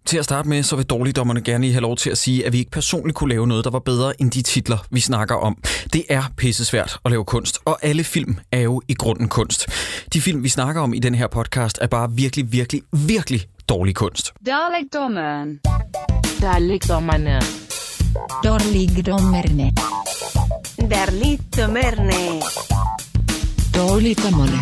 Til at starte med, så vil dårligdommerne gerne lige have lov til at sige, at vi ikke personligt kunne lave noget, der var bedre end de titler, vi snakker om. Det er pissesvært at lave kunst, og alle film er jo i grunden kunst. De film, vi snakker om i den her podcast, er bare virkelig dårlig kunst. Dårligdommerne. Dårligdommerne. Dårligdommerne. Dårligdommerne. Dårligdommerne.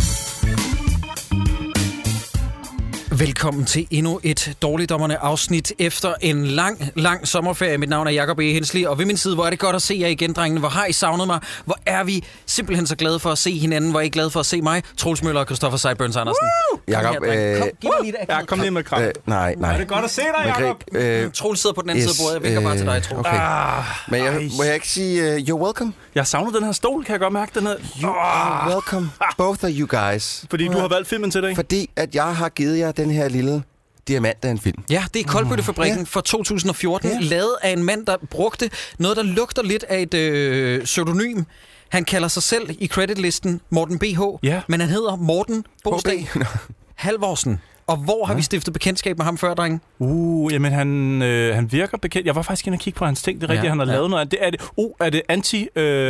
Velkommen til endnu et dårligdommerne afsnit efter en lang sommerferie. Mit navn er Jacob E. Hensley, og ved min side, hvor er det godt at se jer igen, drengene. Hvor har I savnet mig? Hvor er vi simpelthen så glade for at se hinanden? Hvor er I glade for at se mig? Troels Møller og Christoffer Sideburns Andersen. Jacob, kom, giv mig lige det. Ja, kom lige med kram. Nej. Er det godt at se dig, Jacob? Troels sidder på den anden side af bordet. Jeg vinker bare til dig, Troels. Okay. Men må jeg ikke sige, you're welcome? Jeg savner den her stol, kan jeg godt mærke den her. You are welcome, both of you guys. Fordi du har valgt filmen til dig. Fordi at jeg har givet jer den her lille diamant af en film. Ja, det er Koldbøttefabrikken fra 2014, lavet af en mand, der brugte noget, der lugter lidt af et pseudonym. Han kalder sig selv i creditlisten Morten B.H., men han hedder Morten Bogstad Halvorsen. Og hvor har vi stiftet bekendtskab med ham før, drenge? Jamen han virker bekendt. Jeg var faktisk inde og kigge på hans ting. Det er rigtigt, han har lavet noget. Er det Anti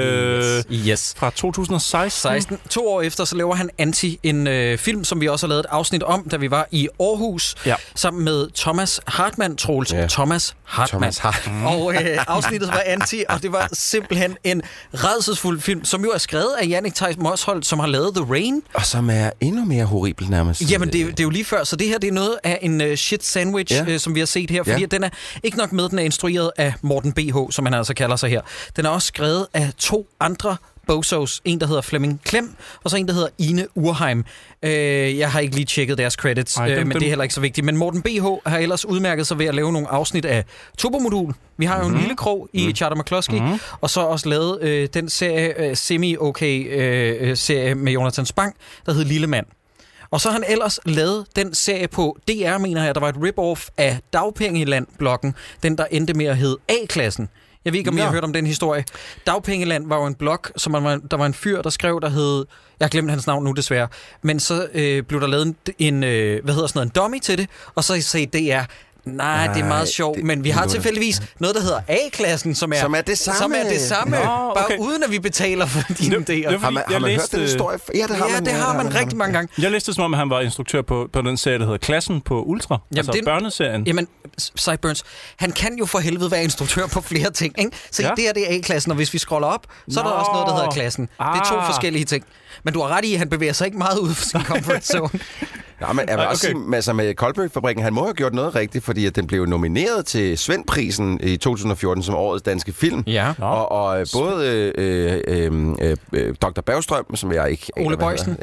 yes. Fra 2016? 2 år efter, så laver han Anti, en film, som vi også har lavet et afsnit om, da vi var i Aarhus, sammen med Thomas Hartmann, Troels. Ja. Thomas Hartmann. Og afsnittet var Anti, og det var simpelthen en rædselsfuld film, som jo er skrevet af Jannik Theis Mosholdt, som har lavet The Rain. Og som er endnu mere horribel nærmest. Jamen, det er jo lige før. Så det her, det er noget af en shit sandwich, som vi har set her. Fordi den er ikke nok med, den er instrueret af Morten B.H., som han altså kalder sig her. Den er også skrevet af 2 andre bozos. En, der hedder Flemming Klem, og så en, der hedder Ine Urheim. Jeg har ikke lige tjekket deres credits, men det er heller ikke så vigtigt. Men Morten B.H. har ellers udmærket sig ved at lave nogle afsnit af Turbomodul. Vi har jo en lille krog i Charter McCloskey, og så også lavet den serie, semi-okay serie med Jonathan Spang, der hedder Lille Mand. Og så har han ellers lavet den serie på DR, mener jeg, der var et rip-off af Dagpengeland-bloggen, den der endte med at hedde A-klassen. Jeg ved ikke, om I har hørt om den historie. Dagpengeland var jo en blog, som der var en fyr, der skrev, der hed... Jeg har glemt hans navn nu, desværre. Men så blev der lavet en dummy til det, og så sagde DR... Nej, det er meget sjovt, men vi har tilfældigvis noget, der hedder A-klassen, som er det samme, bare uden at vi betaler for dine idéer. Har man hørt den historie? Ja, det har man rigtig mange gange. Jeg læste som om, han var instruktør på den serie, der hedder Klassen på Ultra, børneserien. Jamen, Sideburns, han kan jo for helvede være instruktør på flere ting, ikke? Så det her, det er A-klassen, og hvis vi scroller op, så er der også noget, der hedder Klassen. Det er 2 forskellige ting. Men du har ret i, at han bevæger sig ikke meget ud fra sin comfort zone. Ja, men jeg vil også sige, med Koldbøttefabrikken, han må have gjort noget rigtigt, fordi at den blev nomineret til Svendprisen i 2014 som årets danske film. Ja. Og både Dr. Bergstrøm, som jeg ikke... Ole Boysen.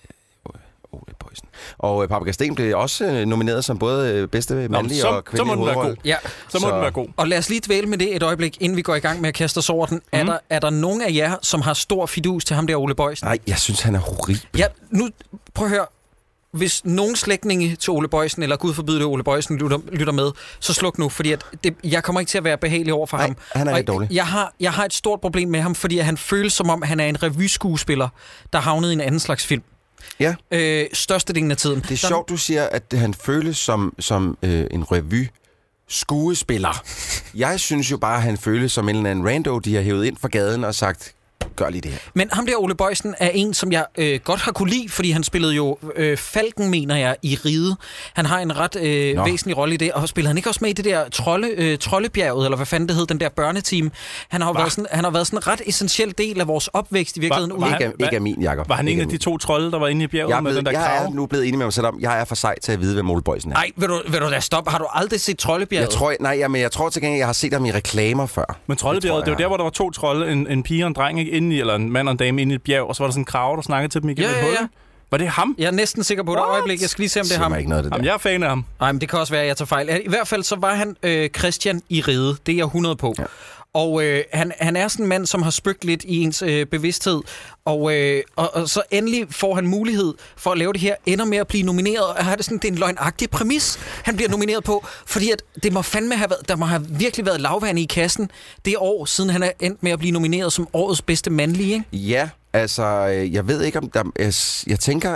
Ole Boysen. Og Paprika Steen blev også nomineret som både bedste mandlige og kvindelige hovedrolle. Så må den være god. Og lad os lige dvæle med det et øjeblik, inden vi går i gang med at kaste os over den. Er der nogen af jer, som har stor fidus til ham der, Ole Boysen? Nej, jeg synes, han er horribel. Ja, nu prøv at høre. Hvis nogen slægtninge til Ole Boysen, eller Gud forbyde det, Ole Boysen lytter med, så sluk nu, fordi jeg kommer ikke til at være behagelig over for ham. Han er ikke dårlig. Jeg har et stort problem med ham, fordi han føles som om, han er en revyskuespiller, der havnede i en anden slags film. Ja. Størstedelen af tiden. Det er sjovt, du siger, at han føles som en revy-skuespiller. Jeg synes jo bare, at han føles som en eller anden rando, de har hævet ind fra gaden og sagt... Gør lige det her. Men ham der, Ole Boysen, er en, som jeg godt har kunne lide, fordi han spillede jo Falken, mener jeg, i Ride. Han har en ret væsentlig rolle i det, og spiller han ikke også med i det der Troldebjerget, eller hvad fanden det hed, den der børneteam? Han har været sådan en ret essentiel del af vores opvækst i virkeligheden. Ikke af min, Jacob. Var han en af de 2 trolde, der var inde i bjerget med den der krav? Jeg er nu blevet enig med mig selv om, jeg er for sej til at vide, hvem Ole Boysen er. Nej, vil du da stoppe? Har du aldrig set Troldebjerget? Jeg tror til gengæld, jeg har set ham i reklamer før. Men Troldebjerget, det var der, hvor der var 2 trolde, en pige og en dreng inde i, eller en mand og en dame inde i et bjerg, og så var der sådan en krave, der snakkede til dem igennem et hul. Var det ham? Jeg er næsten sikker på det. Øjeblik, jeg skal lige se, om det er ham. Jamen, jeg er fan af ham. Nej, men det kan også være, at jeg tager fejl. I hvert fald så var han Christian i Ride. Det er jeg 100 på. Ja. Og han er sådan en mand, som har spøgt lidt i ens bevidsthed. Og så endelig får han mulighed for at lave det her, ender med at blive nomineret. Og har det sådan, det er en løgnagtig præmis, han bliver nomineret på. Fordi at det må fandme have været, der må have virkelig været lavvand i kassen det år, siden han er endt med at blive nomineret som årets bedste mandlige, ikke? Ja, Altså, jeg ved ikke, om der... Jeg tænker,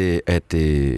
at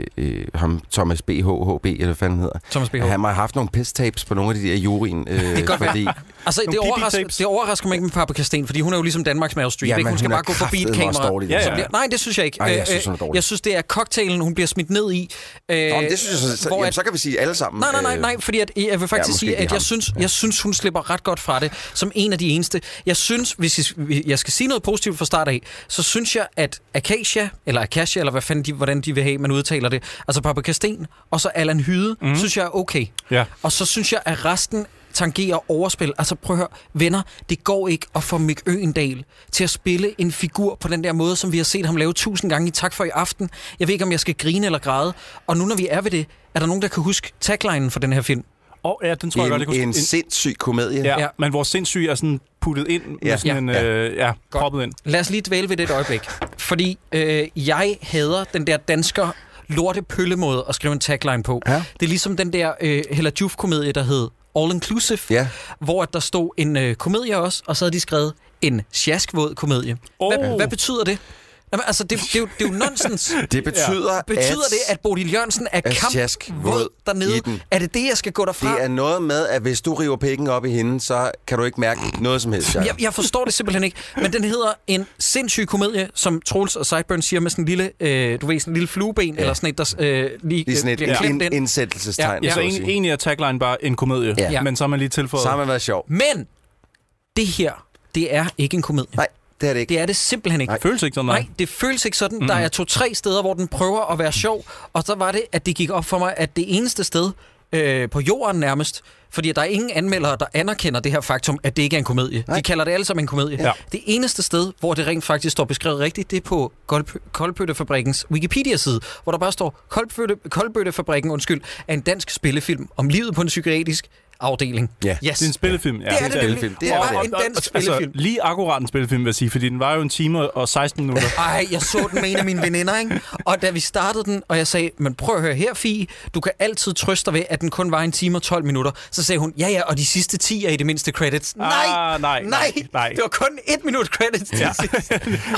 ham, Thomas B.H.H.B., eller hvad fanden hedder, Thomas B.H. han må have haft nogle piss-tapes på nogle af de der juryen. Det kan fordi... Altså, det overrasker mig ikke med Paprika Steen, fordi hun er jo ligesom Danmarks Meryl Streep. Hun skal bare gå forbi et kamera. Nej, det synes jeg ikke. Jeg synes, det er cocktailen, hun bliver smidt ned i. Det synes jeg, så kan vi sige alle sammen. Nej, fordi jeg vil faktisk sige, at jeg synes, hun slipper ret godt fra det, som en af de eneste. Jeg synes, hvis jeg skal sige noget positivt fra start af, så synes jeg, at Akasha, eller hvad fanden hvordan de vil have, man udtaler det, altså Paprika Steen, og så Allan Hyde, synes jeg er okay. Ja. Og så synes jeg, at resten tangerer overspil. Altså prøv at høre, venner, det går ikke at få Mick Øgendahl til at spille en figur på den der måde, som vi har set ham lave 1000 gange i Tak for i aften. Jeg ved ikke, om jeg skal grine eller græde. Og nu, når vi er ved det, er der nogen, der kan huske taglinen for den her film? Ja, den tror jeg godt, det kunne en sindssyg komedie. Ja, men hvor sindssyg er sådan puttet ind med sådan en proppet ind. Lad os lige dvæle ved det et øjeblik. Fordi jeg hader den der dansker lortepøllemåde at skrive en tagline på. Ja. Det er ligesom den der Hella Juf-komedie, der hed All Inclusive, hvor der stod en komedie også, og så havde de skrevet en sjaskvåd komedie. Hvad betyder det? Jamen, altså, det er jo nonsens. Det betyder, at Bodil Jørgensen er kampvåd dernede? Er det det, jeg skal gå derfra? Det er noget med, at hvis du river pikken op i hende, så kan du ikke mærke noget som helst. Jeg forstår det simpelthen ikke. Men den hedder en sindssyg komedie, som Troels og Sideburn siger med sådan en lille, sådan en lille flueben, eller sådan et, der lige sådan et indsættelsestegn. Ja, så egentlig er tagline bare en komedie, men så har man lige tilføjet. Så har man været sjov. Men det her, det er ikke en komedie. Nej. Det er det ikke. Det er det simpelthen ikke. Det føles ikke sådan. Nej, det føles ikke sådan. Der er 2-3 steder, hvor den prøver at være sjov, og så var det, at det gik op for mig, at det eneste sted på jorden nærmest, fordi der er ingen anmeldere, der anerkender det her faktum, at det ikke er en komedie. Nej. De kalder det alle sammen en komedie. Ja. Det eneste sted, hvor det rent faktisk står beskrevet rigtigt, det er på Koldbøttefabrikkens Wikipedia-side, hvor der bare står, Koldbøttefabrikken, er en dansk spillefilm om livet på en psykiatrisk afdeling. Ja. Yes. Det er en spillefilm. Ja. Det er det. Det er en dansk spillefilm. Altså, lige akkurat en spillefilm, vil jeg sige, fordi den var jo 1 time og 16 minutter. Ej, jeg så den med en af mine veninder, ikke? Og da vi startede den, og jeg sagde, men prøv at høre her, Fie, du kan altid trøste dig ved, at den kun var 1 time og 12 minutter. Så sagde hun, ja, og de sidste 10 er i det mindste credits. Nej. Det var kun 1 minut credits til sidst.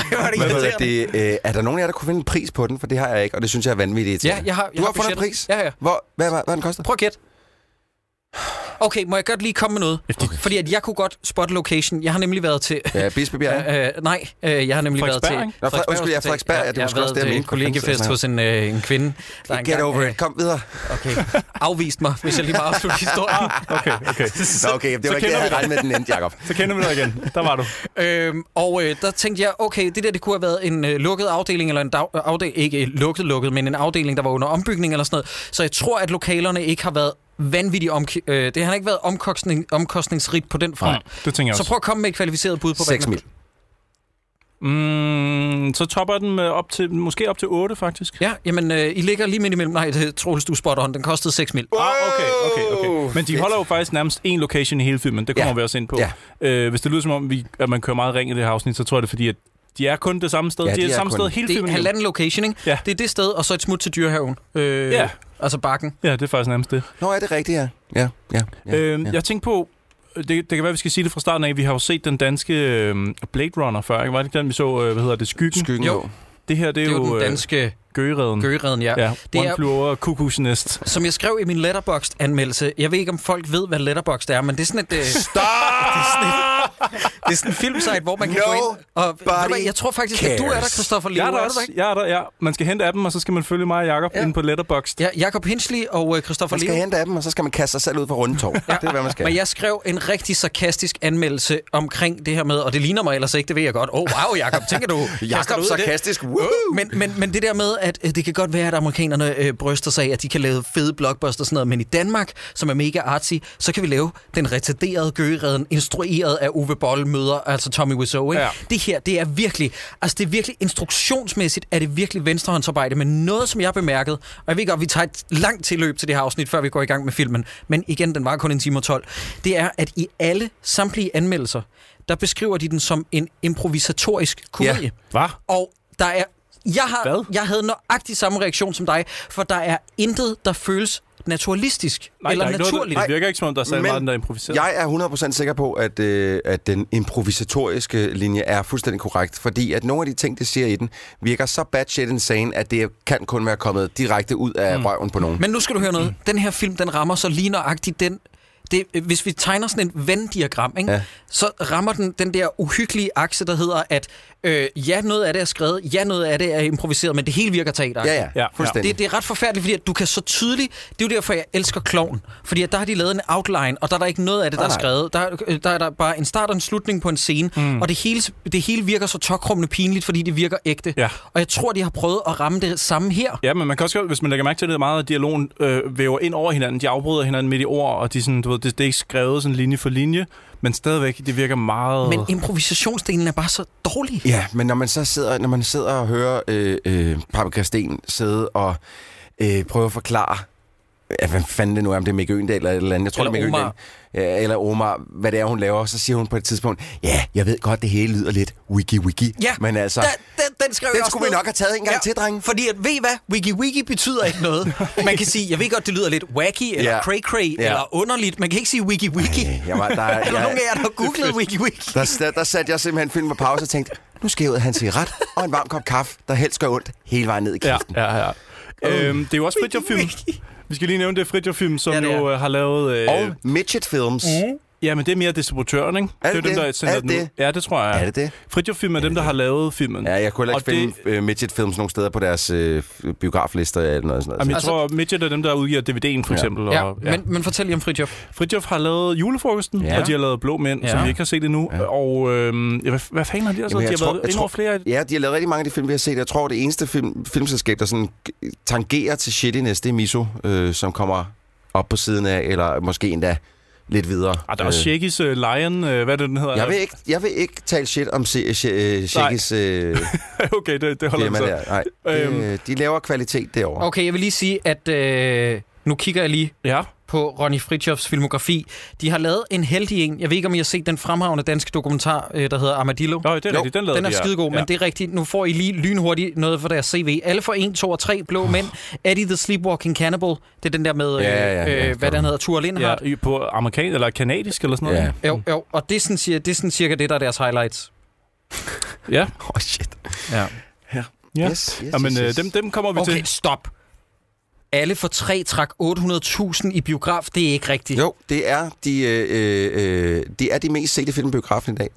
Er der nogen af jer, der kunne finde en pris på den? For det har jeg ikke, og det synes jeg er vanvittigt. Ja, jeg har fundet en pris? Ja. Hvad den koster? Prøv at gætte. Okay, må jeg godt lige komme med noget? Fordi at jeg kunne godt spotte location. Jeg har nemlig været til... Bispebjerg? Nej, jeg har nemlig været til... Frederiksberg. Jeg har været til kollegefest hos en kvinde. Get over it. Kom videre. Okay. Afvist mig, hvis jeg lige må afslutte historien. Okay, det var ikke det, jeg havde regnet med den endte, Jacob. Så kender vi dig igen. Der var du. Og der tænkte jeg, okay, det kunne have været en lukket afdeling, eller en afdeling, ikke lukket, men en afdeling, der var under ombygning eller sådan noget. Så jeg tror, at lokalerne ikke har været vanvittigt det har ikke været omkostningsrigt på den front. Det tænker jeg også. Så prøv at komme med et kvalificeret bud på 6 mil. Så topper den måske op til 8, faktisk. Ja, jamen, I ligger lige midt imellem. Nej, det Troels, du spot on. Den kostede 6 mil. Okay. Men de holder jo faktisk nærmest en location i hele filmen. Det kommer vi også ind på. Ja. Hvis det lyder som om, at man kører meget ring i det her afsnit, så tror jeg det, fordi at de er kun det samme sted. De er det samme sted hele filmen. Det er 1,5 location, ikke? Ja. Det er det sted, og så et smut til Dyrehaven. Altså bakken. Ja, det er faktisk nærmest det. Nå, er det rigtigt, ja. Jeg tænkte på, det kan være, vi skal sige det fra starten af. Vi har jo set den danske Blade Runner før, ikke? Var det ikke den, vi så, Skyggen? Jo. Det her, det er jo den danske... Gøgereden, ja. Det er One Flew Over Cuckoo's Nest. Som jeg skrev i min Letterboxd-anmeldelse. Jeg ved ikke, om folk ved, hvad Letterboxd er, men det er sådan et... Stop! Det er sådan en filmsite, hvor man kan gå ind og... Jeg tror faktisk, at du er der, Christoffer Leo. Jeg er der, ja. Man skal hente appen, og så skal man følge mig og Jacob inde på Letterboxd. Ja, Jacob Hinsley og Christoffer Leo. Man skal hente appen, og så skal man kaste sig selv ud på rundetår. Det er, hvad man skal. Men jeg skrev en rigtig sarkastisk anmeldelse omkring det her med, og det ligner mig ellers ikke, det ved jeg godt. Wow, Jacob, tænker du? Jacob sarkastisk, men det der med, at det kan godt være, at amerikanerne bryster sig af, at de kan lave fede blockbuster og sådan noget, men i Danmark, som er mega artsy, så kan vi lave den retarderede Gøgereden, instrueret af Uwe Boll møder, altså Tommy Wiseau. Ja. Det her, det er virkelig instruktionsmæssigt, er det virkelig venstrehåndsarbejde, men noget, som jeg bemærkede, og jeg ved godt, vi tager et langt tilløb til det her afsnit, før vi går i gang med filmen, men igen, den var kun 1 time og 12, det er, at i samtlige anmeldelser, der beskriver de den som en improvisatorisk komedie. Ja. Hvad? Og der er Jeg havde nøjagtig samme reaktion som dig, for der er intet, der føles naturalistisk. Nej, eller naturligt. Det virker ikke som om, der er særlig meget, der er improviseret. Jeg er 100% sikker på, at den improvisatoriske linje er fuldstændig korrekt, fordi at nogle af de ting, det siger i den, virker så bad shit insane, at det kan kun være kommet direkte ud af røven på nogen. Men nu skal du høre noget. Den her film, den rammer så lige nøjagtigt hvis vi tegner sådan en Venn-diagram, ikke? Ja. Så rammer den der uhyggelige akse, der hedder, at noget af det er skrevet, noget af det er improviseret, men det hele virker teateragtigt. Ja, fuldstændig. Det er ret forfærdeligt, fordi at du kan så tydeligt... Det er jo derfor, jeg elsker Klovn. Fordi at der har de lavet en outline, og der er der ikke noget af det, der er skrevet. Der er der bare en start og en slutning på en scene, og det hele virker så tokrummende pinligt, fordi det virker ægte. Ja. Og jeg tror, de har prøvet at ramme det samme her. Ja, men man kan også, hvis man lægger mærke til det, meget af dialogen væver ind over hinanden. De afbryder hinanden midt i ord, og de sådan, du ved, det er ikke skrevet sådan linje for linje, men stadigvæk, det virker meget... Men improvisationsdelen er bare så dårlig. Ja, men når man sidder og hører Paprika Steen sidde og prøve at forklare, hvad fanden det nu er, om det er Mikke Øgendahl eller et eller andet. Jeg tror, det er Mikke Øgendahl. Eller Omar, hvad det er, hun laver. Så siger hun på et tidspunkt, ja, jeg ved godt, det hele lyder lidt wiki. Ja, men altså, den skulle vi nok have taget en gang til, drenge. Fordi at, ved I hvad? Wiki betyder ikke noget. Man kan sige, jeg ved godt, det lyder lidt wacky, eller cray-cray, eller underligt. Man kan ikke sige wiki. Er der nogen af jer, der har googlet wiki? Der satte jeg simpelthen filmen på pause og tænkte, nu skal jeg ud og have en cigaret og en varm kop kaffe, der helst gør ondt hele vejen ned i kæften. Ja. Det er jo også Fridtjof-film. Vi skal lige nævne det Fridtjof-film, som jo har lavet... Og Midget Films. Ja, men det er mere distributøren, ikke? Er det dem, der sender den ud. Ja, det tror jeg. Er det det? Fridtjof-film er dem, der har lavet filmen. Ja, jeg kunne heller ikke finde Midget Films nogle steder på deres biograflister eller noget sådan noget. Jamen, jeg tror, Midget er dem, der udgiver DVD'en, for eksempel. Ja, men fortæl lige om Fridtjof. Fridtjof har lavet Julefrokosten, og de har lavet Blå Mænd, som vi ikke har set endnu. Ja. Og hvad fanden har de også? De har været endnu flere... Ja, de har lavet rigtig mange af de film, vi har set. Jeg tror, det eneste filmselskab, der sådan tangerer til shittiness, det er Miso, som kommer op på siden af, eller måske endda lidt videre. Der er også Shaggy's Lion, hvad er det, den hedder? Jeg vil ikke tale shit om Shaggy's okay, det holder så. Nej, de laver kvalitet derovre. Okay, jeg vil lige sige, at nu kigger jeg lige på Ronny Fridtjofs filmografi. De har lavet en heldig en. Jeg ved ikke, om I har set den fremragende danske dokumentar, der hedder Armadillo. Det er rigtigt, den er skidegod, men det er rigtigt. Nu får I lige lynhurtigt noget for deres CV. Alle for 1, 2 og 3 Blå Mænd. Eddie the Sleepwalking Cannibal. Det er den der med, hvad den hedder, Thure Lindhardt. Ja, på amerikansk eller kanadisk eller sådan noget. Ja. Jo. Og det er sådan cirka det, der er deres highlights. Ja. Shit. Ja. Yes. Men dem kommer vi til. Okay, stop. Alle for 3 trak 800.000 i biograf, det er ikke rigtigt. Jo, det er de mest sete film i biografen i dag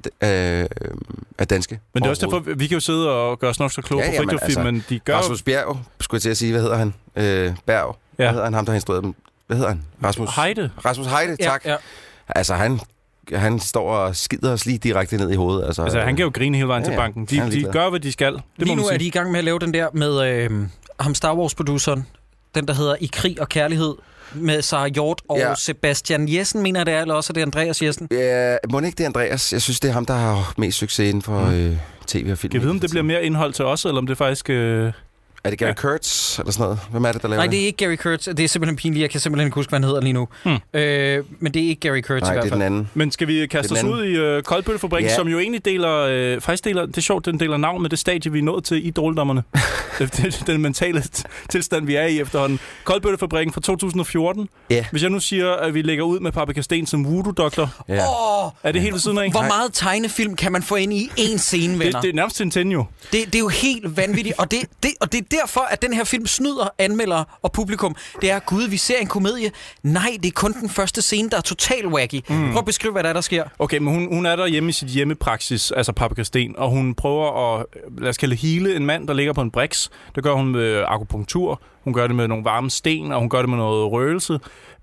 af danske. Men det er også derfor, vi kan jo sidde og gøre os nok så kloge på Fridtjof-film, men de gør... Rasmus Bjerg, skulle jeg til at sige, hvad hedder han? Berg. Hvad hedder han, ham der har instrueret dem? Hvad hedder han? Rasmus Heide, tak. Ja. Altså, han står og skider os lige direkte ned i hovedet. Altså han kan jo grine hele vejen til banken. De gør, hvad de skal. Lige nu er de i gang med at lave den der med ham Star Wars-produceren. Den, der hedder I krig og kærlighed, med Sarah Hjort og Sebastian Jessen, mener det er, eller også er det Andreas Jessen? Ja, må ikke det er Andreas? Jeg synes, det er ham, der har mest succes inden for tv og film. Kan jeg vide, om det bliver mere indhold til os, eller om det faktisk... Er det Gary Kurtz eller sådan noget? Hvem er det, der laver det? Nej, det er ikke Gary Kurtz. Det er simpelthen pinligt. Jeg kan simpelthen ikke huske, hvad han hedder lige nu. Men det er ikke Gary Kurtz i hvert fald. Nej, det er den anden. Men skal vi kaste os ud i Koldbøttefabrikken, som jo egentlig deler... det er sjovt, den deler navn med det stadie, vi er nået til i dårligdommerne. Den mentale tilstand, vi er i efterhånden. Koldbøttefabrikken fra 2014. Yeah. Hvis jeg nu siger, at vi lægger ud med Paprika Steen som voodoo-doktor. Er det helt ved siden af? Hvor meget tegnefilm kan man få ind i én scene, venner? Det er nærmest Centennial. Det er jo helt vanvittigt. Og det er derfor, at den her film snyder anmeldere og publikum. Det er, gud, vi ser en komedie. Nej, det er kun den første scene, der er total wacky. Prøv at beskrive, hvad der sker. Okay, men hun er der hjemme i sit hjemmepraksis, altså Paprika Steen, og hun prøver at, lad os kalde hele en mand, der ligger på en briks. Det gør hun med akupunktur. Hun gør det med nogle varme sten, og hun gør det med noget røgelse.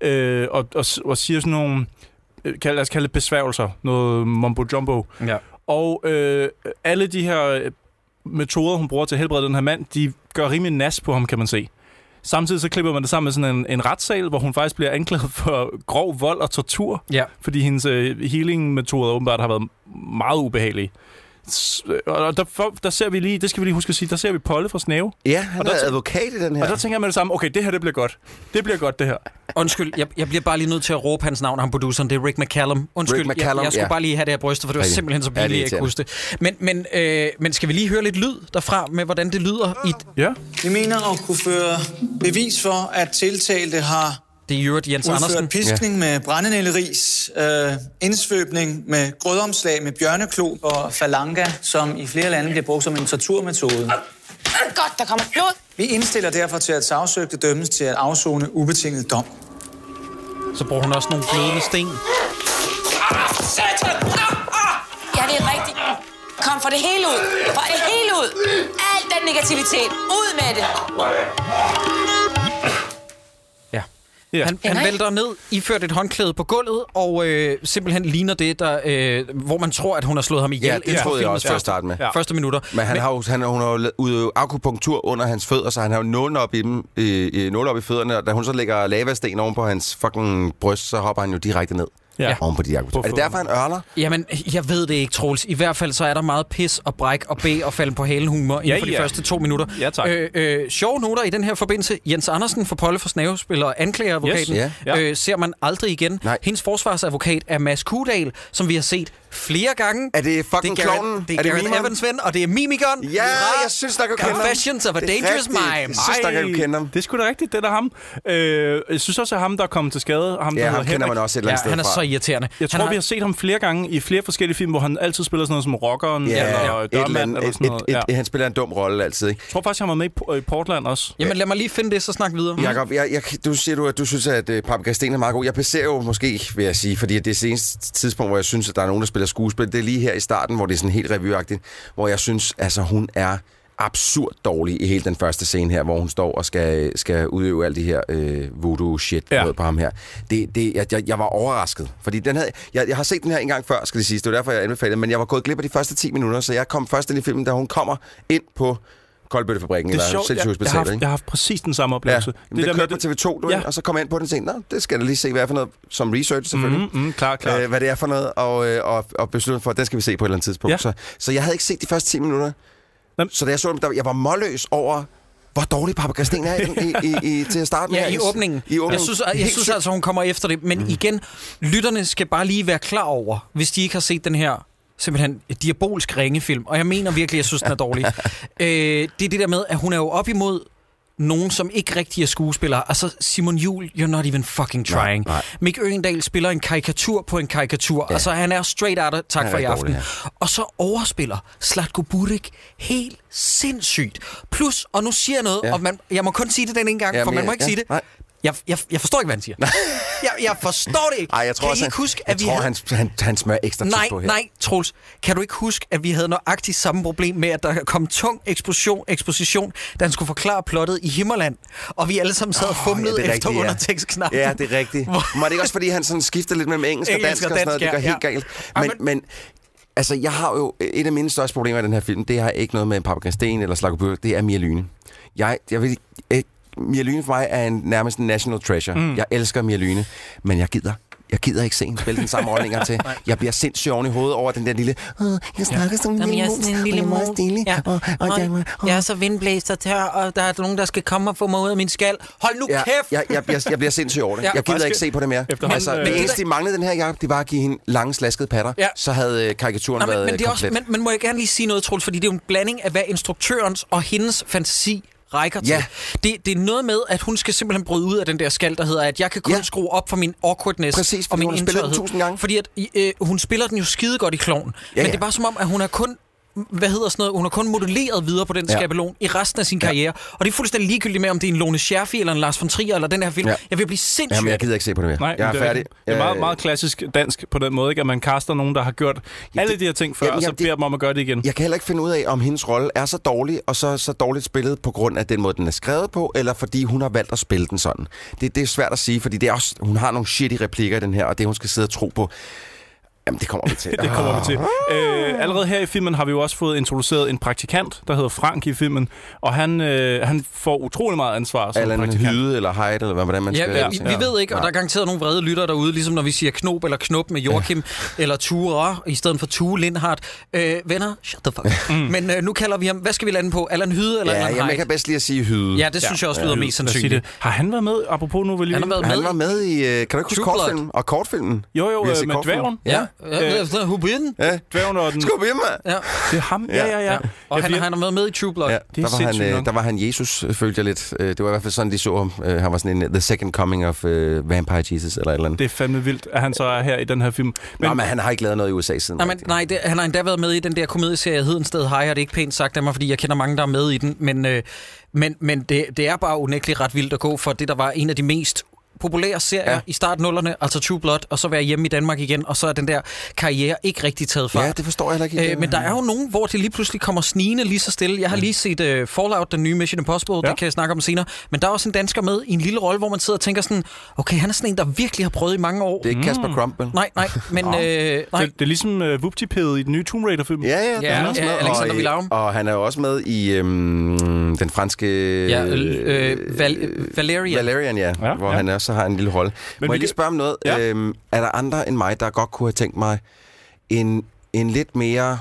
Og siger sådan nogle, lad os kalde det besværgelser. Noget mumbo-jumbo. Ja. Og alle de her metoder, hun bruger til at helbrede den her mand, de gør rimelig nas på ham, kan man se. Samtidig så klipper man det sammen med sådan en retssal, hvor hun faktisk bliver anklaget for grov vold og tortur, fordi hendes healing-metoder åbenbart har været meget ubehagelige. Og der ser vi lige, det skal vi lige huske at sige, der ser vi Polle fra Snæve. Ja, han er advokat i den her. Og der tænker jeg med det samme, okay, det her, det bliver godt. Det bliver godt, det her. Undskyld, jeg bliver bare lige nødt til at råbe hans navn, ham produceren, det er Rick McCallum. Undskyld, jeg skulle bare lige have det her bryster, for det var simpelthen så pinligt, jeg ikke huske det. Men skal vi lige høre lidt lyd derfra, med hvordan det lyder? Vi mener at kunne føre bevis for, at tiltalte har Det er jo Jens Andersen. Udført piskning med brændenælderis, indsvøbning med grødomslag med bjørneklo og falanga, som i flere lande bliver brugt som en torturmetode. Godt, der kommer blod. Vi indstiller derfor til, at sagsøgte dømmes til at afsone ubetinget dom. Så bruger hun også nogle glødende sten. Ja, det er rigtigt. Kom, for det hele ud. For det hele ud. Al den negativitet. Ud med det. Ja. Han vælter ned, iført et håndklæde på gulvet, og simpelthen ligner det, der, hvor man tror, at hun har slået ham ihjel. Ja, det troede jeg også til at starte med. Første minutter. Men hun har jo udøvet akupunktur under hans fødder, så han har jo nålen op i dem, nåle op i fødderne, og da hun så lægger lavasten oven på hans fucking bryst, så hopper han jo direkte ned. Ja. Oven på de akupunktur. Er det derfor, han ørler? Jamen, jeg ved det ikke, Troels. I hvert fald så er der meget pis og bræk og bæ og falde på halen humor inden for de første 2 minutter. Ja, tak. Sjove noter i den her forbindelse. Jens Andersen for Polle for Snave spiller anklageradvokaten. Yes. Ser man aldrig igen. Nej. Hendes forsvarsadvokat er Mads Kudal, som vi har set flere gange. Er det fucking klovnen? Det er Gareth Evans ven, og det er mimikeren. Ja, jeg synes, der kan kende ham. Confessions of a Dangerous Mime. Jeg synes, der kan kende ham. Det er sgu da rigtigt, det er ham. Jeg synes også, at ham, der er kommet til skade. Ham kender man også et eller andet sted han er fra. Så irriterende. Jeg tror, vi har set ham flere gange i flere forskellige film, hvor han altid spiller sådan noget som rockeren eller dørmand eller sådan noget. Han spiller en dum rolle altid, ikke? Jeg tror faktisk, han var med i Portland også. Jamen lad mig lige finde det, så snak videre. Jakob, du siger, at du synes, at Paprika Steen er meget god. Jeg placerer jo måske, vil jeg sige, fordi det er det seneste tidspunkt, hvor jeg synes, at der er nogen, der spiller skuespil. Det er lige her i starten, hvor det er sådan helt revyagtigt, hvor jeg synes, altså hun er absurd dårlig i hele den første scene her, hvor hun står og skal udøve alt det her voodoo-shit på ham her. Jeg var overrasket, fordi den havde, jeg har set den her en gang før, skal det siges. Det var derfor, jeg anbefalede, men jeg var gået glip af de første 10 minutter, så jeg kom først ind i filmen, da hun kommer ind på Koldbøttefabrikken. Det er sjovt. Jeg har haft præcis den samme oplevelse. Ja. Det kørte på TV2, og så kom jeg ind på den og tænkte, det skal jeg lige se, hvad er for noget, som research selvfølgelig. Klar. Hvad det er for noget, og beslutte for, at den skal vi se på et eller andet tidspunkt. Ja. Så jeg havde ikke set de første 10 minutter. Så da jeg så dem, jeg var målløs over, hvor dårlig Paprika Steen er til at starte med. Ja, i åbningen. Jeg synes altså, hun kommer efter det. Men igen, lytterne skal bare lige være klar over, hvis de ikke har set den her simpelthen diabolsk ringefilm. Og jeg mener virkelig, jeg synes, den er dårlig. Det er det der med, at hun er jo op imod nogen, som ikke rigtig er skuespillere. Altså, Simon Juhl, you're not even fucking trying. Nej. Mick Øgendahl spiller en karikatur på en karikatur. Ja. Altså, han er straight out of, tak for i aften. Dårlig, ja. Og så overspiller Zlatko Buric helt sindssygt. Plus, og nu siger jeg noget, og jeg må kun sige det den ene gang, for man må ikke sige det. Nej. Jeg forstår ikke, hvad han siger. jeg forstår det ikke. Ej, jeg tror kan I ikke huske, at han smører ekstra tit på her. Nej, Troels. Kan du ikke huske, at vi havde nøjagtigt samme problem med, at der kom tung eksposition, da han skulle forklare plottet i Himmerland, og vi alle sammen sad og fumlede efter undertekstknappen. Ja, det er rigtigt. Men det er ikke også, fordi han sådan skifter lidt mellem engelsk og dansk og sådan noget? Det går helt galt. Men altså, jeg har jo et af mine største problemer i den her film, det har ikke noget med Paprika Steen eller Zlatko Buric, det er Mia Lyne. Jeg vil Mia Lyne for mig er nærmest en national treasure. Jeg elsker Mia Lyne, men jeg gider ikke se hende spille den samme rolle engang til. Jeg bliver sindssygt oven i hovedet over den der lille... Jeg snakker som en lille mus. Jeg er så vindblæst og tør, og der er nogen, der skal komme og få mig ud af min skal. Hold nu kæft! Jeg bliver sindssygt over det. Jeg gider ikke se på det mere. Altså, det eneste, de manglede den her gang, det var at give hende lange, slaskede patter. Så havde karikaturen været komplet. Men må jeg gerne lige sige noget, Troels, fordi det er jo en blanding af, hvad instruktørens og hendes fantasi rækker til. Det er noget med, at hun skal simpelthen bryde ud af den der skal, der hedder, at jeg kan kun skrue op for min awkwardness. Præcis, og min hun spiller den 1000 gange. Fordi at, hun spiller den jo skide godt i Klovn. Men det er bare som om, at hun er kun hun har kun modelleret videre på den skabelon i resten af sin karriere. Og det er fuldstændig ligegyldigt med, om det er en Lone Scherfig eller en Lars von Trier eller den her film. Jeg vil blive sindssyg. Jamen, jeg gider ikke se på det mere. Nej, jeg er færdig. Det er meget, meget klassisk dansk på den måde, ikke? At man kaster nogen, der har gjort alle de her ting før, og så beder dem om at gøre det igen. Jeg kan heller ikke finde ud af, om hendes rolle er så dårlig, og så dårligt spillet på grund af den måde, den er skrevet på, eller fordi hun har valgt at spille den sådan. Det er svært at sige, fordi det er også, hun har nogle shitty replikker i den her, og det hun skal sidde og tro på. Jamen, det kommer vi til. Allerede her i filmen har vi jo også fået introduceret en praktikant, der hedder Frank i filmen, og han får utrolig meget ansvar som praktikant. Eller en hyde eller hejde, eller hvordan man skal... Vi ved ikke, og der er garanteret nogle vrede lyttere derude, ligesom når vi siger Knob eller Knop med Joachim, eller Ture, i stedet for Tue Lindhardt. Venner, shut the fuck. Men nu kalder vi ham, hvad skal vi lande på? Allan Hyde eller Allan Hyde? Jeg kan bedst lige at sige Hyde. Ja, det synes jeg også lyder mest sandsynligt. Har han været med, apropos nu? Han var med i, kan du ikke huske kortfilmen? Og kortfilmen? Jo, med dværgen. Hubin. Ja. Dværgen og den... Skub hjemme. Ja. Det er ham. Ja. Og han er med i True Blood. Ja, Det er der var han Jesus, følte jeg lidt. Det var i hvert fald sådan, de så ham. Han var sådan en The Second Coming of Vampire Jesus, eller et eller andet. Det er fandme vildt, at han så er her i den her film. Men han har ikke lavet noget i USA siden. Han har endda været med i den der komedieserie Hedensted High, og det er ikke pænt sagt af mig, fordi jeg kender mange, der er med i den. Men det er bare unægteligt ret vildt at gå for det, der var en af de mest populære serier i starten 0'erne, altså True Blood, og så være hjemme i Danmark igen, og så er den der karriere ikke rigtig taget fart. Ja, det forstår jeg ikke. Men der er jo nogen, hvor det lige pludselig kommer snigende lige så stille. Jeg har lige set Fallout, den nye Mission Impossible, det kan jeg snakke om senere, men der er også en dansker med i en lille rolle, hvor man sidder og tænker sådan, okay, han er sådan en, der virkelig har prøvet i mange år. Det er ikke Kasper Crump, Nej, men... nej. Det er ligesom Whoopty-Pede i den nye Tomb Raider-film. Ja, Alexander Villaum. Og han er jo også med i den franske... Valerian, hvor han også har en lille rolle. Må jeg lige spørge om noget? Ja. Er der andre end mig, der godt kunne have tænkt mig en lidt mere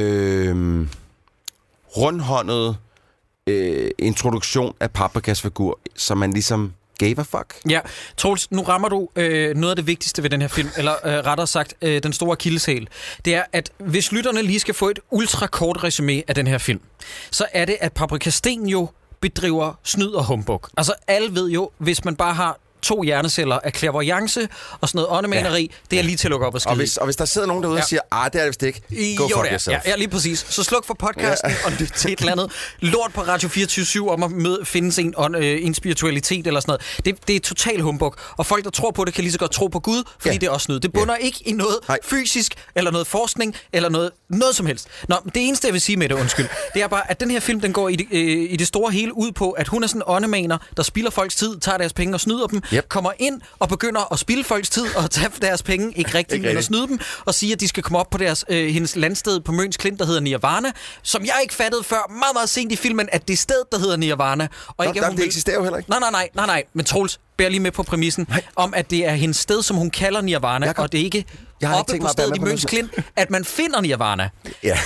rundhåndet introduktion af Paprikas figur, som man ligesom gave a fuck? Ja, Troels, nu rammer du noget af det vigtigste ved den her film, eller rettere sagt, den store akilleshæl. Det er, at hvis lytterne lige skal få et ultrakort resumé af den her film, så er det, at Paprika Steen jo bedriver snyd og humbug. Altså, alle ved jo, hvis man bare har 2 hjerneceller af clairvoyance og sådan noget åndemaneri, det er lige til at lukke op og skide. Og hvis der sidder nogen derude og siger, det er det vist ikke, go fuck yourself. Ja, lige præcis. Så sluk for podcasten og lyt til et eller andet lort på Radio 24/7 om at findes en spiritualitet eller sådan noget. Det er total humbug. Og folk, der tror på det, kan lige så godt tro på Gud, fordi det er også snyd. Det bunder ikke i noget fysisk, eller noget forskning, eller noget som helst. Nå, det eneste, jeg vil sige med det, undskyld, det er bare, at den her film, den går i det store hele ud på, at hun er sådan en åndemaner, der spilder folks tid, tager deres penge og snyder dem, kommer ind og begynder at spilde folks tid og tage deres penge, ikke rigtigt, men at snyde dem, og sige, at de skal komme op på hendes landsted på Møns Klint, der hedder Nirvana, som jeg ikke fattede før, meget, meget sent i filmen, at det sted, der hedder Nirvana. Og ikke, det eksisterer jo heller ikke. Nej, men Troels, bær lige med på præmissen, om at det er hendes sted, som hun kalder Nirvana, og det er ikke oppe på stedet i Møns Klint, at man finder Nirvana. Ja.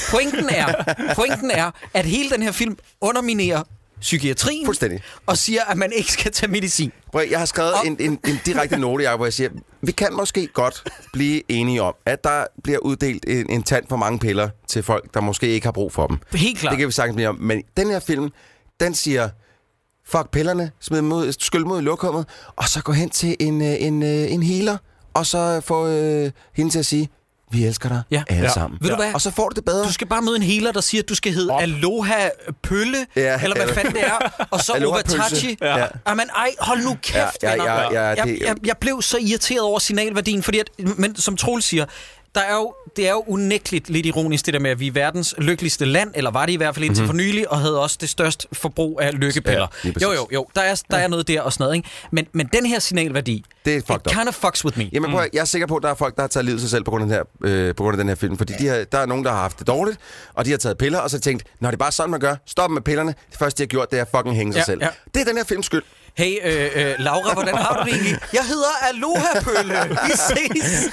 Pointen er, at hele den her film underminerer psykiatrien og siger, at man ikke skal tage medicin. Jeg har skrevet en direkte note, hvor jeg siger, vi kan måske godt blive enige om, at der bliver uddelt en tand for mange piller til folk, der måske ikke har brug for dem. Helt klart. Det kan vi sagtens blive om. Men den her film, den siger, fuck pillerne, skyld mod i lokummet, og så gå hen til en healer, og så få hende til at sige, vi elsker dig alle sammen. Ved du hvad? Og så får du det bedre. Du skal bare møde en healer, der siger, at du skal hedde Aloha Pølle, eller hvad fanden det er, og så Ovatachi. Jamen, hold nu kæft, venner. Jeg blev så irriteret over signalværdien, fordi men som Troels siger, det er jo unægteligt lidt ironisk, det der med, at vi er verdens lykkeligste land, eller var det i hvert fald indtil for nylig, og havde også det største forbrug af lykkepiller. Jo, der er noget der og sådan noget, ikke? Men den her signalværdi, it kind of fucks with me. Jamen, jeg er sikker på, at der er folk, der har taget livet af sig selv på grund af den her film, fordi der er nogen, der har haft det dårligt, og de har taget piller, og så tænkt, når det er bare sådan, man gør, stop med pillerne. Det første, de har gjort, det er at fucking hænge sig selv. Det er den her films skyld. Hey, Laura, hvordan har du det egentlig? Jeg hedder Aloha Pølle. Vi ses.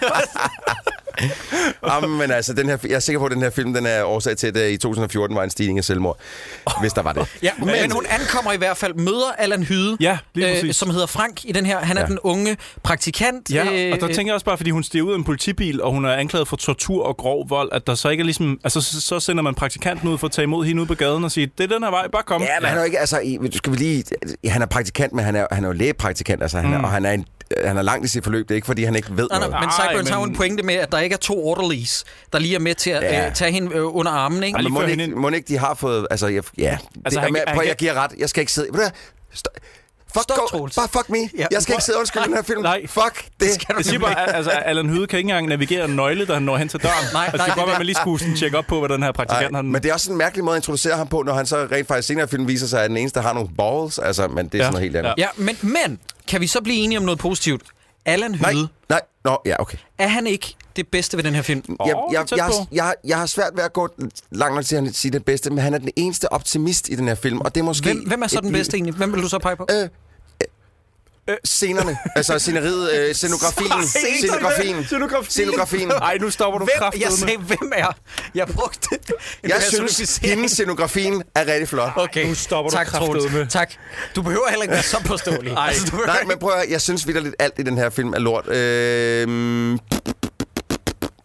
Men altså, jeg er sikker på, at den her film, den er årsag til, at der i 2014 var en stigning af selvmord, hvis der var det. Ja, men hun ankommer i hvert fald, møder Allan Hyde, som hedder Frank i den her. Han er den unge praktikant. Ja, og der tænker jeg også bare, fordi hun stiger ud af en politibil, og hun er anklaget for tortur og grov vold, at der så ikke er ligesom... Altså, så sender man praktikanten ud for at tage imod hende ud på gaden og sige, det er den her vej, bare kom. Ja, men han er jo ikke... Altså, skal vi lige... Han er praktikant, men han er jo lægepraktikant, altså. Og han er langt i sit forløb. Det er ikke, fordi han ikke ved noget. Men Sideburns har jo en pointe med, at der ikke er 2 orderlies, der lige er med til at tage hende under armen, ikke? Men må ikke de har fået... Altså, jeg giver ret. Jeg skal ikke sidde... Bare fuck me. Ja. Jeg skal ikke sidde undskyld den her film. Nej. Fuck det. Jeg siger bare, altså, Allan Hyde kan ikke engang navigere en nøgle, da han når hen til døren. Nej, det går man lige skulle tjekke op på, hvad den her praktikant har. Men det er også en mærkelig måde at introducere ham på, når han så rent faktisk senere i filmen viser sig, at den eneste, der har nogle balls. Altså, men det er sådan noget helt andet. Ja, men kan vi så blive enige om noget positivt? Allan Hyde. Nej. Okay. Er han ikke det bedste ved den her film? Jeg har svært ved at gå langt nok til at sige det bedste, men han er den eneste optimist i den her film, og det er måske... Hvem er så den bedste egentlig? Hvem vil du så pege på? Scenerne, altså sceneriet, scenografien. Ej, nu stopper du kraftigt. Jeg sagde, hvem er? Jeg brugte jeg synes, hendes scenografien er rigtig flot. Okay, nu stopper du kraftigt med. Tak. Du behøver heller ikke være så påståelig. Nej, men prøv at, jeg synes vitterligt alt i den her film er lort.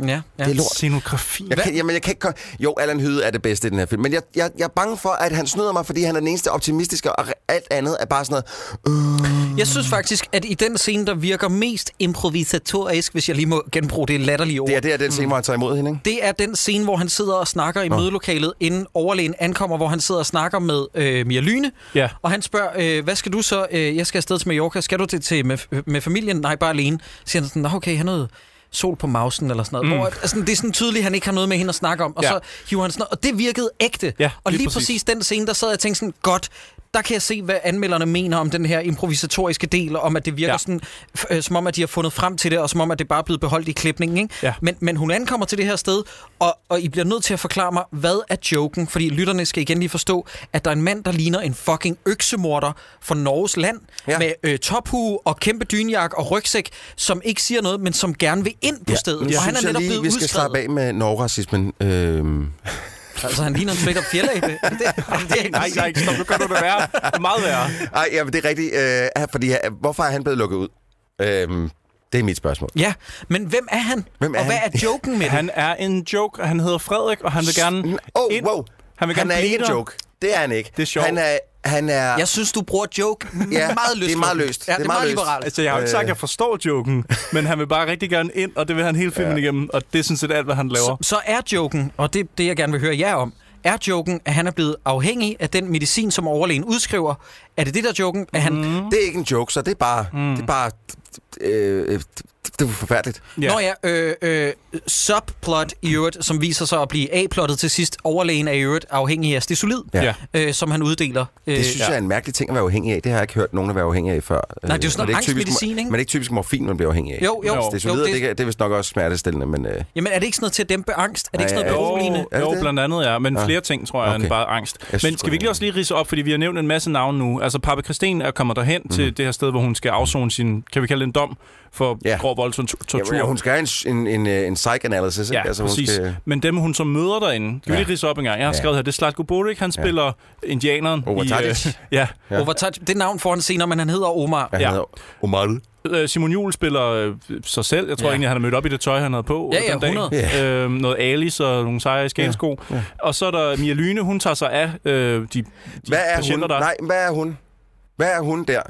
Ja. Det er lort. Scenografi. Jeg kan ikke... Jo, Allan Hyde er det bedste i den her film. Men jeg er bange for, at han snyder mig, fordi han er den eneste optimistiske, og alt andet er bare sådan noget... Jeg synes faktisk, at i den scene, der virker mest improvisatorisk, hvis jeg lige må genbruge det latterlige ord. Det er den scene, hvor han tager imod hende, ikke? Det er den scene, hvor han sidder og snakker i mødelokalet, inden overlægen ankommer, hvor han sidder og snakker med Mia Lyne. Ja. Og han spørger, hvad skal du så? Jeg skal afsted til Mallorca. Skal du til med familien? Nej, bare alene. Så siger han sådan, okay, han noget sol på mausen eller sådan noget. Hvor, altså, det er sådan tydeligt, at han ikke har noget med hende at snakke om. Og så hiver han sådan noget. Og det virkede ægte. Ja, og lige præcis den scene, der sad jeg og tænkte sådan, godt, der kan jeg se, hvad anmelderne mener om den her improvisatoriske del, om at det virker sådan, som om, at de har fundet frem til det, og som om, at det bare er blevet beholdt i klipningen. Ikke? Ja. Men hun ankommer til det her sted, og I bliver nødt til at forklare mig, hvad er joken? Fordi lytterne skal igen lige forstå, at der er en mand, der ligner en fucking øksemorder fra Norges land, med tophue og kæmpe dynjak og rygsæk, som ikke siger noget, men som gerne vil ind på stedet. Jeg og han er netop blevet vi skal slappe af med Norge-racismen. Altså, han ligner en straight-up fjerlæbe. Nej, stop, nu gør du det værre. Det er meget værre. Ej, ja, men det er rigtigt. Fordi, hvorfor er han blevet lukket ud? Det er mit spørgsmål. Ja, men hvem er han? Hvad er joken med det? Han er en joke, og han hedder Frederik, og han vil gerne ind. Wow. Han er ikke en joke. Det er han ikke. Det er sjovt. Han er... Jeg synes, du bruger joke meget løst. Det er meget løst. Ja, det er meget liberalt. Altså, jeg har jo ikke sagt, at jeg forstår joken, men han vil bare rigtig gerne ind, og det vil han hele filmen igennem, og det er sådan set alt, hvad han laver. Så er joken, og det jeg gerne vil høre jer om, er joken, at han er blevet afhængig af den medicin, som overlægen udskriver? Er det der joken? At han... Det er ikke en joke, så det er bare... Det er forfærdeligt. Yeah. Nå ja, subplot i øvrigt, som viser sig at blive A-plottet til sidst. Overlægen er i øvrigt afhængig af Stesolid, som han uddeler. Det synes jeg er en mærkelig ting at være afhængig af. Det har jeg ikke hørt nogen at være afhængig af før. Nej, det er jo sådan noget angstmedicin, ikke? Men det er ikke typisk morfin, man bliver afhængig af. Jo. Stesolid, det er vist nok også smertestillende, men... Jamen, er det ikke sådan noget til at dæmpe angst? Er det ikke sådan noget beroligende? Jo, blandt andet, ja. Men flere ting, tror jeg, end bare angst. Men skal vi ikke også lige ridse op, fordi vi har nævnt en masse navne nu. Altså, Pape Christine er kommet derhen til det her sted, hvor hun skal afzone sin, kan vi kalde det en dom, for grov voldtortur. Ja, hun skal have en psych-analysis. Ja, altså, præcis. Men dem, hun så møder derinde, kan vi lige ridse op en gang? Jeg har skrevet her, det er Zlatko Boric, han spiller indianeren. Overtadic. Overtadic. Det navn får han senere, men han hedder Omar. Han hedder Omar. Simon Juhl spiller sig selv. Jeg tror egentlig, han har mødt op i det tøj, han havde på den dag. 100. Noget Alice og nogle seje skænsko. Ja. Og så er der Mia Lyne, hun tager sig af de patienter, der... Nej, hvad er hun? Hvad er hun der?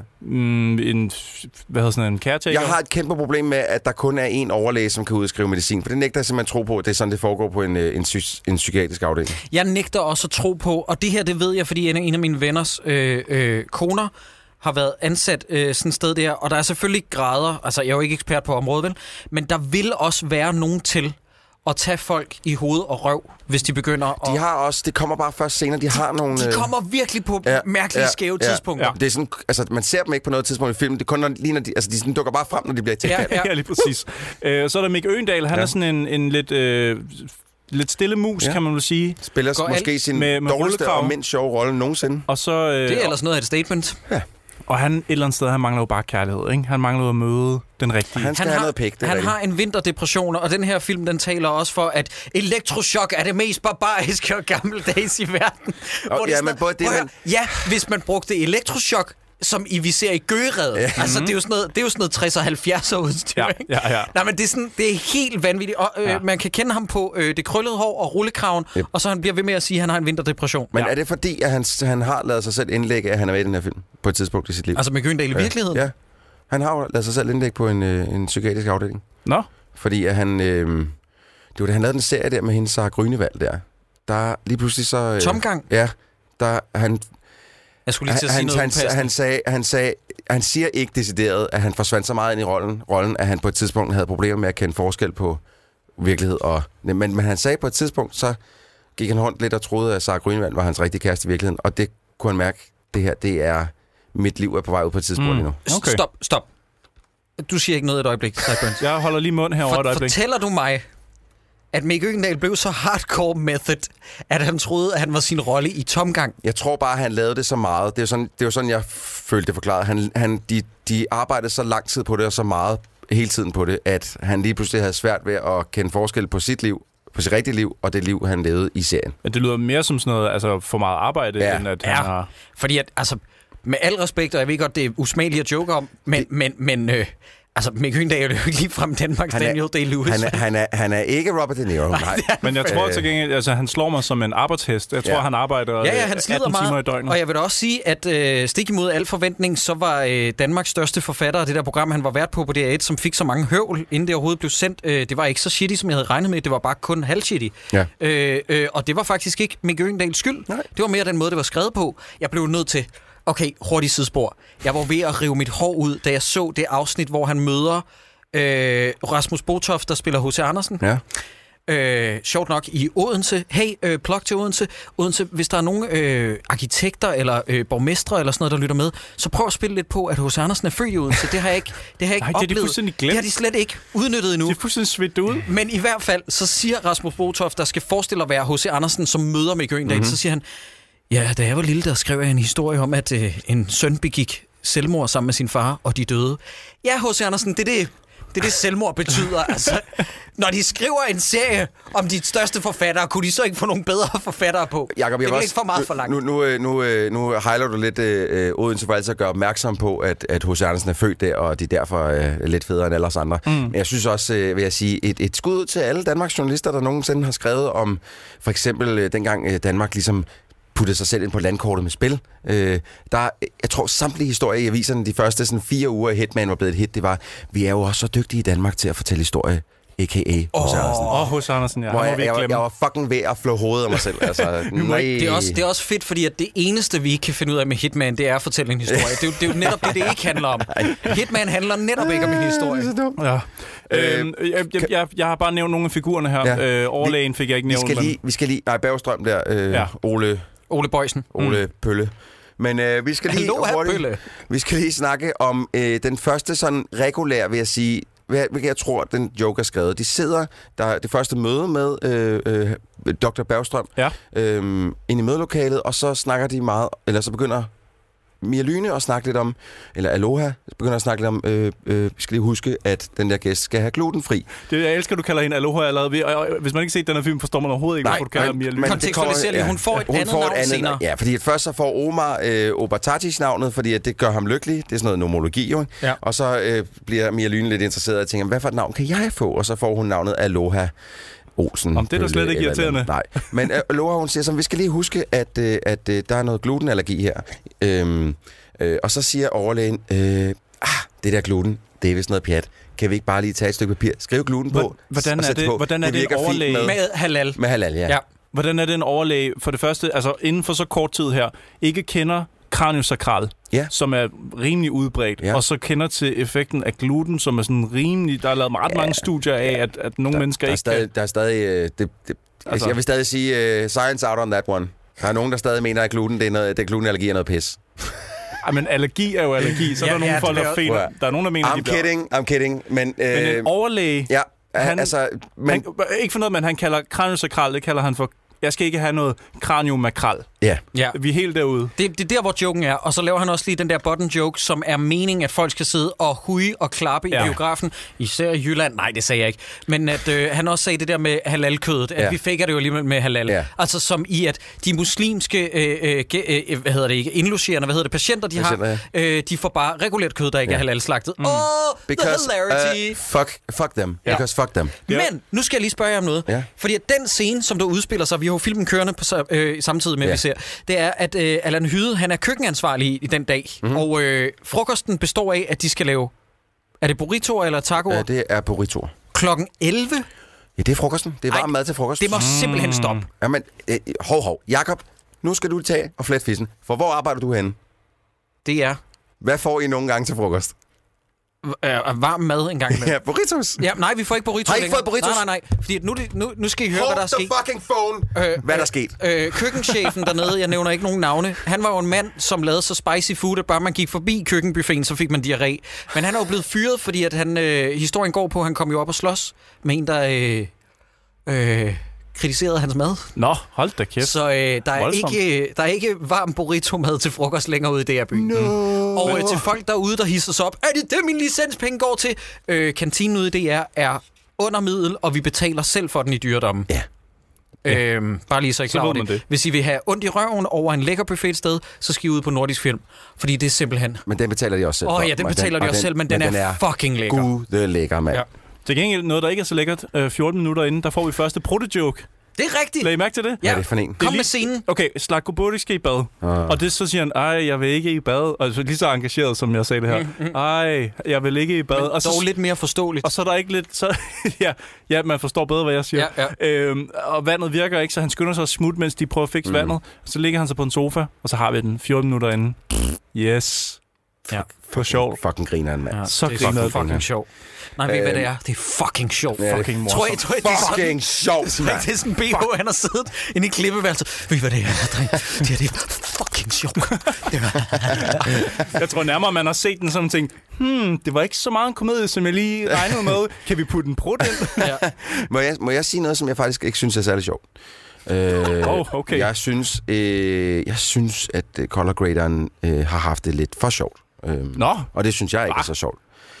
En caretaker? Jeg har et kæmpe problem med, at der kun er én overlæge, som kan udskrive medicin. For det nægter jeg simpelthen tro på, at det er sådan, det foregår på en psykiatrisk afdeling. Jeg nægter også at tro på, og det her, det ved jeg, fordi en af mine venners koner har været ansat sådan et sted der, og der er selvfølgelig grader, altså jeg er jo ikke ekspert på området, vel, men der vil også være nogen til at tage folk i hoved og røv, hvis de begynder at... De har også, det kommer bare først senere, de har nogle... De kommer virkelig på mærkelige skæve tidspunkter. Ja. Det er sådan, altså man ser dem ikke på noget tidspunkt i filmen, det er kun lige når de, altså de sådan dukker bare frem, når de bliver tilkaldt. Ja, lige præcis. Så er der Mikke Øgendahl, han er sådan en lidt stille mus, kan man vel sige. Spiller måske sin dårligste og mindst sjove rolle nogensinde. Og så, det er ellers noget af et statement. Ja. Og han et eller andet sted, han mangler jo bare kærlighed, ikke? Han mangler at møde den rigtige. Han skal have noget pæk, Han har en vinterdepression, og den her film, den taler også for, at elektrochok er det mest barbariske og gammeldags i verden. Hvis man brugte elektrochok, som vi ser i Gøgered. Ja. Altså, det er jo sådan noget 60'er og 70'er udstyr, ikke? Ja. Nej, men det er helt vanvittigt. Og man kan kende ham på det krøllede hår og rullekraven, og så han bliver ved med at sige, at han har en vinterdepression. Men er det fordi, at han har lavet sig selv indlægge, at han er med i den her film på et tidspunkt i sit liv? Altså med Gøgendal i virkeligheden? Ja. Han har jo lavet sig selv indlægge på en psykiatrisk afdeling. Nå? Fordi at han... det var da han lavede den serie der med hende, Sara Grünewald der. Der lige pludselig så... Tomgang? Ja. Der han... Jeg skulle lige til at sige noget han siger ikke decideret, at han forsvandt så meget ind i rollen, at han på et tidspunkt havde problemer med at kende forskel på virkelighed. Men han sagde på et tidspunkt, så gik han rundt lidt og troede, at Sara Grünewald var hans rigtige kæreste i virkeligheden. Og det kunne han mærke, det her, det er mit liv er på vej ud på et tidspunkt endnu. Okay. Stop. Du siger ikke noget et øjeblik, Sideburns. Jeg holder lige mund herovre et øjeblik. Fortæller du mig, at Mikke Øgendahl blev så hardcore method, at han troede, at han var sin rolle i Tomgang? Jeg tror bare, at han lavede det så meget. Det var sådan, jeg følte det forklaret. De arbejdede så lang tid på det, og så meget hele tiden på det, at han lige pludselig havde svært ved at kende forskel på sit liv, på sit rigtige liv, og det liv, han levede i serien. Men det lyder mere som sådan noget, altså for meget arbejde, end at han har... Fordi at, altså, med al respekt, og jeg ved godt, det er usmageligt at joke om, men Altså, Mick Øgendahl er jo ikke ligefrem Danmarks Daniel Day-Lewis. Han er ikke Robert De Niro. Nej. Men jeg tror til gengæld, altså han slår mig som en arbejdshest. Jeg tror, han arbejder han slider 18 meget, timer i døgnet. Og jeg vil da også sige, at stik imod al forventning, så var Danmarks største forfatter af det der program, han var vært på DR1, som fik så mange høvl, inden det overhovedet blev sendt. Det var ikke så shitty, som jeg havde regnet med. Det var bare kun halvshitty. Ja. Og det var faktisk ikke Mick Øgendahl skyld. Nej. Det var mere den måde, det var skrevet på. Jeg blev nødt til... Okay, hurtigt sidespor. Jeg var ved at rive mit hår ud, da jeg så det afsnit, hvor han møder Rasmus Botoft, der spiller H.C. Andersen. Ja. Sjovt nok i Odense. Hey, plug til Odense. Odense, hvis der er nogle arkitekter eller borgmestre eller sådan noget, der lytter med, så prøv at spille lidt på, at H.C. Andersen er født i Odense. Det har jeg ikke oplevet. Det er fuldstændig glemt. Det har de slet ikke udnyttet endnu. Det er fuldstændig svedt ud. Men i hvert fald, så siger Rasmus Botoft, der skal forestille at være H.C. Andersen, som møder Mick Øgendahl, så siger han, ja, da jeg var lille, der skrev jeg en historie om, at en søn begik selvmord sammen med sin far, og de døde. Ja, H.C. Andersen, det er det selvmord betyder. Altså, når de skriver en serie om de største forfattere, kunne de så ikke få nogle bedre forfattere på? Jacob, det er ikke for meget for langt. Nu hejler du lidt Odense for altid at gøre opmærksom på, at H.C. Andersen er født der, og de er derfor lidt federe end alle os andre. Men jeg synes også, vil jeg sige, et skud til alle Danmarks journalister, der nogensinde har skrevet om, for eksempel dengang Danmark ligesom puttede sig selv ind på landkortet med spil. Jeg tror, samtlige historier i aviserne, de første sådan 4 uger i Hitman var blevet et hit, det var, vi er jo også så dygtige i Danmark til at fortælle historie, a.k.a. H.C. Andersen. H.C. Andersen, ja. Jeg var fucking ved at flå hovedet af mig selv. Altså, det er også fedt, fordi at det eneste, vi ikke kan finde ud af med Hitman, det er at fortælle en historie. Det er jo netop det ikke handler om. Hitman handler netop ikke om en historie. Ja. Jeg har bare nævnt nogle af figurerne her. Ja. Overlægen fik jeg ikke nævnt. Vi skal lige... Nej, Bergstrøm der. Ole Bøjsen. Ole Pølle. Men vi skal lige snakke om den første sådan regulær, vil jeg sige, hvilket jeg tror, den joke er skrevet. De sidder, der er det første møde med Dr. Bergstrøm inde i mødelokalet, og så snakker de meget, eller så begynder Mia Lyne at snakke lidt om, eller Aloha begynder at snakke lidt om, vi skal lige huske, at den der gæst skal have glutenfri. Jeg elsker, du kalder hende Aloha allerede. Og hvis man ikke set den her film, forstår man overhovedet ikke, hvorfor du kalder Mia Lyne. Kontekstualiserer lige, hun får et andet navn senere. Ja, fordi først så får Omar Obertatis navnet, fordi at det gør ham lykkelig. Det er sådan noget nomologi, jo. Ja. Og så bliver Mia Lyne lidt interesseret og tænker, hvad for et navn kan jeg få? Og så får hun navnet Aloha Olsen. Om det er da slet ikke irriterende. Nej, men Aloha, hun siger som, vi skal lige huske, at der er noget glutenallergi her. Og så siger overlægen, det der gluten, det er vist noget pjat. Kan vi ikke bare lige tage et stykke papir, skrive gluten på? Hvordan er det en overlæge? Med halal. Med halal, ja. Hvordan er det en overlæge, for det første, altså inden for så kort tid her, ikke kender kraniosakral, som er rimelig udbredt, og så kender til effekten af gluten, som er sådan rimelig... Der er lavet ret mange studier af, at nogle mennesker ikke... Der er stadig... Altså, jeg vil stadig sige science out on that one. Der er nogen, der stadig mener, at glutenallergi er noget pis. Men allergi er jo allergi, så er der nogle folk, der finder... Der er nogen, der mener, I'm kidding. Men en overlæge... Ja, ikke for noget, men han kalder kraniosakral, det kalder han for... Jeg skal ikke have noget kraniomakrel. Ja. Vi er helt derude. Det er der, hvor joken er. Og så laver han også lige den der button joke, som er meningen, at folk skal sidde og huge og klappe i biografen. Især i Jylland. Nej, det sagde jeg ikke. Men at han også sagde det der med halalkødet. At vi faker det jo alligevel med halal. Ja. Altså som i, at de muslimske indlogerende, patienter, de har, de får bare regulært kød, der ikke er halalslagtet. The hilarity. Fuck them. Because fuck them. Men nu skal jeg lige spørge jer om noget. Fordi at den scene, som der udspiller sig, vi har jo filmen kørende på, samtidig med, vi ser, det er, at Allan Hyde, han er køkkenansvarlig i den dag. Og frokosten består af, at de skal lave... Er det burritoer eller tacoer? Ja, det er burritoer. Klokken 11? Ja, det er frokosten. Det er varm mad til frokost. Det må simpelthen stoppe. Jamen, hov. Jakob, nu skal du tage og flette fissen. For hvor arbejder du henne? Det er... Hvad får I nogle gange til frokost? Varm mad en gang med. Ja, burritos. Ja, nej, vi får ikke burritos. Har I ikke fået burritos? Nej. Fordi nu skal I høre, hvad der er sket. Hold the fucking phone! Hvad der er sket? Køkkenchefen dernede, jeg nævner ikke nogen navne, han var jo en mand, som lavede så spicy food, at bare man gik forbi køkkenbuffeten, så fik man diarré. Men han er jo blevet fyret, fordi at historien går på, at han kom jo op og slås med en, der kritiserede hans mad. Nå, hold da kæft. Så der er ikke varm burrito-mad til frokost længere ude i DR-byen. No. Og til folk derude, der hisser sig op, er det min licenspenge går til? Kantinen ude i DR er under middel, og vi betaler selv for den i dyredommen. Ja. Bare lige så I klar over det. Hvis I vil have ondt i røven over en lækker buffet et sted, så skal I ud på Nordisk Film. Fordi det er simpelthen... Men den betaler de også selv. Ja, den betaler de også selv, men den er fucking lækker. Gud, det er lækker, mand. Ja. Til gengæld noget, der ikke er så lækkert. 14 minutter inden, der får vi første protojoke. Det er rigtigt. Lad I mærke til det? Ja. Hvad er det for en? Kom med scenen. Okay, Zlatko Buric skal i bad. Og det så siger han, jeg vil ikke i bad. Og så lige så engageret, som jeg sagde det her. Jeg vil ikke i bad. Men og så, dog lidt mere forståeligt. Og så er der ikke lidt... Så, ja, man forstår bedre, hvad jeg siger. Ja. Og vandet virker ikke, så han skynder sig at smutte, mens de prøver at fikse vandet. Så ligger han sig på en sofa, og så har vi den 14 minutter inden. Yes. Ja. For sjov. Fucking griner mand. Ja, så det er fucking sjov. Nej, ved I, hvad det er? Det er fucking sjovt. Fucking morsomt. Tror I, det er fucking sjovt, mand. Det er sådan en BH, han har siddet inde i klippeværelset. Ved I, hvad det er, dreng? Det er fucking sjovt. Jeg tror nærmere, man har set den sådan ting. Det var ikke så meget en komedie, som jeg lige regnede med. Kan vi putte en prut ind? Må jeg sige noget, som jeg faktisk ikke synes er særlig sjovt? Okay. Jeg synes, at Color Graderen har haft det lidt for sjovt. Og det synes jeg ikke er så sjovt.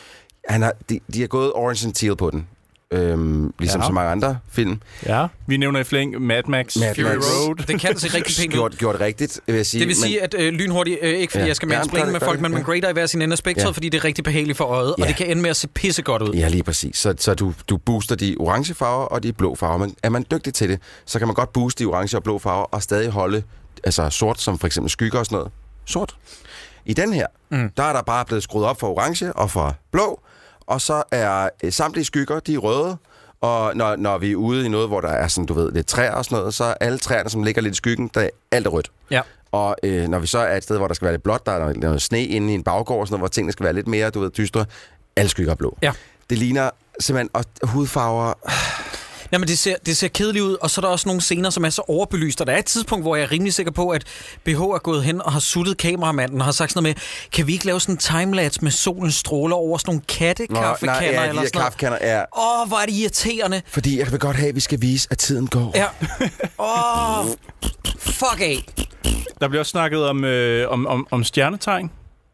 De har gået orange and teal på den. Ligesom så mange andre film. Ja. Vi nævner i flæng Mad Max, Fury Road. Det kan se rigtig pænt ud. Gjort rigtigt, vil jeg sige. Det vil sige, at lynhurtigt, ikke fordi jeg skal mansplaine med folk, men man grader i hver sin ende af spektret, fordi det er rigtig behageligt for øjet, og det kan ende med at se pissegodt ud. Ja, lige præcis. Så du booster de orange farver og de blå farver. Men er man dygtig til det, så kan man godt booste de orange og blå farver og stadig holde sort, som for eksempel skygger og sådan noget. Sort. I den her, der er der bare blevet skruet op for orange og for blå, og så er samtlige skygger, de er røde, og når vi er ude i noget, hvor der er sådan, du ved, lidt træer og sådan noget, så er alle træerne, som ligger lidt i skyggen, der er alt er rødt. Ja. Og når vi så er et sted, hvor der skal være lidt blåt, der er noget sne inde i en baggård og sådan noget, hvor tingene skal være lidt mere, du ved, dystre, alle skygger er blå. Ja. Det ligner simpelthen, og hudfarver... Jamen, det ser kedeligt ud, og så er der også nogle scener, som er så overbelyst, og der er et tidspunkt, hvor jeg er rimelig sikker på, at BH er gået hen og har suttet kameramanden og har sagt sådan noget med, kan vi ikke lave sådan en timelapse med solens stråler over sådan nogle kaffekander eller sådan kaffekander, ja. Hvor er det irriterende. Fordi jeg vil godt have, at vi skal vise, at tiden går. Ja. Fuck af. Der bliver også snakket om stjernetegn.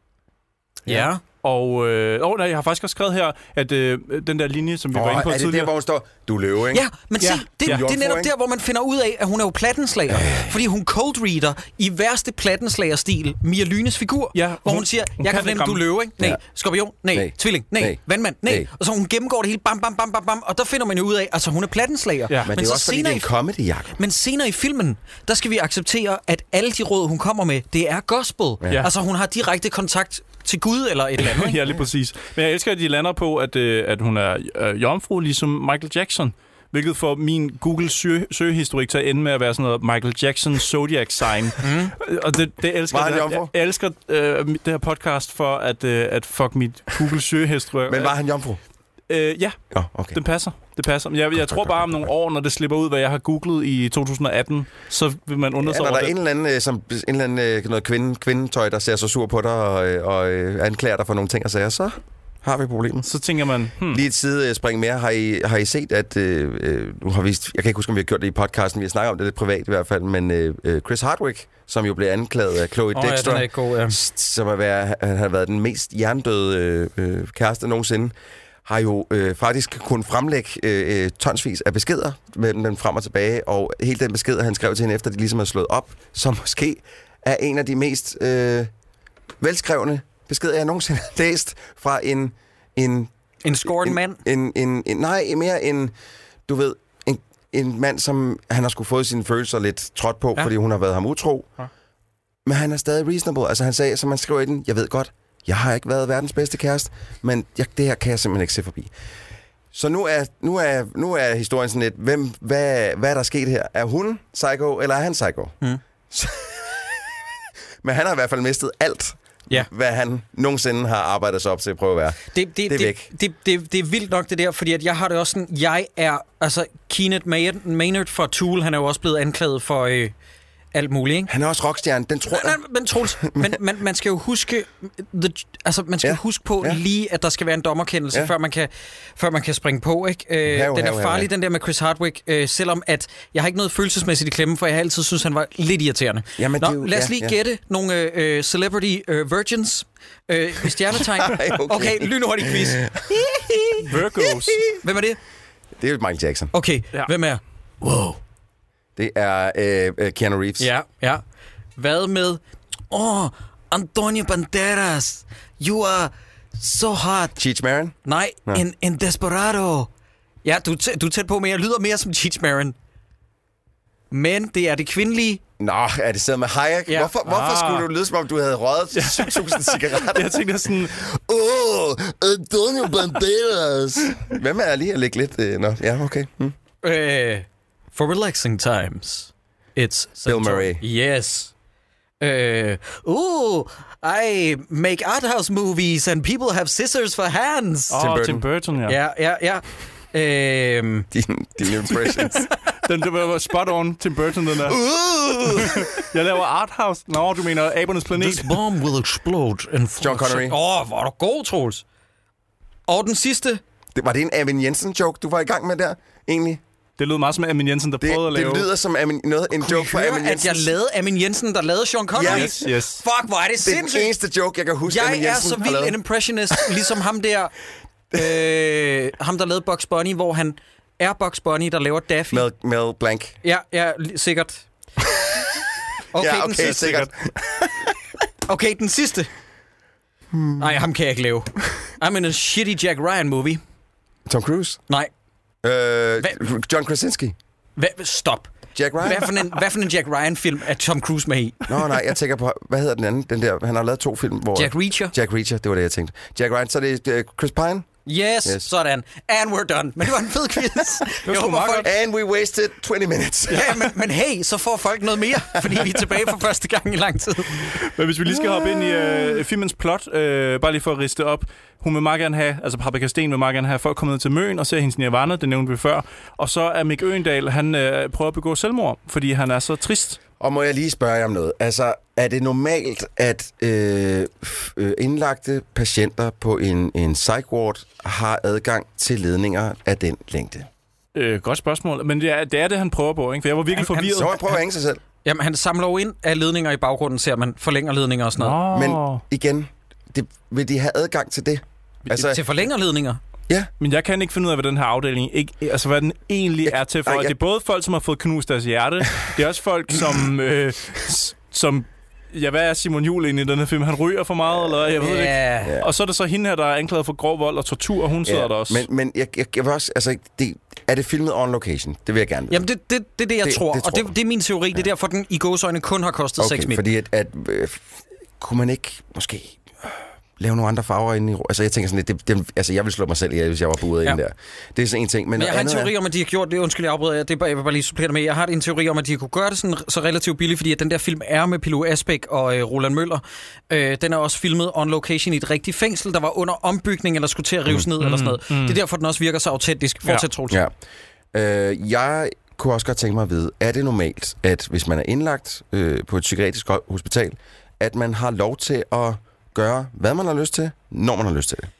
Ja. Og jeg har faktisk også skrevet her, at den der linje, som vi var inde på tidligere... Er det der, hvor hun står, du løber, ikke? Ja, men se, det er netop der, hvor man finder ud af, at hun er jo plattenslager. Fordi hun cold-reader i værste plattenslager-stil Mia Lynes figur, hvor hun siger, jeg kan fornemme, du løber, ikke? Nej. Skorpion? Nej. Tvilling? Nej. Vandmand? Nej. Og så hun gennemgår det hele, bam, bam, bam, bam, bam, og der finder man jo ud af, altså hun er plattenslager. Ja. Men det er også fordi, det er en comedy, Jacob. Men senere i filmen, der skal vi acceptere, at alle de råd, hun kommer med, det er gospel. Ja. Altså hun har direkte kontakt til Gud eller et eller andet. Ja, lige præcis. Men jeg elsker, at de lander på, at hun er jomfru, ligesom Michael Jackson. Hvilket får min Google søgehistorik til at ende med at være sådan noget Michael Jackson Zodiac Sign. Og det elsker jeg. Jeg elsker det her podcast for at fuck mit Google søgehistorik. Men var han jomfru? Ja, okay. Det passer. Jeg tror bare om nogle år, når det slipper ud, hvad jeg har googlet i 2018, så vil man undre sig over det. Når der er en eller anden noget kvindetøj, der ser så sur på dig og anklager dig for nogle ting og sager, så har vi problemet. Så tænker man... Lige et sidespring mere. Har I set, at... nu har vi, jeg kan ikke huske, om vi har gjort det i podcasten. Vi har snakket om det lidt privat i hvert fald. Men Chris Hardwick, som jo blev anklaget af Chloe Dexter, ja, god, som har været den mest hjernedøde kæreste nogensinde, har jo faktisk kunnet fremlægge tonsvis af beskeder med dem frem og tilbage, og hele den besked, han skrev til hende, efter de ligesom er slået op, som måske er en af de mest velskrevne beskeder, jeg nogensinde har læst fra en scoren mand? Nej, mere en, du ved, en mand, som han har skulle fået sine følelser lidt trådt på, fordi hun har været ham utro. Ja. Men han er stadig reasonable. Altså han sagde, som man skriver i den, jeg ved godt, jeg har ikke været verdens bedste kæreste, men det her kan jeg simpelthen ikke se forbi. Så nu er historien sådan lidt, hvad er der sket her? Er hun psycho, eller er han psycho? Men han har i hvert fald mistet alt, hvad han nogensinde har arbejdet sig op til at prøve at være. Det er væk. Det er vildt nok det der, fordi at jeg har det også sådan, jeg er, altså Kenneth Maynard fra Tool, han er jo også blevet anklaget for... alt muligt, ikke? Han er også rockstjerne, den tror jeg. Men Troels, man skal jo huske, huske på lige, at der skal være en dommerkendelse, før man kan springe på, ikke? Den er farlig, den der med Chris Hardwick, selvom at jeg har ikke noget følelsesmæssigt i klemme, for jeg har altid synes han var lidt irriterende. Jamen, lad os lige gætte nogle celebrity virgins. Stjernetegn. Okay, lynhurtig quiz. Virgos. Hvem er det? Det er jo Michael Jackson. Okay, hvem er? Wow. Det er Keanu Reeves. Ja. Hvad med... Antonio Banderas. You are so hot. Cheech Marin? Nej, en Desperado. Ja, du er tæt på, men jeg lyder mere som Cheech Marin. Men det er det kvindelige... Nå, er det stedet med Hayek? Ja. Hvorfor skulle du lyde, som om du havde røget 7.000 cigaretter? Jeg tænkte sådan... Antonio Banderas. Hvem er lige at lægge lidt... ja, okay. For relaxing times. It's... Bill Murray. Yes. I make art house movies and people have scissors for hands. Tim Burton, ja. Ja. Dine impressions. Den var spot on, Tim Burton, den der. Jeg laver art house. Nå, du mener Abernes Planet. This bomb will explode. John Connery. Hvor er du god, Troels. Og den sidste. Var det en Amin Jensen-joke, du var i gang med der, egentlig? Det lød meget som Amin Jensen, der prøvede at lave... Det lyder som en joke fra Amin Jensen. At jeg lavede Amin Jensen, der lavede Sean Connery? Yes. Fuck, hvor er det sindssygt. Det er den eneste joke, jeg kan huske, Amin Jensen har lavet. Jeg er så vild en impressionist, ligesom ham der... ham, der lavede Bugs Bunny, hvor han er Bugs Bunny, der laver Daffy. Mel Blanc. Ja, sikkert. Okay, sikkert. Okay, den sidste. Nej, ham kan jeg ikke lave. I'm in a shitty Jack Ryan movie. Tom Cruise? Nej. John Krasinski? Stop. Jack Ryan? Hvad for en Jack Ryan-film er Tom Cruise med i? Nej, jeg tænker på... Hvad hedder den anden? Den der, han har lavet 2 film, hvor... Jack Reacher? Jack Reacher, det var det, jeg tænkte. Jack Ryan, så er det Chris Pine? Yes, sådan. And we're done. Men det var en fed quiz. And we wasted 20 minutes. Ja, men hey, så får folk noget mere, fordi vi er tilbage for første gang i lang tid. Men hvis vi lige skal hoppe ind i filmens plot, bare lige for at riste op. Hun vil meget gerne have, altså Paprika Steen vil meget gerne have folk kommet ned til Møn og ser hendes Nirvana, det nævnte vi før. Og så er Mick Øgendahl, han prøver at begå selvmord, fordi han er så trist. Og må jeg lige spørge jer om noget? Altså, er det normalt, at indlagte patienter på en psych ward har adgang til ledninger af den længde? Godt spørgsmål. Men det er det, han prøver på, ikke? For jeg var virkelig forvirret. Så han prøver at hænge sig selv. Jamen, han samler jo ind af ledninger i baggrunden, ser man forlænger ledninger og sådan noget. Men igen, vil de have adgang til det? Altså, til forlængerledninger? Ja. Men jeg kan ikke finde ud af, hvad den her afdeling altså hvad den egentlig er til for. Det er både folk, som har fået knust deres hjerte. Det er også folk, som ja, hvad er Simon Juhl egentlig i den her film? Han ryger for meget, eller jeg ved det ikke. Og så er det så hende her, der er anklaget for grov vold og tortur, og hun sidder der også. Men jeg vil også, altså, er det filmet on location? Det vil jeg gerne vide. Jamen, det er det, jeg tror. Og det er min teori. Det er derfor, den i gåseøjne kun har kostet 6 millioner. Fordi kunne man ikke måske lave nogle andre farver ind i... Altså, jeg tænker sådan lidt... jeg ville slå mig selv ihjel, hvis jeg var buret ind der. Det er sådan en ting. Men jeg har en teori om, at de har gjort det... Undskyld, jeg afbryder. Jeg vil bare lige supplere det med. Jeg har en teori om, at de kunne gøre det sådan, så relativt billigt, fordi at den der film er med Pilo Asbæk og Roland Møller. Den er også filmet on location i et rigtigt fængsel, der var under ombygning, eller skulle til at rives ned, eller sådan noget. Det er derfor, den også virker så autentisk. Fortsæt, Troels. Ja. Jeg kunne også godt tænke mig at vide, er det normalt, at hvis man er indlagt på et psykiatrisk hospital, at man har lov til at gøre, hvad man har lyst til, når man har lyst til det?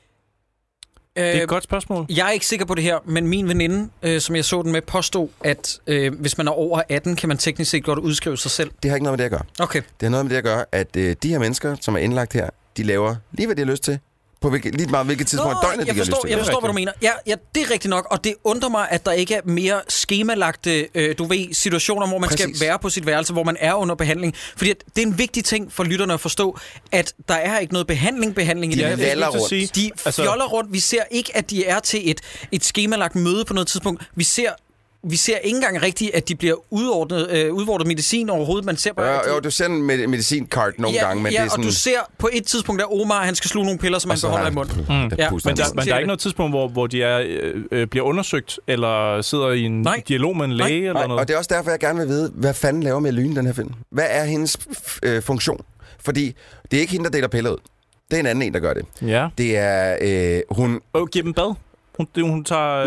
Det er et godt spørgsmål. Jeg er ikke sikker på det her, men min veninde, som jeg så den med, påstod, at hvis man er over 18, kan man teknisk set godt udskrive sig selv. Det har ikke noget med det at gøre. Okay. Det har noget med det at gøre, at de her mennesker, som er indlagt her, de laver lige, hvad de har lyst til, på lige meget hvilket tidspunkt af døgnet, de har lyst til. Jeg forstår, hvad du mener. Ja, det er rigtigt nok, og det undrer mig, at der ikke er mere skemalagte, situationer, hvor man skal være på sit værelse, hvor man er under behandling. Fordi det er en vigtig ting for lytterne at forstå, at der er ikke noget behandling i det her. De fjoller rundt. Vi ser ikke, at de er til et skemalagt møde på noget tidspunkt. Vi ser ikke engang rigtigt, at de bliver udvortet medicin overhovedet. Man ser bare... Jo, du ser en medicinkart nogle gange, men det er sådan... og du ser på et tidspunkt, at Omar, han skal sluge nogle piller, som han beholder i munden. Men der er ikke noget tidspunkt, hvor de bliver undersøgt, eller sidder i en dialog med en læge, eller noget? Og det er også derfor, jeg gerne vil vide, hvad fanden laver med Lyne, den her film? Hvad er hendes funktion? Fordi det er ikke hende, der deler piller ud. Det er en anden, der gør det. Ja. Det er... hun... giver dem bad? Hun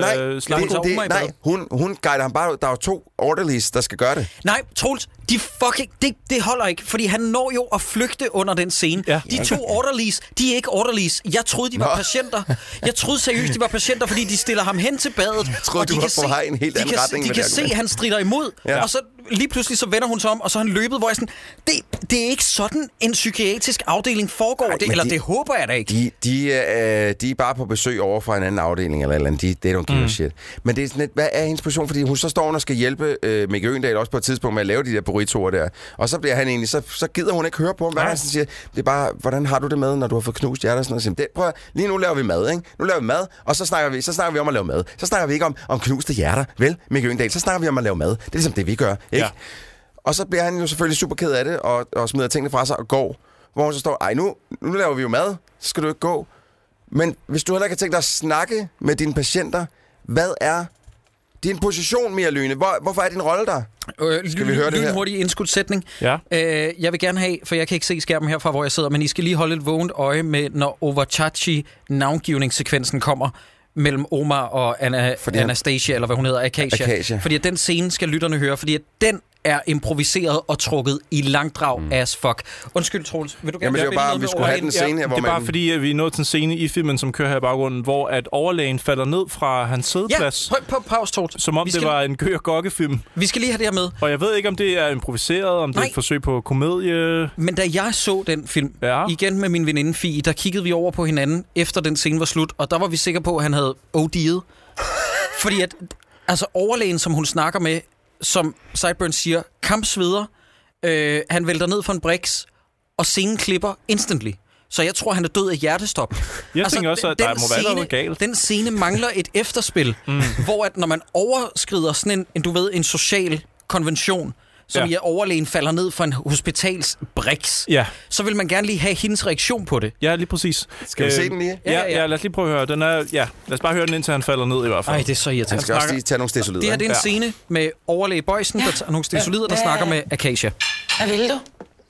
tager... Hun guider ham bare ud. Der er jo 2 orderlies, der skal gøre det. Nej, Troels, det holder ikke, fordi han når jo at flygte under den scene. Ja. De 2 orderlies, de er ikke orderlies. Jeg troede, de var patienter. Jeg troede seriøst, de var patienter, fordi de stiller ham hen til badet. Jeg troede, du var på vej en helt anden retning. De kan se, at han strider imod, og så lige pludselig så vender hun sig om, og så har han løbet, hvor jeg sådan, det er ikke sådan en psykiatrisk afdeling foregår. Det håber jeg da ikke. De er bare på besøg over fra en anden afdeling, eller andet. Det er don't give a shit. Men det er sådan lidt, hvad er hendes position? Fordi hun så står og skal hjælpe Mikke Øgendahl også på et tidspunkt med at lave de der burritoer der. Og så bliver han egentlig, så gider hun ikke høre på ham. Hvad han siger, det er bare, hvordan har du det med, når du har fået knust hjertet og sådan noget. Prøv at, lige nu laver vi mad, ikke? Nu laver vi mad, og så snakker vi om at lave mad. Så snakker vi ikke om knuste hjerter, vel, Mikke Øgendahl? Så snakker vi om at lave mad. Det er ligesom det, vi gør, ikke? Ja. Og så bliver han jo selvfølgelig super ked af det, og smider tingene fra sig og går. Hvor hun så står, nu laver vi jo mad, så skal du ikke gå. Men hvis du heller ikke har tænkt dig at snakke med dine patienter, hvad er din position, Mia Lyhne? Hvorfor er din rolle der? Skal vi høre det her? Hurtig indskudsætning. Ja. Jeg vil gerne have, for jeg kan ikke se skærmen herfra, hvor jeg sidder, men I skal lige holde et vågent øje med, når Ovachachi navngivningssekvensen kommer mellem Omar og Anastasia, eller hvad hun hedder, Akasia. Fordi at den scene skal lytterne høre, fordi at den er improviseret og trukket i langdrag as fuck. Undskyld, Troels. Vil du gerne det er bare, vi skulle have den scene her, hvor det er bare fordi, at vi er nået til en scene i filmen, som kører her i baggrunden, hvor at overlægen falder ned fra hans sædeplads. Ja, pause, Troels. Som om det var en Gør Gokke-film. Vi skal lige have det her med. Og jeg ved ikke, om det er improviseret, om det er et forsøg på komedie. Men da jeg så den film, igen med min veninde Fie, der kiggede vi over på hinanden, efter den scene var slut, og der var vi sikre på, at han havde OD'et. Fordi at, altså overlægen, som hun snakker med, som Sideburns siger, kampsveder, han vælter ned for en briks, og scenen klipper instantly. Så jeg tror, han er død af hjertestop. Jeg tænker også, at der må være noget galt. Den scene mangler et efterspil, hvor at når man overskrider sådan en social konvention, som i overlægen falder ned for en hospitals briks, så vil man gerne lige have hendes reaktion på det. Ja, lige præcis. Skal vi se den lige? Ja, lad os lige prøve at høre. Den er, lad os bare høre den, indtil han falder ned i hvert fald. Ej, det er så irriterende. Han skal også lige tage nogle stedsolider. Det her det er en scene med overlæge Bøjsen, der tager nogle stedsolider, der snakker med Akasia. Hvad vil du?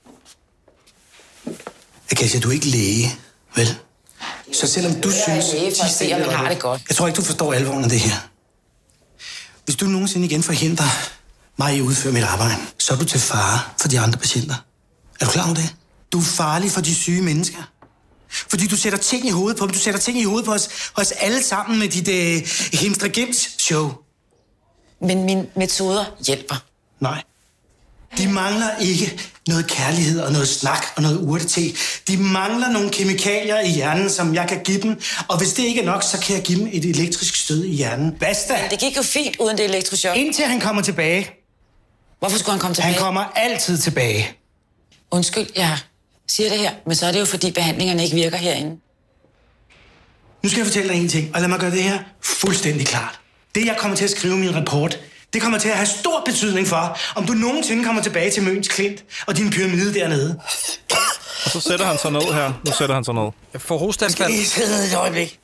Akasia, du er ikke læge, vel? Så selvom du synes... Jeg er læge for at se, om man har det godt. Jeg tror ikke, du forstår alvoren af det her. Hvis du nogensinde igen forhindrer mig i at udføre mit arbejde, så er du til fare for de andre patienter. Er du klar over det? Du er farlig for de syge mennesker. Fordi du sætter ting i hovedet på dem. Du sætter ting i hovedet på os alle sammen med dit Hemstregims-show. Men mine metoder hjælper. Nej. De mangler ikke noget kærlighed og noget snak og noget urtete. De mangler nogle kemikalier i hjernen, som jeg kan give dem. Og hvis det ikke er nok, så kan jeg give dem et elektrisk stød i hjernen. Basta! Men det gik jo fint uden det elektrochok. Indtil han kommer tilbage. Hvorfor skulle han komme tilbage? Han kommer altid tilbage. Undskyld, jeg siger det her, men så er det jo fordi behandlingerne ikke virker herinde. Nu skal jeg fortælle dig en ting, og lad mig gøre det her fuldstændig klart. Det, jeg kommer til at skrive i min rapport, det kommer til at have stor betydning for, om du nogensinde kommer tilbage til Møns Klint og din pyramide dernede. Og så sætter han sig ned her. Nu sætter han sig ned. For hovedstandfald. Skal I sidde ned et øjeblik?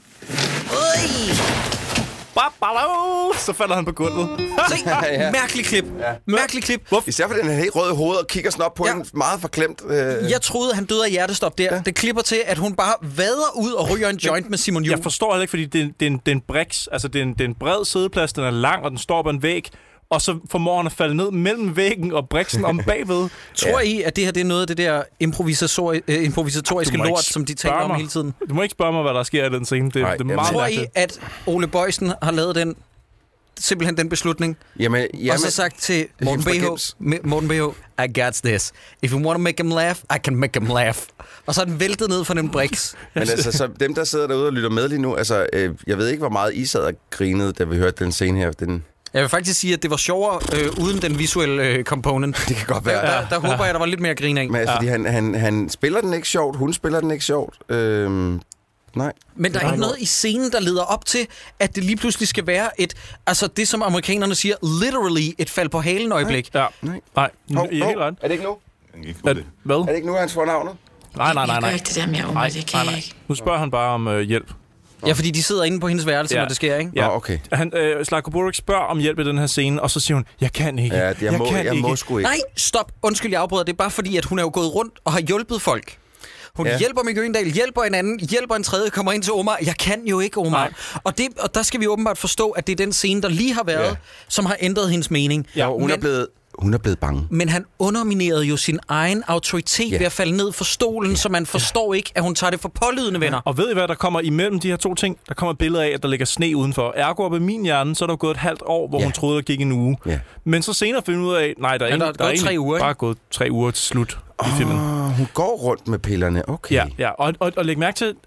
Så falder han på gulvet. Se, mærkelig klip. Mærkelig klip. Især fordi den er helt rød i hovedet og kigger sådan op på en meget forklemt... Jeg troede, han døde af hjertestop der. Ja. Det klipper til, at hun bare vader ud og ryger en joint med Simon Juhl. Jeg forstår heller ikke, fordi det er en briks. Altså, det er en bred sædeplads, den er lang, og den står på en væg. Og så formår han at falde ned mellem væggen og briksen om bagved. Tror I, at det her det er noget af det der improvisatoriske lort, som de taler om hele tiden? Du må ikke spørge mig, hvad der sker i den scene. Det er meget tror I, at Ole Bøjsen har lavet simpelthen den beslutning? Jamen, og så sagt til Morten B.H., I got this. If you want to make him laugh, I can make him laugh. Og så er den væltet ned for den briks. Men altså, så dem, der sidder derude og lytter med lige nu, altså, jeg ved ikke, hvor meget I sad og grinede, da vi hørte den scene her. Jeg vil faktisk sige, at det var sjovere uden den visuelle component. Det kan godt være. Der håber jeg, der var lidt mere grin af. Men fordi han spiller den ikke sjovt, hun spiller den ikke sjovt. Nej. Men der er ikke noget i scenen, der leder op til, at det lige pludselig skal være det som amerikanerne siger, literally et fald på halen øjeblik. Ja. Nej. I er helt ret. Er det ikke nu? Hvad? Er det ikke nu, han får navnet? Nej. Jeg gør ikke det der mere, det kan jeg ikke. Nu spørger han bare om hjælp. Ja, fordi de sidder inde på hendes værelse, når det sker, ikke? Ja, okay. Slatko Buric spørger om hjælp i den her scene, og så siger hun, jeg kan ikke. Ja, jeg må sgu ikke. Nej, stop. Undskyld, jeg afbryder. Det er bare fordi, at hun er jo gået rundt og har hjulpet folk. Hun hjælper Mikke Øgendahl, hjælper en anden, hjælper en tredje, kommer ind til Omar. Jeg kan jo ikke, Omar. Og der skal vi åbenbart forstå, at det er den scene, der lige har været, som har ændret hendes mening. Ja, hun er blevet hun er blevet bange. Men han underminerede jo sin egen autoritet ved at falde ned for stolen, så man forstår ikke, at hun tager det for pålydende, venner. Og ved I hvad, der kommer imellem de her to ting? Der kommer et billede af, at der ligger sne udenfor. Ergo op i min hjerne, så er der gået et halvt år, hvor hun troede, der gik en uge. Men så senere finder ud af, nej, der er gået 3 uger, bare gået 3 uger til slut i filmen. Hun går rundt med pillerne, okay. Ja. Og læg mærke til...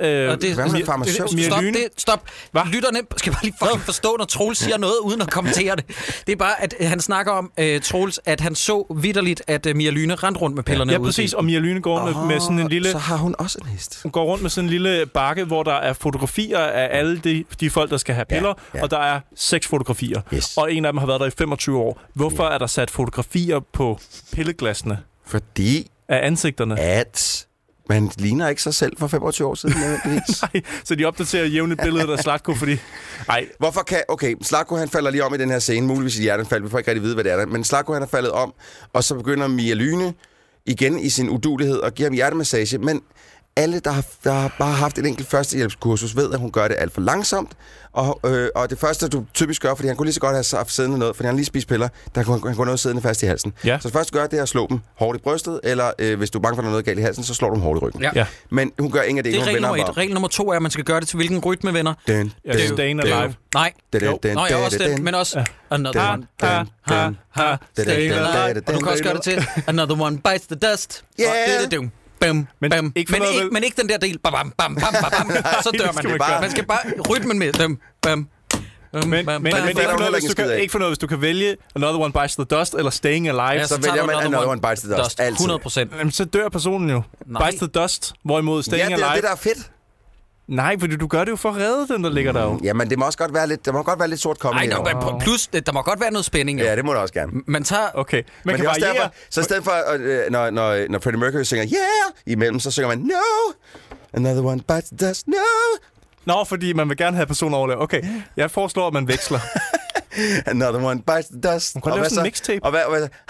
Stop. Lytterne skal bare lige fucking forstå, når Troels siger noget, uden at kommentere det. Det er bare, at han snakker om, Troels, at han så vitterligt, at Mia Lyne rendte rundt med pillerne. Ja, præcis. Og Mia Lyne går rundt med sådan en lille... Så har hun også en hest. Hun går rundt med sådan en lille bakke, hvor der er fotografier af alle de folk, der skal have piller. Og der er 6 fotografier. Yes. Og en af dem har været der i 25 år. Hvorfor er der sat fotografier på pilleglassene? Fordi... Af ansigterne. At man ligner ikke sig selv for 25 år siden. Nej, så de opdaterer jævnligt billedet af Zlatko, fordi... Nej. Hvorfor kan... Okay, Zlatko han falder lige om i den her scene. Muligvis i hjertenfald. Vi får ikke rigtig vide, hvad det er. Men Zlatko han er faldet om, og så begynder Mia Lyne igen i sin udulighed og giver ham hjertemassage. Men alle, der har bare haft et enkelt førstehjælpskursus, ved, at hun gør det alt for langsomt. Og det første, du typisk gør, fordi han kunne lige så godt have haft siddende noget, fordi han lige spist piller, der kan han gå noget siddende fast i halsen. Ja. Så det første, du gør, det er at slå dem hårdt i brystet, eller hvis du er bange for, at der er noget galt i halsen, så slår du dem hårdt i ryggen. Ja. Men hun gør ingen af det. Det er regel nummer 1. Regel nummer 2 er, at man skal gøre det til hvilken rytme, venner. Staying alive. Nej. Nå, jeg også den, men også another one. Staying alive. Og du kan også gøre det til another one bites the dust. Yeah. Bam, bam. Men ikke den der del. Bam, bam, bam, bam, bam. Så dør man. Man skal bare rytmen med dem. Bam. Men ikke for noget, hvis du kan vælge Another One Bites the Dust eller Staying Alive, så vælger man Another One Bites the Dust. 100%. Jamen, så dør personen jo. Bites the Dust, hvorimod Staying Alive... Ja, det er det, der er fedt. Nej, fordi du gør det jo for at redde den, der ligger der jo. Jamen, det må også godt være lidt sort comedy. Nej, plus, der må godt være noget spænding. Jo. Ja, det må der også gerne. Man tager... Okay. Men kan variere... Derfor, så i stedet for, når Freddie Mercury synger, yeah, imellem, så synger man, no, another one bites the dust, no. Nå, fordi man vil gerne have personer overleve. Okay, jeg foreslår, at man veksler. Another one bites the dust. Man kan lave sådan en mixtape. Og hvad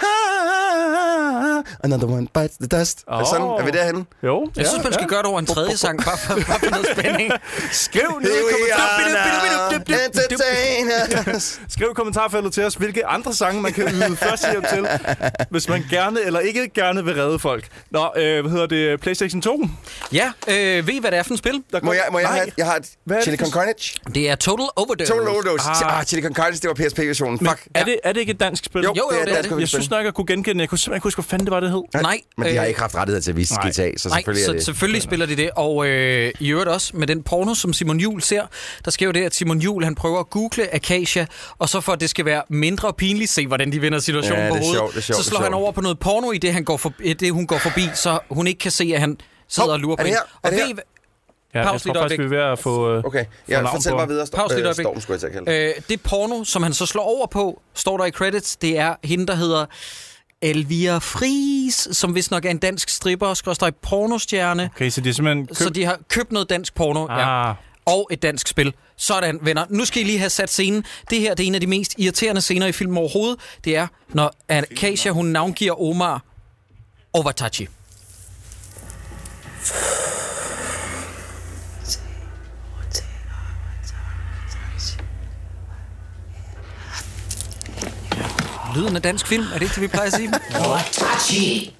another one bites the dust. Sådan, er vi derhenne? Jo. Jeg synes, man skal gøre det over en tredje sang, bare for noget spænding. Skriv i kommentarfeltet til os, hvilke andre sange man kan yde førstehjælp til, hvis man gerne eller ikke gerne vil redde folk. Nå, hvad hedder det? PlayStation 2? Ja, ved I, hvad det er for et spil? Må jeg har et Chili Con Carnage? Det er Total Overdose. Total Overdose. Chili Con Carnage, det var PSP-versionen. Fuck. Er det ikke et dansk spil? Jo, det er det. Jeg synes nok, jeg kunne genkende. Jeg kunne simpelthen ikke huske, hvad fanden det var, det hed. Nej. Men de har ikke haft rettighed til at vise GTA, så selvfølgelig er det. Selvfølgelig spiller de det. Og i øvrigt også med den porno, som Simon Juhl ser, der sker jo det, at Simon Juhl, han prøver at google Acacia, og så for at det skal være mindre pinligt, se hvordan de vender situationen på hovedet. Så slår han over på noget porno i det, hun går forbi, så hun ikke kan se, at han sidder og lurer på hende. Og ja, jeg tror faktisk, vi er ved at få... Okay, jeg fortæller bare videre. Pause lidt øjeblik. Det porno, som han så slår over på, står der i credits, det er hende, der hedder Elvira Fries, som vist nok er en dansk stripper, / pornostjerne. Okay, så de er simpelthen så de har købt noget dansk porno, og et dansk spil. Sådan, venner. Nu skal I lige have sat scenen. Det her, det er en af de mest irriterende scener i filmen overhovedet. Det er, når Acacia, hun navngiver Omar Ovatachi. Lyden af dansk film, er det ikke det, vi plejer at sige? Ovatachi!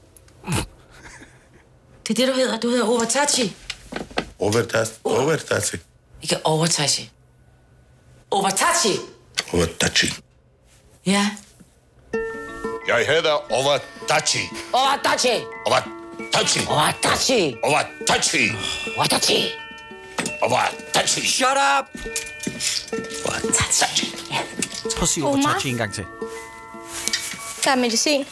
Det er det, du hedder. Du hedder Ovatachi. Ovatachi. Ikke Ovatachi. Ovatachi. Ovatachi. Ja. Jeg hedder Ovatachi. Ovatachi. Ovatachi. Ovatachi. Ovatachi. Ovatachi. Ovatachi. Shut up! Ovatachi. Ja. Prøv at sige Ovatachi en gang til. Der er medicin.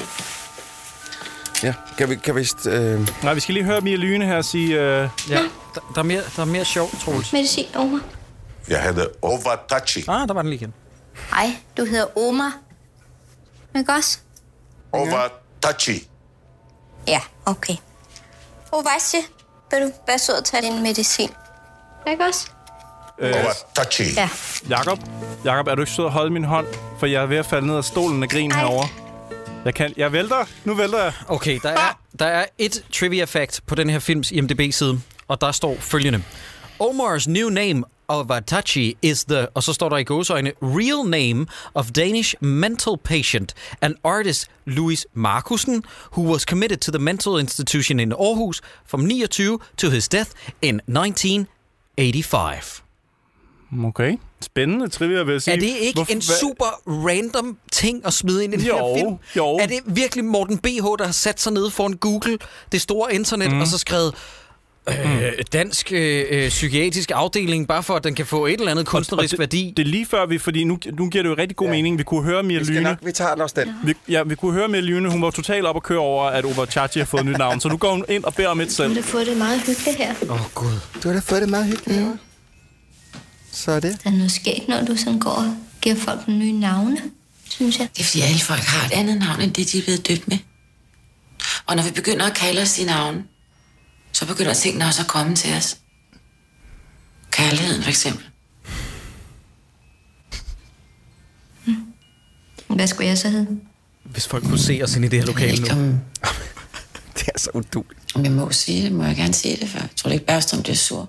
Ja, kan vi... Nej, vi skal lige høre Mia Lyne her sige... Ja, der er mere sjovt, Troels. Medicin, Omar. Jeg hedder Ovatachi. Der var den lige igen. Hej, du hedder Omar. Ikke også? Ovatachi. Ja, okay. Ovatachi, vil du være sød at tage din medicin? Ikke også? Ovatachi. Ja. Jakob, er du ikke sød at holde min hånd? For jeg er ved at falde ned af stolen af grin herovre. Jeg vælter. Nu vælter jeg. Okay, der er et trivia fact på den her films IMDb-side, og der står følgende. Omar's new name, Ovatachi is the, og så står der i gåseøjne, real name of Danish mental patient and artist Louis Markussen, who was committed to the mental institution in Aarhus from 29 to his death in 1985. Okay. Spændende trivia, vil jeg sige. Er det ikke en super random ting at smide ind i den her film? Jo. Er det virkelig Morten B.H., der har sat sig nede foran Google, det store internet, og så skrevet dansk psykiatrisk afdeling, bare for at den kan få et eller andet kunstnerisk værdi? Det er lige før fordi nu giver det jo rigtig god mening. Vi kunne høre Mia Lyne. Vi tager den også den. Vi kunne høre Mia Lyne. Hun var totalt op at køre over, at Ovatachi har fået et nyt navn. Så nu går hun ind og beder om et selv. Du har fået det meget hyggeligt her. Gud. Du har da fået det meget hyggeligt her. Så er det. Der er noget skægt, når du sådan går og giver folk nye navne, synes jeg. Det er fordi alle folk har et andet navn, end det de er blevet døbt med. Og når vi begynder at kalde os de navne, så begynder tingene også at komme til os. Kærligheden for eksempel. Hvad skulle jeg så hedde? Hvis folk kunne se os ind i det her lokale nu. Det er så uduligt. Om jeg må sige det, må jeg gerne sige det, for jeg tror ikke, Bergstrøm bliver sur.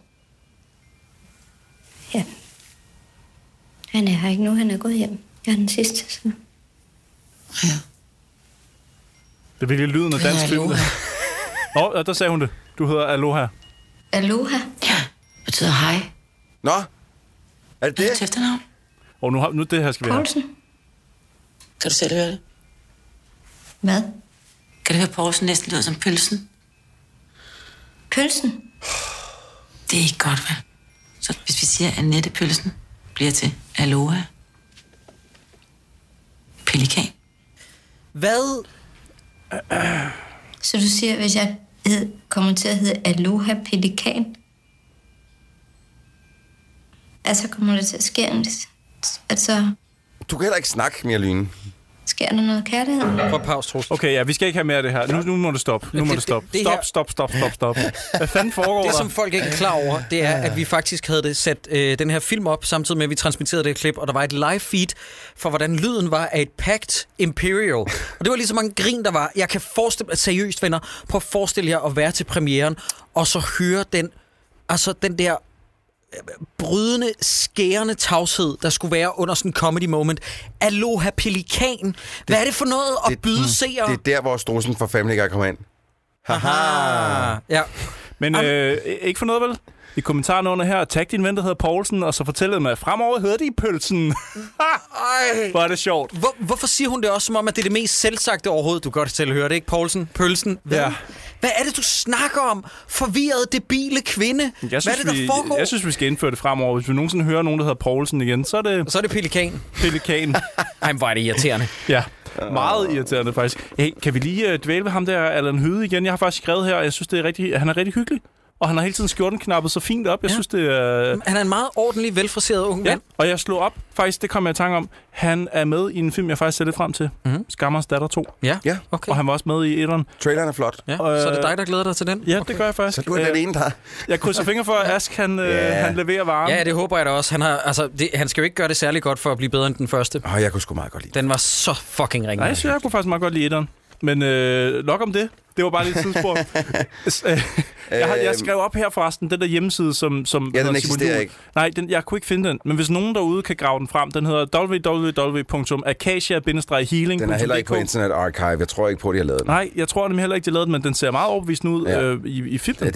Ja. Han er her ikke nu, han er gået hjem. Jeg er den sidste, så... Ja. Det er virkelig lyden af dansk film. Nå, der sagde hun det. Du hedder Aloha. Aloha? Ja, betyder hej. Nå, er det det? Er det efternavn? Og nu det her skal vi have. Poulsen? Kan du selv høre det? Hvad? Kan du høre, Poulsen næsten lyder som pølsen? Pølsen? Det er ikke godt, vel? Så hvis vi siger, at Annette Pølsen bliver til Aloha. Pelikan. Hvad? Så du siger, hvis jeg kommer til at hedde Aloha Pelikan, altså kommer det til at ske, altså... Du kan heller ikke snakke, Mia Lyne. Sker der noget kærlighed? Prøv pause, Troels. Okay, ja, vi skal ikke have mere af det her. Nu må det stoppe. Nu må det stoppe. Stop. Hvad fanden foregår der? Det, som folk ikke er klar over, det er, at vi faktisk havde det sat den her film op, samtidig med, at vi transmitterede det klip, og der var et live feed for, hvordan lyden var af et packed Imperial. Og det var lige så mange grin, der var. Jeg kan forestille mig, seriøst venner, prøv at forestille jer at være til premieren, og så høre den der brydende, skærende tavshed, der skulle være under sådan en comedy moment. Aloha Pelikan. Hvad er det for noget at byde seere? Det er der, hvor Strussen fra Family Guy kommer ind. Haha. Ja. Men ikke for noget, vel? I kommentarerne under her, tag din ven, der hedder Poulsen, og så fortæl dem, at fremover hedder de Pølsen. Hvor er det sjovt. Hvorfor siger hun det også, som om, at det er det mest selvsagte overhovedet? Du kan godt selv høre det, ikke? Poulsen, Pølsen. Ja. Hvad er det, du snakker om? Forvirret, debile kvinde. Hvad er det, der foregår? Jeg synes, vi skal indføre det fremover. Hvis vi nogensinde hører nogen, der hedder Poulsen igen, så er det... Pelikan. Pelikan. Ej, hvor er det irriterende. Ja, meget irriterende faktisk. Hey, kan vi lige dvæle ved ham der, Allan Hyde igen? Jeg har faktisk skrevet her, og jeg synes, han er rigtig hyggelig. Og han har hele tiden skjorten knappet så fint op. Jeg synes, det er... Han er en meget ordentlig, velfriseret ung mand. Og jeg slog op. Faktisk, det kom jeg i tanke om. Han er med i en film, jeg faktisk ser lidt frem til. Skammerens datter 2. Ja, okay. Og han var også med i etteren. Traileren er flot. Ja, så er det dig, der glæder dig til den? Ja, okay. Det gør jeg faktisk. Så du er den ene, der... Jeg krydser fingre for, at Ask, han leverer varen. Ja, det håber jeg da også. Han skal jo ikke gøre det særlig godt for at blive bedre end den første. Jeg kunne sgu meget godt lide den. Den var så fucking ringe. Nej, jeg kunne faktisk meget godt lide etteren. Men nok om det. Det var bare lige et tidsspor. Jeg skrev op her forresten, den der hjemmeside, som den eksisterer ikke. Nej, jeg kunne ikke finde den. Men hvis nogen derude kan grave den frem, den hedder www.acacia-healing. Den er heller ikke på Internet Archive. Jeg tror ikke på, at de har lavet den. Nej, jeg tror nemlig heller ikke, de har lavet den, men den ser meget overbevisende ud i filmen.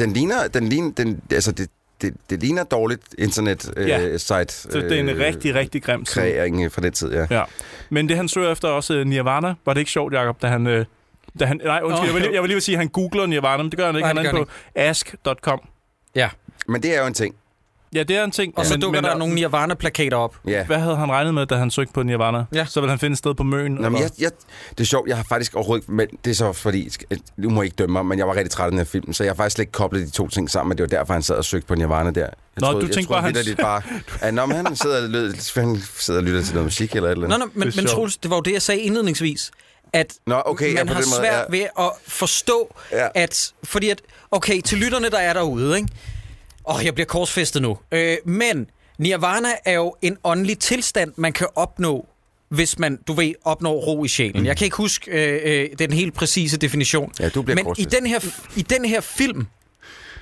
Det ligner dårligt internet-site. Så det er en rigtig, rigtig grim kreering fra den tid, ja. Men det, han søger efter også Nirvana, var det ikke sjovt, Jacob, da han... Nej, undskyld, jeg vil lige sige, at han googler Nirvana, men det gør han ikke. Han er på ask.com. Ja. Men det er jo en ting. Ja, det er en ting. Og så dukker der nogle Nirvana-plakater op. Ja. Hvad havde han regnet med, da han søgte på Nirvana? Ja. Så ville han finde et sted på Møn. Nå, men det er sjovt, jeg har faktisk overhovedet... Men det er så fordi... Nu må jeg ikke dømme mig, men jeg var rigtig træt af den her film, så jeg har faktisk slet ikke koblet de to ting sammen, men det var derfor, han sad og søgte på Nirvana der. Du tænkte bare, han sidder og lytter til noget musik eller et eller andet. Men Troels, det var jo det, jeg sagde indledningsvis. At man har svært ved at forstå, at... Fordi at... Okay, til lytterne, der er derude, ikke? Jeg bliver korsfæstet nu. Men nirvana er jo en åndelig tilstand, man kan opnå, hvis man, opnår ro i sjælen. Jeg kan ikke huske den helt præcise definition. Ja, du bliver men i den her film,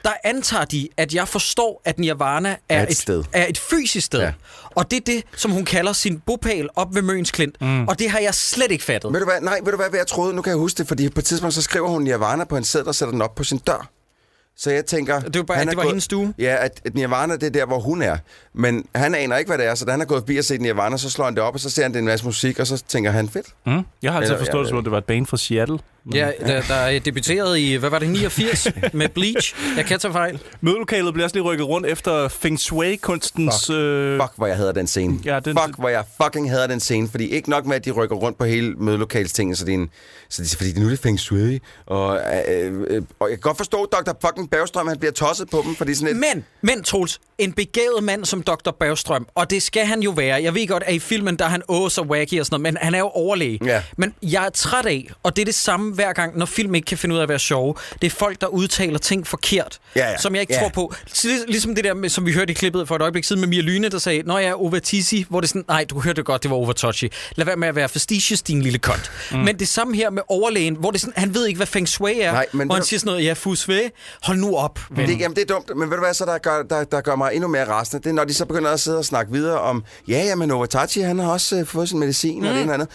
der antager de, at jeg forstår, at Nirvana er et fysisk sted. Ja. Og det er det, som hun kalder sin bopæl op ved Møns Klint. Og det har jeg slet ikke fattet. Ved du hvad jeg troede? Nu kan jeg huske det, fordi på et tidspunkt så skriver hun Nirvana på en seddel og sætter den op på sin dør. Så jeg tænker... Det var hendes stue? Ja, at Nirvana, det er der, hvor hun er. Men han aner ikke, hvad det er, så da han er gået forbi og set Nirvana, så slår han det op, og så ser han det en masse musik, og så tænker han, fedt. Jeg har altid forstået, at det var et band fra Seattle. Ja, der er debuteret i, 89 med Bleach. Jeg kan tage fejl. Mødelokalet bliver også lige rykket rundt efter Feng Shui-kunstens... Fuck, hvor jeg hader den scene. Ja, hvor jeg fucking hader den scene. Fordi ikke nok med, at de rykker rundt på hele mødelokalstingen, fordi nu er det Feng Shui. Og jeg kan godt forstå, at Dr. fucking Bergstrøm, han bliver tosset på dem, fordi sådan et... Men Troels, en begavet mand som Dr. Bergstrøm, og det skal han jo være. Jeg ved godt, at i filmen, der er han så wacky og sådan noget, men han er jo overlæge. Ja. Men jeg er træt af, og det er det samme hver gang, når film ikke kan finde ud af at være sjove. Det er folk, der udtaler ting forkert, som jeg ikke tror på. Ligesom det der, som vi hørte i klippet for et øjeblik siden med Mia Lyne, der sagde, nå ja, Overtisi, hvor det sådan, nej, du hørte det godt, det var Overtouchy. Lad være med at være fastidious, din lille kont. Men det samme her med overlægen, hvor det sådan, han ved ikke, hvad Feng Shui er, og han siger sådan noget, ja, Fu Shui, hold nu op. Jamen, det er dumt, men ved du hvad så, der gør mig endnu mere rasende? Det er, når de så begynder at sidde og snakke videre om, men Overtouchy, han har også fået sin medicin og det ene og andet.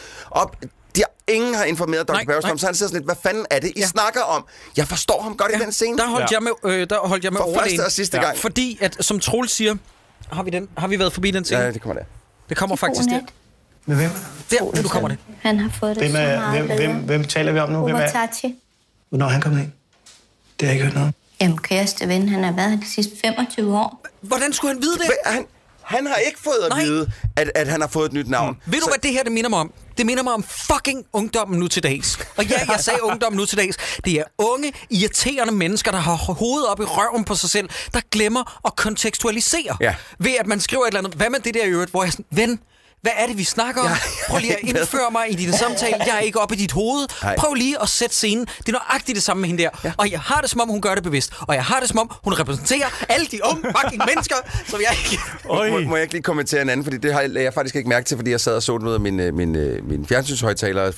Ingen har informeret Dr. Bergstrøm, så han siger sådan lidt, hvad fanden er det, I snakker om? Jeg forstår ham godt i den scene. Der holdt jeg med for første og sidste gang. Fordi, at som Troels siger, har vi været forbi den scene? Ja, det kommer der. Det kommer faktisk der. Med hvem? Der, nu kommer det. Han har fået det så meget. Hvem taler vi om nu? Overtouchy. Hvornår er han kommet ind? Det har jeg ikke hørt noget. Jamen, kæreste ven, han har været her de sidste 25 år. Hvordan skulle han vide det? Han har ikke fået at vide, at han har fået et nyt navn. Ved du, hvad det her det minder mig om? Det minder mig om fucking ungdommen nu til dags. Og ja, jeg sagde ungdommen nu til dags. Det er unge, irriterende mennesker, der har hovedet op i røven på sig selv, der glemmer at kontekstualisere. Ja. Ved at man skriver et eller andet. Hvad med det der i øvrigt, hvor jeg sådan, ven, hvad er det, vi snakker om? Prøv lige at indføre mig i din samtale. Jeg er ikke oppe i dit hoved. Prøv lige at sætte scenen. Det er nøjagtigt det samme med hende der. Ja. Og jeg har det, som om hun gør det bevidst. Og jeg har det, som om hun repræsenterer alle de unge fucking mennesker, som jeg ikke... Må jeg ikke lige kommentere en anden? Fordi det har jeg faktisk ikke mærke til, fordi jeg sad og så noget af min fjernsynshøjtaler.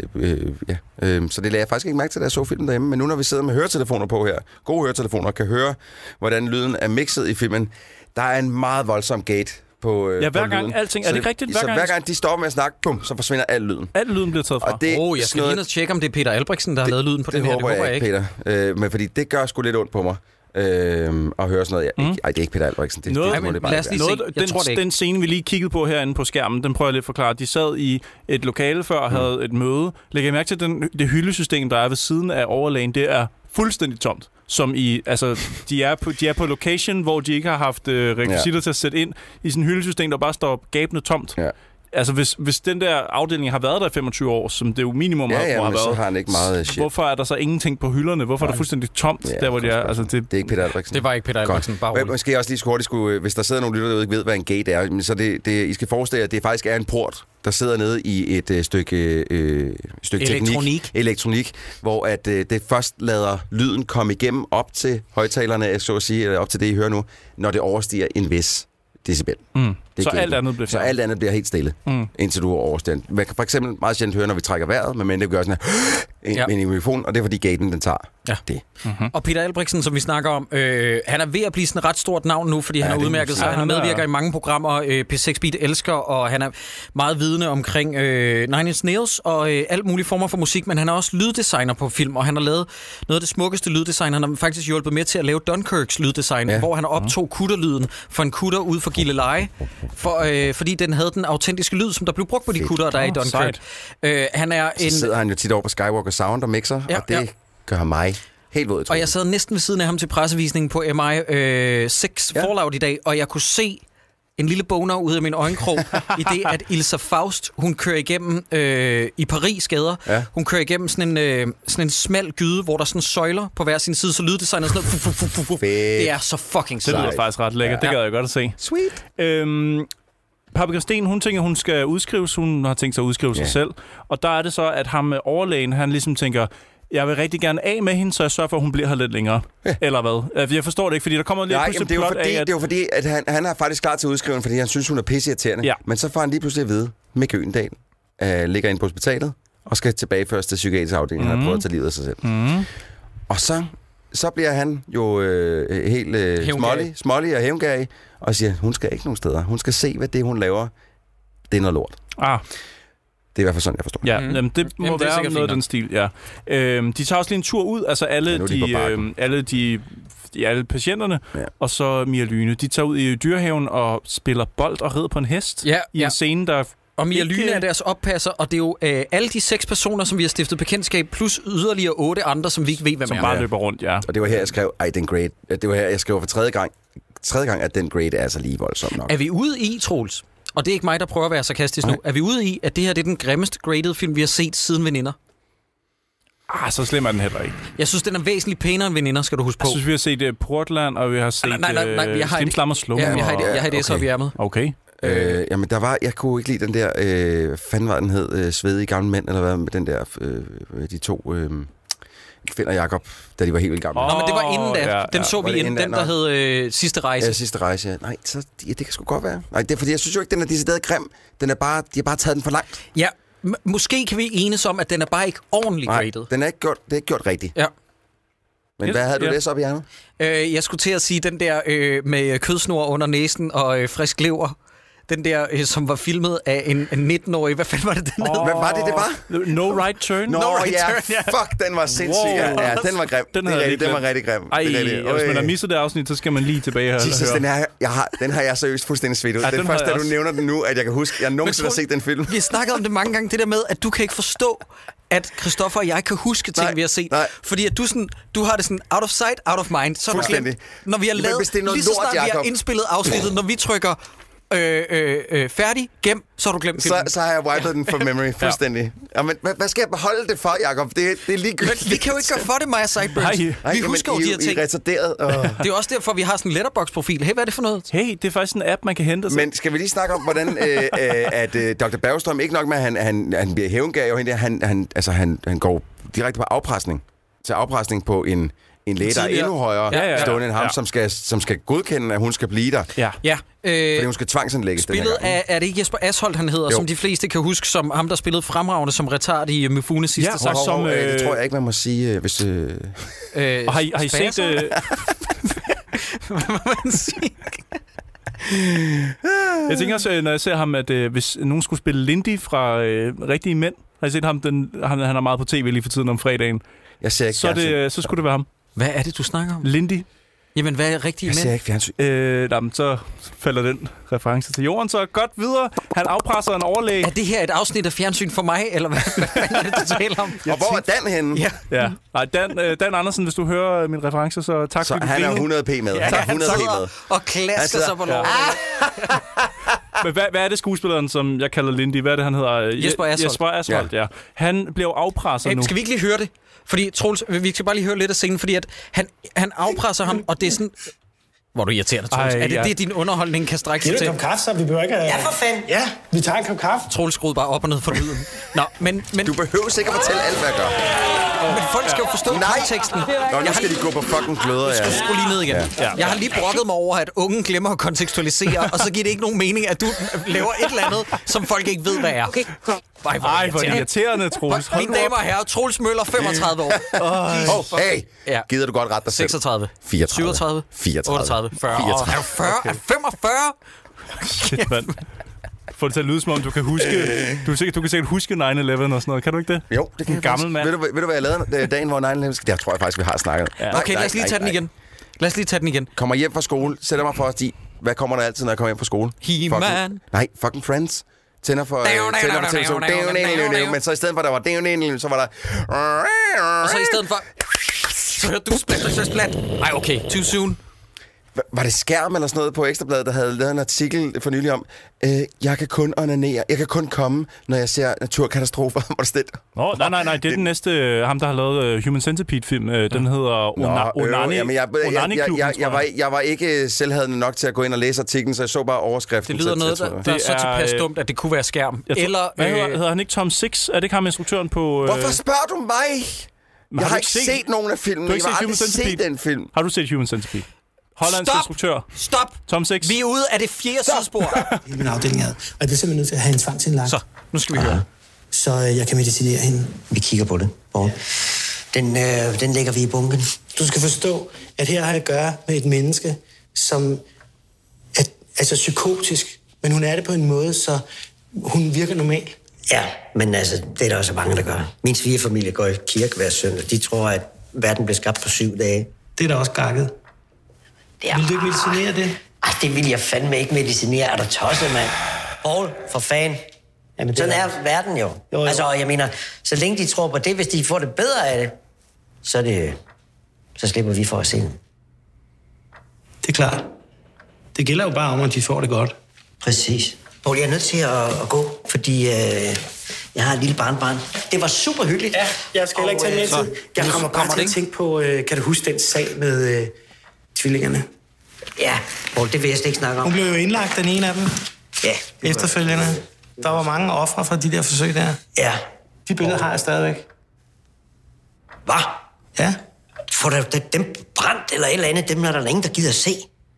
Så det lagde jeg faktisk ikke mærke til, da jeg så filmen derhjemme. Men nu, når vi sidder med høretelefoner på her, gode høretelefoner, kan høre, hvordan lyden er mixet i filmen. Der er en meget voldsom gate på hver gang alting. Er det ikke rigtigt? Hver gang de stopper med at snakke, bum, så forsvinder al lyden. Al lyden bliver taget fra. Jeg skal lige og tjekke, om det er Peter Albrechtsen, der har lavet lyden på den her. Det håber jeg ikke, Peter. Men fordi det gør sgu lidt ondt på mig. At høre sådan noget. Det er ikke Peter Albrechtsen. Den scene, vi lige kiggede på herinde på skærmen, den prøver jeg lidt at forklare. De sad i et lokale før og havde et møde. Lægger jeg mærke til, det hyldesystem, der er ved siden af overlægen, det er fuldstændig tomt. Som i, altså, de er på location, hvor de ikke har haft rekvisitter til at sætte ind i sådan et hyldesystem, der bare står gabende tomt. Ja. Altså, hvis den der afdeling har været der i 25 år, som det jo minimum har været, så har han ikke meget shit. Hvorfor er der så ingenting på hylderne? Hvorfor er der fuldstændig tomt, der hvor de er? Altså, det er ikke Peter Albrechtsen. Det var ikke Peter Albrechtsen, bare roligt. Måske også lige hurtigt, hvis der sidder nogle lytter, der ikke ved, hvad en gate er, så I skal forestille jer, at det faktisk er en port, der sidder nede i et stykke elektronik, hvor at det først lader lyden komme igennem op til højtalerne, så at sige, eller op til det, I hører nu, når det overstiger en vis decibel. Så alt andet bliver helt stille, indtil du er overstået. Man kan for eksempel meget sjældent høre, når vi trækker vejret, men det gør sådan her ind i mikrofonen, og det er fordi gaten, den tager det. Og Peter Albrechtsen, som vi snakker om, han er ved at blive sådan et ret stort navn nu, fordi han har udmærket sig. Han medvirker i mange programmer, P6 Beat elsker, og han er meget vidende omkring Nine Inch Nails og alt mulige former for musik, men han er også lyddesigner på film, og han har lavet noget af det smukkeste lyddesign. Han har faktisk hjulpet med til at lave Dunkirks lyddesign, hvor han optog kutterlyden for en kutter ude for Gilleleje, fordi den havde den autentiske lyd, som der blev brugt på de kutter, der er i Dunkirk. Så sidder han jo tit over på Skywalker Sound og mixer, og det gør mig helt våd. Og jeg sad næsten ved siden af ham til pressevisningen på MI6 Fallout i dag, og jeg kunne se en lille boner ud af min øjenkrog i det, at Ilsa Faust, hun kører igennem i Paris gader. Ja. Hun kører igennem sådan en smal gyde, hvor der er sådan søjler på hver sin side, så lyddesigner sådan noget. Det er så fucking sejt. Det lyder faktisk ret lækkert. Det gad jeg godt at se. Sweet. Paprika Steen, hun tænker, hun skal udskrives. Hun har tænkt sig at udskrive sig selv. Og der er det så, at ham med overlægen, han ligesom tænker, jeg vil rigtig gerne af med hende, så jeg sørger for, at hun bliver her lidt længere. Ja. Eller hvad? Jeg forstår det ikke, fordi der kommer lige pludselig plot af, at... Det er jo fordi, at han er faktisk klar til at udskrive, fordi han synes, hun er pisseirriterende. Ja. Men så får han lige pludselig at vide, Mick Øgendahl ligger inde på hospitalet, og skal tilbage først til psykiatrisk afdeling, han har prøvet at tage livet af sig selv. Og så så bliver han jo helt smålig og hævngærig, og siger, hun skal ikke nogen steder. Hun skal se, hvad det, hun laver, det er noget lort. Det er i hvert fald sådan, jeg forstår. Ja, det må være noget af den stil, ja. De tager også lige en tur ud, altså alle patienterne, og så Mia Lyne. De tager ud i dyrehaven og spiller bold og rider på en hest i en scene, der... Og Mia Lyne er deres oppasser, og det er jo alle de 6 personer, som vi har stiftet bekendtskab, plus yderligere 8 andre, som vi ikke ved, hvem som bare løber rundt, ja. Og det var her, jeg skrev, den grade. Det var her, jeg skrev for tredje gang, at den grade er altså lige voldsom nok. Er vi ude i, Troels? Og det er ikke mig, der prøver at være sarkastisk nu. Er vi ude i, at det her det er den grimmest graded film, vi har set siden Veninder? Så slem er den heller ikke. Jeg synes, den er væsentligt pænere end Veninder, skal du huske på. Jeg synes, vi har set Portland, og vi har set Slim, Slam og Slum. Ja, jeg har det så op i ærmet. Okay. Jamen, jeg kunne ikke lide den der, fanden var den hed, svedige gamle mænd, eller hvad, med den der, de to... Finn og Jakob, da de var helt vildt gamle. Nå, men det var inden da. Den så vi inden, den der hed Sidste Rejse. Ja, Sidste Rejse, ja. Nej, det kan sgu godt være. Nej, det er fordi, jeg synes jo ikke, den er decideret grim. De har bare taget den for langt. Ja, måske kan vi enes om, at den er bare ikke ordentligt graded. Nej, det er ikke gjort rigtigt. Ja. Men hvad havde du læst op i hjernen? Jeg skulle til at sige den der med kødsnor under næsen og frisk lever. Den der, som var filmet af en 19-årig. Hvad fanden var det, den hed? Hvad var det var? No Right Turn. No Right Turn, ja. Fuck, den var sindssyg. Wow. Ja, den var grim. Den var rigtig grim. Hvis man har misset det afsnit, så skal man lige tilbage her. Jesus, den har jeg seriøst fuldstændig svedt ud. Det er først, da du nævner den nu, at jeg kan huske, jeg nogensinde har set den film. Vi har snakket om det mange gange, det der med, at du kan ikke forstå, at Christoffer og jeg kan huske ting, vi har set. Nej. Fordi at du har det sådan out of sight, out of mind. Så fuldstændig. Når vi har lavet, lige så snart vi har indspillet afsnittet, når vi trykker færdig, gem, så har du glemt filmen. Så har jeg wiped den from memory fuldstændig. Ja, men hvad skal jeg beholde det for, Jacob? Det er ligegyldigt. Men vi kan jo ikke gøre for det, Maja Sideburns. Vi husker jo de her ting. I retarderet. Det er jo også derfor, vi har sådan en Letterboxd-profil. Hey, hvad er det for noget? Hey, det er faktisk en app, man kan hente sig. Men skal vi lige snakke om, hvordan at Dr. Bergstrøm, ikke nok med, at han bliver hævngav, han går direkte på afpresning. Til afpresning på en læge, der er endnu højere stående end ham, som skal godkende, at hun skal blive der. Ja. Fordi hun skal tvangsindlægges den her gang. Er det ikke Jesper Asholdt, han hedder, som de fleste kan huske, som ham, der spillede fremragende som retard i Mifunes sidste sang? Det tror jeg ikke, man må sige, hvis... Har I set... Hvad må man sige? Jeg tænker også, når jeg ser ham, at hvis nogen skulle spille Lindy fra Rigtige Mænd, har I set ham, han er meget på tv lige for tiden om fredagen. Jeg ser ikke så skulle det være ham. Hvad er det, du snakker om? Lindy. Jamen, hvad er Rigtige Mænd? Jeg ser ikke fjernsyn. Så falder den reference til jorden, så godt videre. Han afpresser en overlæge. Er det her et afsnit af fjernsyn for mig, eller hvad er det, du taler om? Og hvor er Dan henne? Ja. Nej, Dan Andersen, hvis du hører min reference, så tak for det. Han er 100p med. Han er 100p med. Og klasker så på lov. Men hvad er det skuespilleren, som jeg kalder Lindy? Hvad er det, han hedder? Jesper Asholdt, ja. Han blev afpresset nu. Skal vi ikke lige høre det? Fordi, Troels, vi skal bare lige høre lidt af scenen, fordi at han afpresser ham, og det er sådan... Hvor du irriterende, Troels. Er det din underholdning kan strække sig til? Det er en kop kaffe, så vi behøver ikke... Ja, for fanden. Ja, vi tager en kop kaffe. Troels skruede bare op og ned for lyden. Nå, men... Du behøver sikkert fortælle alt, hvad jeg gør. Men folk skal jo forstå konteksten. Nu skal de gå på fucking gløder, ja. Du skal lige ned igen. Ja. Jeg har lige brokket mig over, at unge glemmer at kontekstualisere, og så giver det ikke nogen mening, at du laver et eller andet, som folk ikke ved, hvad er. Okay. Ej, hvor irriterende, Troels. Mine damer og herrer, Troels Møller, 35 år. Hey, gider du godt rette dig selv? 36. 34. 37. 34. 38. 40. 34. Er 40? Er 45? Shit, mand. Få det til at lyde, som om du kan huske... Du kan sikkert huske 9/11 og sådan noget. Kan du ikke det? Jo, det kan jeg. Gammel mand. Ved du, hvad jeg lavede dagen, hvor 9/11... Det tror jeg faktisk, vi har snakket. Ja. Okay, lad os lige tage den igen. Kommer hjem fra skole, sætter mig for at sige, hvad kommer der altid, når jeg kommer hjem fra skole? He-Man. Nej, fucking Friends. Tænder for television. Men så i stedet for, der var så var der... Og så i stedet for... Så hørte du splat. Ej, okay. Too soon. Var det Skærm eller sådan noget på Ekstrabladet, der havde lavet en artikel for nylig om, jeg kan kun onanere, jeg kan kun komme, når jeg ser naturkatastrofer. Hvor det nej, det er den næste, ham der har lavet Human Centipede-film. Den hedder Onani-klubben, jeg var ikke selvhadende nok til at gå ind og læse artiklen, så jeg så bare overskriften. Det lyder noget, der er så tilpas dumt, at det kunne være Skærm. Hvad hedder han ikke Tom Six? Er det ikke ham instruktøren på... Hvorfor spørger du mig? Jeg har ikke set nogen af filmene. Jeg har aldrig set den film. Har du set Human Centipede? Hollandsk instruktør. Stop! Tom Six. Vi er ude af det 4. sidespor. Det er min afdeling, og jeg bliver simpelthen nødt til at have en tvangsindlagt. Så, nu skal vi høre. Så jeg kan medicinere hende. Vi kigger på det, Borg. Den lægger vi i bunken. Du skal forstå, at her har jeg at gøre med et menneske, som er altså psykotisk, men hun er det på en måde, så hun virker normal. Ja, men altså, det er der også mange, der gør. Min svigerfamilie går i kirke hver søndag. De tror, at verden blev skabt på 7 dage. Det er da også gakket. Vil du ikke medicinere det? Ej, det vil jeg fandme ikke medicinere. Er du tosset, mand? Paul, for fan. Jamen, sådan er verden jo. Altså, jeg mener, så længe de tror på det, hvis de får det bedre af det, så slipper vi for at se det. Det er klart. Det gælder jo bare om, at de får det godt. Præcis. Paul, jeg er nødt til at gå, fordi jeg har et lille barnbarn. Det var super hyggeligt. Ja, jeg skal heller ikke tage mere tid. Jeg kommer bare til at tænke på, kan du huske den sag med tvillingerne? Ja, Paul, det vil jeg slet ikke snakke om. Hun blev jo indlagt, den ene af dem. Ja. Efterfølgende. Der var mange ofre fra de der forsøg der. Ja. De billeder har jeg stadigvæk. Hvad? Ja. Får der dem brændt eller et eller andet, dem er der ingen, der gider at se.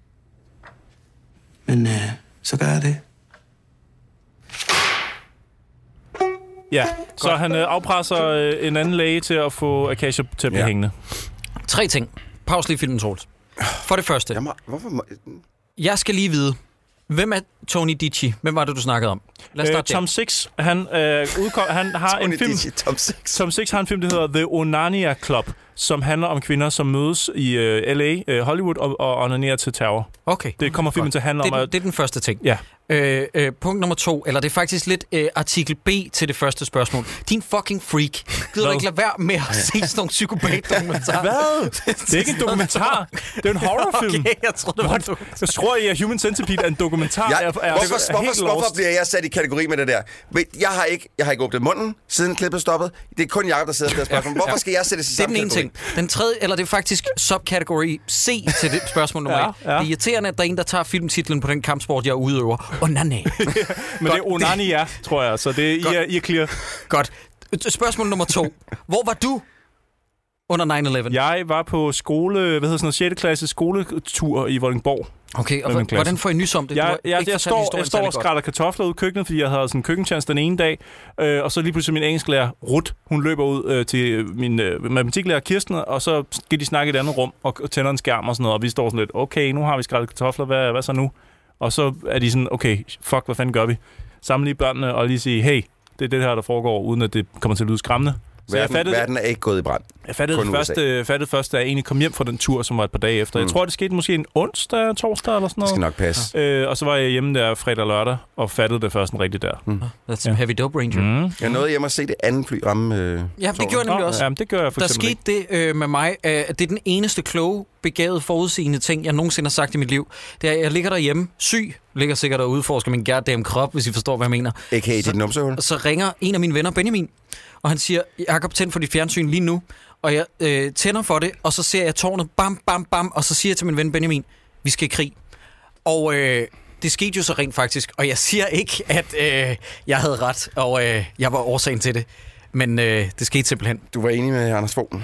Men så gør jeg det. Ja, så han afpresser en anden læge til at få Akasha til at blive hængende. 3 ting. Pause lige filmen, Troels. For det første. Jeg skal lige vide, hvem er Tony Dici? Hvem var det, du snakkede om? Lad os starte Tom Six, han har en film. Tom Six har en film, der hedder The Onania Club, som handler om kvinder, som mødes i LA, Hollywood, og onanerer til terror. Okay. Det kommer filmen til at handle om. Det er den første ting. Ja. Punkt nummer 2, eller det er faktisk lidt artikel B til det første spørgsmål. Din fucking freak. Gider du ikke lade være med at se sådan nogle psykopat-dokumentarer? Hvad? Det er ikke en dokumentar. Det er en horrorfilm. Okay, jeg tror, det var en dokumentar. Jeg tror, at Human Centipede er en dokumentar. Hvorfor bliver jeg sat i kategori med det der? Jeg har ikke åbnet munden, siden klippet stoppet. Det er kun Jacob, der sidder og stiller spørgsmål. Hvorfor skal jeg sættes i samme kategori? Det er den ene ting. Den tredje, eller det er faktisk subkategori C til det spørgsmål nummer 1. Det er irriterende, at der er en, der tager filmtitlen på den kampsport, jeg udøver. Onani. Men det er Onania, tror jeg, så det er I er clear. Godt. Spørgsmål nummer 2. Hvor var du under 9/11? Jeg var på skole, 6. klasse skoletur i Vordingborg. Okay, og hvordan får I nys om det? Jeg står og skræller kartofler ud i køkkenet, fordi jeg havde sådan en køkkentjans den ene dag, og så lige pludselig min engelsklærer, Ruth, hun løber ud til min matematiklærer Kirsten, og så skal de snakke i et andet rum og tænder en skærm og sådan noget, og vi står sådan lidt, okay, nu har vi skrællet kartofler, hvad så nu? Og så er de sådan, okay, fuck, hvad fanden gør vi? Samle lige børnene og lige sige, hey, det er det her, der foregår, uden at det kommer til at lyde skræmmende. Verden er ikke gået i brand. Jeg fattede først, da jeg egentlig kom hjem fra den tur, som var et par dage efter. Jeg tror, det skete måske en onsdag, torsdag eller sådan noget. Det skal nok passe. Og så var jeg hjemme der fredag og lørdag, og fattede det først rigtig der. That's some heavy dope ranger. Jeg nåede hjemme at se det andet fly ramme. Ja, det gjorde jeg nemlig også. Ja, det gør jeg for eksempel. Der skete det med mig, at det er den eneste kloge, begavede, forudsigende ting, jeg nogensinde har sagt i mit liv. Det er, jeg ligger derhjemme, syg, ligger sikkert og udforsker min goddamn krop, hvis I forstår, hvad jeg mener. A.k.a. dit numsehul. Så ringer en af mine venner, Benjamin, og han siger, Jakob, tænd for dit fjernsyn lige nu. Og jeg tænder for det, og så ser jeg tårnet, bam, bam, bam, og så siger jeg til min ven Benjamin, vi skal i krig. Og det skete jo så rent faktisk, og jeg siger ikke, at jeg havde ret, og jeg var årsagen til det. Men det skete simpelthen. Du var enig med Anders Fogh?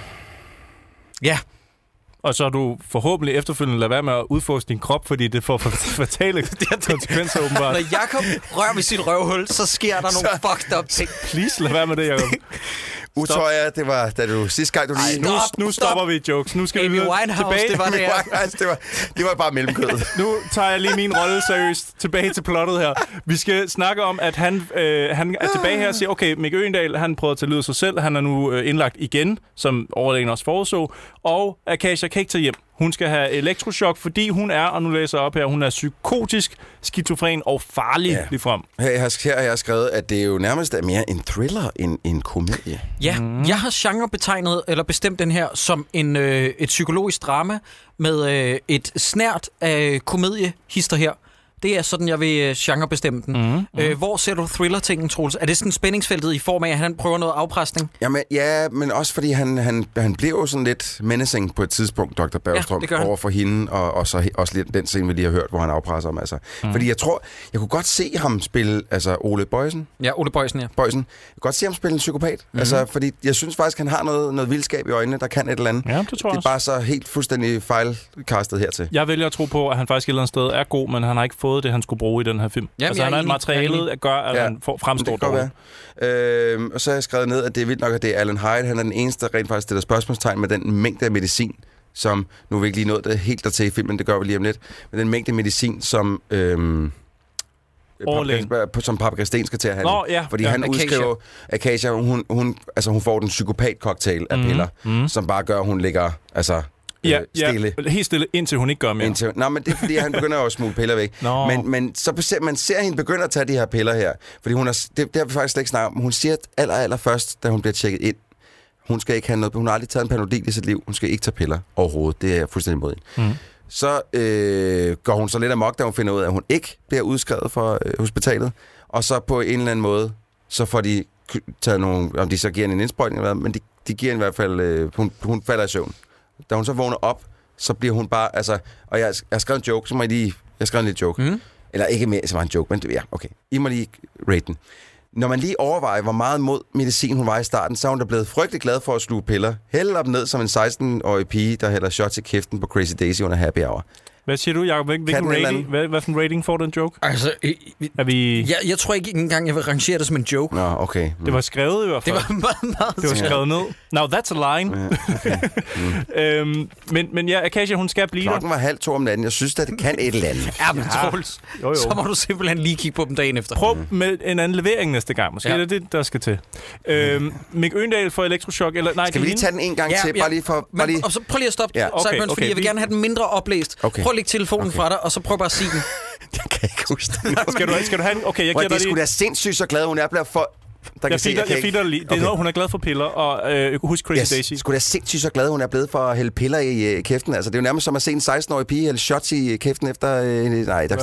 Ja. Og så har du forhåbentlig efterfølgende ladet være med at udforske din krop, fordi det får fatale konsekvenser åbenbart. Når Jakob rører ved sit røvhul, så sker der nogle fucked up ting. Please, lad være med det, Jakob. Utøjer, det var, da du sidste gang, du lige... Nu stopper vi jokes. Nu skal Amy vi Winehouse, tilbage. Det var det var bare mellemkødet. Nu tager jeg lige min rolle seriøst tilbage til plottet her. Vi skal snakke om, at han er tilbage her og siger, okay, Mikke Øgendahl, han prøver at tage lyd af sig selv. Han er nu indlagt igen, som overlægen også forudså. Og Akasha kan ikke tage hjem. Hun skal have elektrochok, fordi hun er, og nu læser jeg op her, hun er psykotisk, skizofren og farlig ligefrem. Her har jeg skrevet, at det jo nærmest er mere en thriller end en komedie. Ja, jeg har genrebetegnet, eller bestemt den her, som et psykologisk drama med et snært af komediehister her. Det er sådan, jeg vil genrebestemme den. Hvor ser du thriller-tingen, Troels? Er det sådan spændingsfeltet i form af, at han prøver noget afpresning? Men også fordi han blev jo sådan lidt menacing på et tidspunkt, Dr. Bergstrøm, over for hende, og så også lidt den scene, vi lige har hørt, hvor han afpresser ham. Altså. Fordi jeg kunne godt se ham spille, altså Ole Bøjsen. Ja, Ole Bøjsen, ja. Bøjsen. Jeg kunne godt se ham spille en psykopat. Altså, fordi jeg synes faktisk, han har noget vildskab i øjnene, der kan et eller andet. Ja, det tror jeg det er bare så helt fuldstændig fejlkastet hertil. Jeg vælger at tro på, at han faktisk et eller andet sted er god, men han har ikke fået det, han skulle bruge i den her film. Jamen, altså, han har et materiale, at gøre, at han fremstår dårligt. Og så har jeg skrevet ned, at det er vildt nok, at det er Alan Hyde. Han er den eneste, der rent faktisk stiller spørgsmålstegn med den mængde af medicin, som, nu vil vi ikke lige nå det helt dertil i filmen, det gør vi lige om lidt, men den mængde medicin, som... som Paprika Steen skal til at have. Fordi han udskriver Acacia, hun får den psykopat-cocktail af piller, som bare gør, at hun ligger stille. Helt stille, indtil hun ikke gør mere. Men det er fordi, han begynder at smule piller væk. Men så man ser hende begynde at tage de her piller her. Fordi det har vi faktisk slet ikke snakket om. Hun siger allerførst, da hun bliver tjekket ind, hun skal ikke have noget. Hun har aldrig taget en Panodil i sit liv. Hun skal ikke tage piller overhovedet. Det er jeg fuldstændig imod hende. Så går hun så lidt amok, da hun finder ud af, at hun ikke bliver udskrevet fra hospitalet. Og så på en eller anden måde, så får de taget nogle... Om de så giver hende en indsprøjtning eller hvad, men de giver hende i hvert fald... Hun falder i søvn. Da hun så vågner op, så bliver hun bare... og jeg har skrevet en joke, så må I lige... Jeg har skrevet en lille joke. Eller ikke mere, så var en joke, men ja, okay. I må lige rate den. Når man lige overvejer, hvor meget mod medicin hun var i starten, så er hun da blevet frygtelig glad for at sluge piller. Hælder dem ned som en 16-årig pige, der hælder shots i kæften på Crazy Daisy under happy hour. Hvad siger du, Jacob? Hvad for en rating får den joke? Altså, jeg tror ikke engang, jeg vil rangere det som en joke. Nå, okay. Det var skrevet i hvert fald. Det var meget det var skrevet ned. Now that's a line. Okay. Men ja, Acacia, hun skal blive Klokken var 1:30 om natten. Jeg synes, at det kan et eller andet. Ja, men Troels, så må du simpelthen lige kigge på dem dagen efter. Prøv med en anden levering næste gang. Måske er det, der skal til. Mick Øgendahl for elektroshock. Eller, nej, skal vi lige tage den en gang til? Bare lige for... Og så prøv lige at stoppe, fordi jeg vil gerne have den mindre oplæst. Prøv at lægge telefonen fra dig, og så prøv bare at sige den. Jeg kan ikke huske det. Skal du have den? Okay, jeg giver dig det. Det skulle da sindssygt så glad, hun er blevet for... Jeg feeder lige. Det er noget, hun er glad for piller, og husk Crazy Daisy. Skulle da sindssygt så glad, hun er blevet for at hælde piller i kæften. Altså, det er jo nærmest som at se en 16-årig pige hælde shots i kæften efter... Nej, du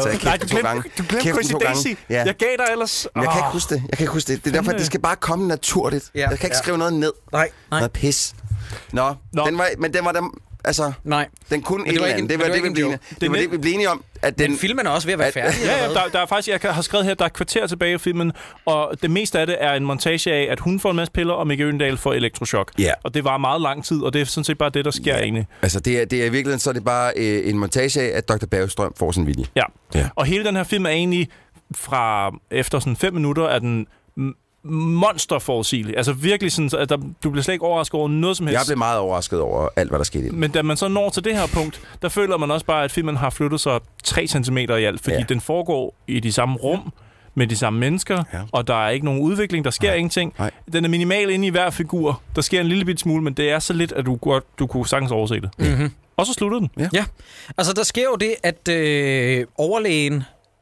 glemte Crazy Daisy. Ja. Jeg gav dig ellers... Jeg kan ikke huske det. Det er derfor, at det skal bare komme naturligt. Jeg kan ikke skrive noget ned. Nej. Noget pis. Nå. Den var dem... Altså, nej. Den kunne et eller andet. Det var det, vi blev enige om. Men filmen er også ved at være færdig. Der er faktisk, jeg har skrevet her, der er et kvarter tilbage i filmen, og det meste af det er en montage af, at hun får en masse piller, og Mick Øgendahl får elektroshock. Ja. Og det var meget lang tid, og det er sådan set bare det, der sker egentlig. Altså, det er i virkeligheden, så er det bare en montage af, at Dr. Bergstrøm får sin vilje. Ja. Og hele den her film er egentlig, fra efter sådan 5 minutter, er den monsterforudsigelig. Altså virkelig sådan, at du bliver slet ikke overrasket over noget som helst. Jeg blev meget overrasket over alt, hvad der skete. Men da man så når til det her punkt, der føler man også bare, at filmen har flyttet sig 3 centimeter i alt, fordi den foregår i de samme rum, med de samme mennesker, og der er ikke nogen udvikling, der sker ingenting. Nej. Den er minimal inde i hver figur. Der sker en lille bit smule, men det er så lidt, at du kunne sagtens overse det. Mm-hmm. Og så slutter den. Ja. Altså, der sker jo det, at overlægen,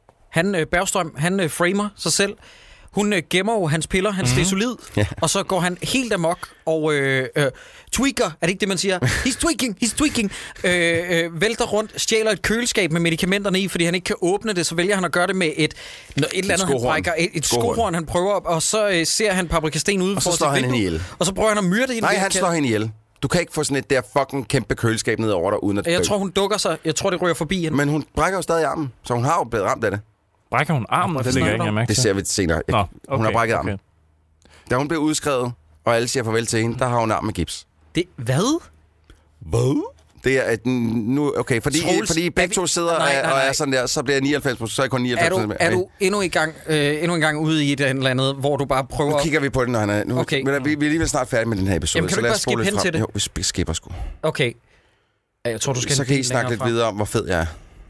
Bergstrøm, han framer sig selv. Hun gemmer jo hans piller, hans desolid, og så går han helt amok og tweaker, er det ikke det, man siger? He's tweaking. Vælter rundt, stjæler et køleskab med medicamenterne i, fordi han ikke kan åbne det, så vælger han at gøre det med et eller andet, han brækker. Et skohorn, han prøver op, og så ser han Paprika Steen ude for sit vindue, og så prøver han at myrde hende. Nej, han slår hende ihjel. Du kan ikke få sådan et der fucking kæmpe køleskab ned over dig, uden at... Jeg tror, hun dukker sig. Jeg tror, det ryger forbi hende. Men hun brækker jo stadig armen, så hun har jo blevet ramt af det. Brækker hun armen? Det ser vi senere. Hun har brækket armen. Da hun blev udskrevet, og alle siger farvel til hende, der har hun armen med gips. Hvad? Det er at nu okay, fordi begge to sidder og er sådan der, så bliver 99%, så er kun 99%. Er du endnu en gang ude i et eller andet, hvor du bare prøver... Nu kigger vi på den, når han er... Okay. Vi er lige snart færdige med den her episode. Jamen, kan du bare skippe hen til det? Jo, vi skipper sgu. Okay. Jeg tror, du skal... Så kan I snakke lidt videre om, hvor fed jeg er.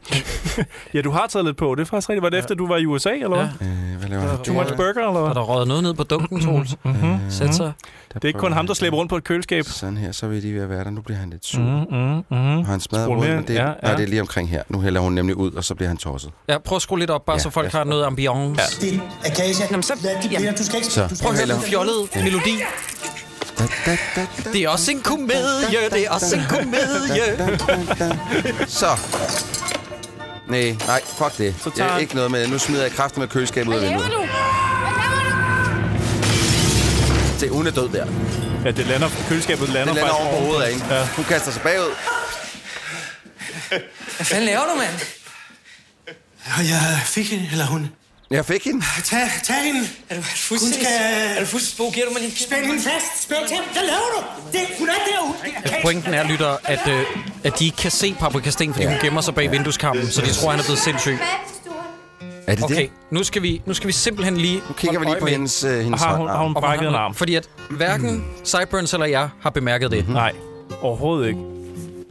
Ja, du har taget lidt på. Det er faktisk rigtigt. Var det efter, du var i USA, eller hvad? Hvad laver Too much burger, eller hvad? Og der røget noget ned på dunken, Troels. Sæt sig. Det er ikke kun ham, der slæber rundt på et køleskab. Sådan her, så vil de ved at være der. Nu bliver han lidt sur. Han smadrer rundt. Nej, det er lige omkring her. Nu hælder hun nemlig ud, og så bliver han tosset. Ja, prøv at skrue lidt op, bare så folk har noget ambiance. Det er Acacia. Nå, så... Du skal ikke... Prøv at høre den fjollede melodi. Det er også en komedie, det er også en komedie. Så... Nej, fuck det. Jeg er ikke noget med det. Nu smider jeg kraften med køleskabet ud af vinduet. Hvad laver du? Se, hun er død der. Ja, det lander, køleskabet lander faktisk over på hovedet af hende. Ja. Hun kaster sig bagud. Hvad fanden laver du, mand? Jeg fik hende, eller hun. Jeg fik hende. Tag hende. Er du fuldstændig spå? Giver du mig lige... Spænd hende fast. Spænd hende. Hvad laver du? Hun er derude. Pointen er, lytter, at de ikke kan se Paprika Steen, fordi hun gemmer sig bag vindueskarmen, så de tror, han er blevet sindssyg. Er det okay, det? Nu skal vi simpelthen lige... Nu kigger vi lige på hendes har hun brækket en arm? Fordi at hverken Sideburns eller jeg har bemærket det. Nej, overhovedet ikke.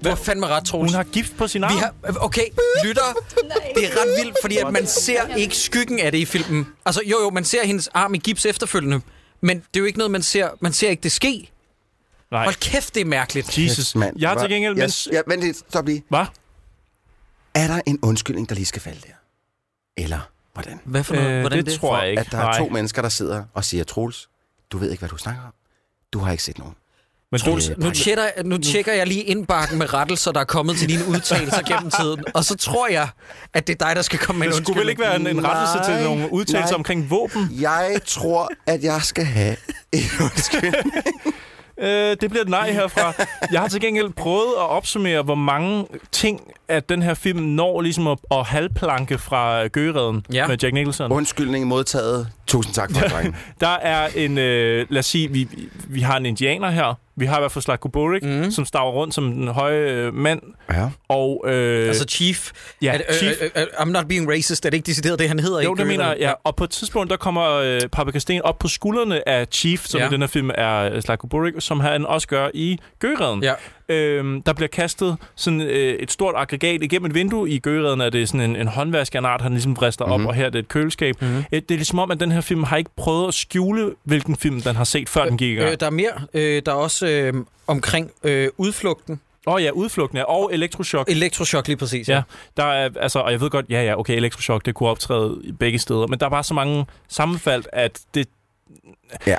Du har fandme ret, Troels. Hun har gift på sin arm. Okay, lytter. Det er ret vildt, fordi at man ser ikke skyggen af det i filmen. Altså, jo, man ser hendes arm i gips efterfølgende. Men det er jo ikke noget, man ser. Man ser ikke det ske. Nej. Hold kæft, det er mærkeligt. Jesus, mand. Jeg har til gengæld... Vent lidt, stop lige. Hvad? Er der en undskyldning, der lige skal falde der? Eller hvordan? Hvad for noget? Hvordan det tror jeg ikke. At der er 2 mennesker, der sidder og siger, Troels, du ved ikke, hvad du snakker om. Du har ikke set nogen. Men Troels, nu tjekker jeg lige indbakken med rettelser, der er kommet til dine udtalelser gennem tiden. Og så tror jeg, at det er dig, der skal komme med en undskyldning. Det skulle vel ikke være en rettelse til nogle udtalelser omkring våben? Jeg tror, at jeg skal have en undskyldning. Det bliver et nej herfra. Jeg har til gengæld prøvet at opsummere, hvor mange ting, at den her film når ligesom at halvplanke fra Gøgereden med Jack Nicholson. Undskyldning modtaget. Tusind tak for det, drenge. Der er en, lad os sige, vi har en indianer her. Vi har i hvert fald Slatko Buric, som staver rundt som den høje mand. Ja. Og, altså Chief. Ja, Chief. I'm not being racist. Er det ikke decideret det, han hedder? Jo, det mener jeg. Ja. Og på et tidspunkt, der kommer Paprika Steen op på skuldrene af Chief, som i den her film er Slatko Buric, som han også gør i Gøgereden. Ja. Der bliver kastet sådan et stort aggregat igennem et vindue. I Gøgereden er det sådan en håndvask af en art, han ligesom vrister op, og her er det et køleskab. Det er ligesom om, at den her film har ikke prøvet at skjule, hvilken film den har set, før den gik i gang. Der er mere. Der er også omkring udflugten. Udflugten, og elektroshock. Elektroshock, lige præcis. Ja. Der er, altså, og jeg ved godt, okay, elektroshock, det kunne optræde i begge steder, men der er bare så mange sammenfald, at det... Ja.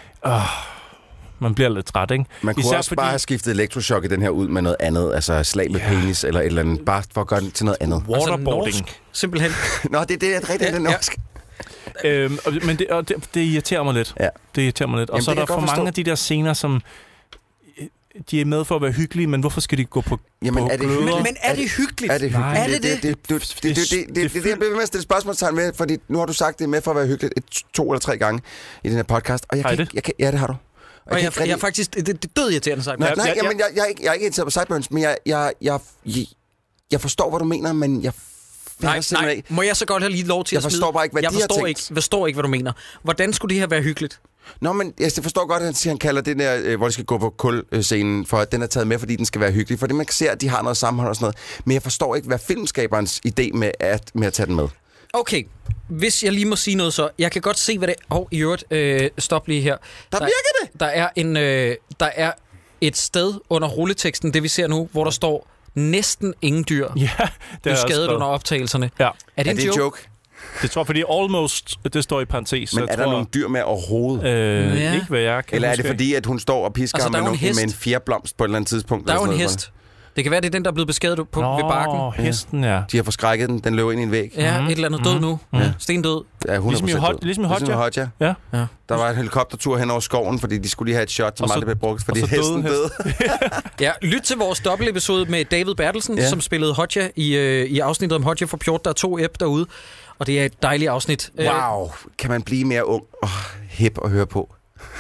Man bliver lidt træt, ikke? Man kunne også bare have skiftet elektroshock i den her ud med noget andet, altså slag med penis eller et eller andet, bare for at gøre det til noget andet. Waterboarding. Altså norsk, simpelthen. Nå, det er rigtigt, det er norsk. Men det irriterer mig lidt. Ja. Det irriterer mig lidt. Og så er der for mange af de der scener, som... De er med for at være hyggelige, men hvorfor skal de gå på gløder? Men er det hyggeligt? Er det hyggeligt? Nej. Er det det? Det jeg bliver ved med at stille spørgsmålstegn med, fordi nu har du sagt, det er med for at være hyggeligt 2 eller 3 gange i den her podcast. Og jeg kan ikke... Ja, det har du. Og jeg er faktisk... Det er død irriterende sagt. Nej, jeg er ikke irriteret på Sideburns, men jeg forstår, hvad du mener, men jeg... Nej, må jeg så godt have lige lov til at smide? Jeg forstår bare ikke, hvad de har tænkt. Jeg forstår ikke, hvad du mener. Hvordan skulle det her være hyggeligt? Nå, men jeg forstår godt, at han kalder det der, hvor de skal gå på kulscenen, for at den er taget med, fordi den skal være hyggelig. Fordi man kan se, at de har noget sammenhold og sådan noget. Men jeg forstår ikke, hvad filmskaberens idé med at tage den med. Okay, hvis jeg lige må sige noget så. Jeg kan godt se, hvad det er. I øvrigt, stop lige her. Der virker det! Der er et sted under rulleteksten, det vi ser nu, hvor der står næsten ingen dyr. Ja, det er skadet under optagelserne. Ja. Er det en joke? Det tror jeg, fordi almost, det står i parentes. Men er der nogle dyr med overhovedet? Ikke hvad jeg kan. Eller er det fordi, at hun står og pisker ham med en fjerblomst på et eller andet tidspunkt? Der er jo en hest. Det kan være, det er den, der er blevet beskadiget ved bakken. Hesten, ja. De har forskrækket den. Den løber ind i en væg. Ja, et eller andet død nu. Stendød. Ja, 100% ligesom i Hodja. Ja. Der var en helikoptertur hen over skoven, fordi de skulle lige have et shot, som aldrig blev brugt, fordi hesten døde. Ja, lyt til vores dobbeltepisode med David Bertelsen, som spillede Hodja i afsnittet om Hodja for Pjort. Der er 2 ep derude, og det er et dejligt afsnit. Wow, kan man blive mere ung og hip at høre på?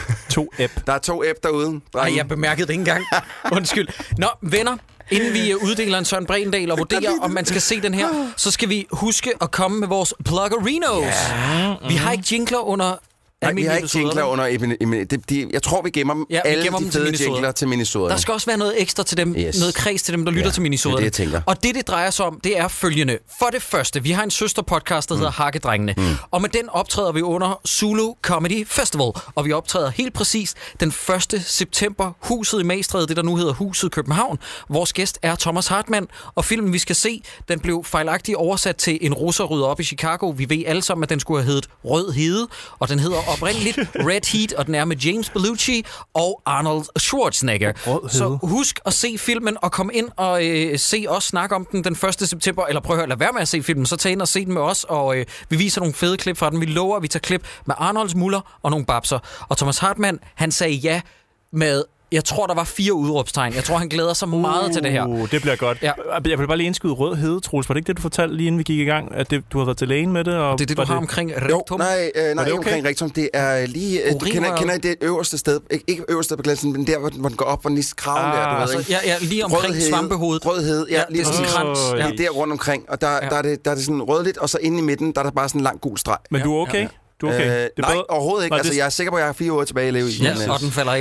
2 ep. Der er 2 ep derude. Nej, jeg bemærkede det ikke engang. Undskyld. Nå, venner, inden vi uddeler en Søren Bregendal og vurderer, om man skal se den her, så skal vi huske at komme med vores pluggerinos. Vi har ikke jingler under... Nej, vi har ikke jingler under... Jeg tror, vi gemmer dem alle de fede jingler til minisoderne. Der skal også være noget ekstra til dem, noget kreds til dem, der lytter til minisoderne. Det er det, jeg tænker. Og det drejer sig om, det er følgende. For det første, vi har en søsterpodcast, der hedder Hakkedrengene. Og med den optræder vi under Zulu Comedy Festival. Og vi optræder helt præcis den 1. september. Huset i Magstræde, det der nu hedder Huset København. Vores gæst er Thomas Hartmann. Og filmen, vi skal se, den blev fejlagtigt oversat til En russer rydder op i Chicago. Vi ved alle sammen, at den skulle have heddet Rød Hede. Og den hedder oprindeligt Red Heat, og den er med James Belushi og Arnold Schwarzenegger. Så husk at se filmen og komme ind og se os snakke om den 1. september, eller prøv at lade være med at se filmen, så tag ind og se den med os, og vi viser nogle fede klip fra den. Vi lover, at vi tager klip med Arnolds muller og nogle babser. Og Thomas Hartmann, han sagde ja med... Jeg tror, der var 4 udråbstegn. Jeg tror, han glæder sig meget til det her. Det bliver godt. Ja. Jeg vil bare lige indskyde Rød Hede, Troels. Var det ikke det, du fortalte lige inden vi gik i gang? At du har været til lægen med det? Og det er det, du har omkring rektum? Nej, okay? Omkring rektum. Det er lige... Du kender det øverste sted. Ikke øverste på glansen, men der, hvor den går op og nisse kraven der. Du ved, ikke? Ja, lige omkring svampehovedet. Rød Hede, ja. Lige sådan en krans. Lige der rundt omkring. Og der er det sådan rødligt, og så inde i midten, der er der bare sådan en lang gul streg. Men du er okay? Du er okay? Nej, overhovedet ikke. Altså, jeg er sikker på, at jeg har 4 år tilbage at leve i. Ja, og den falder af.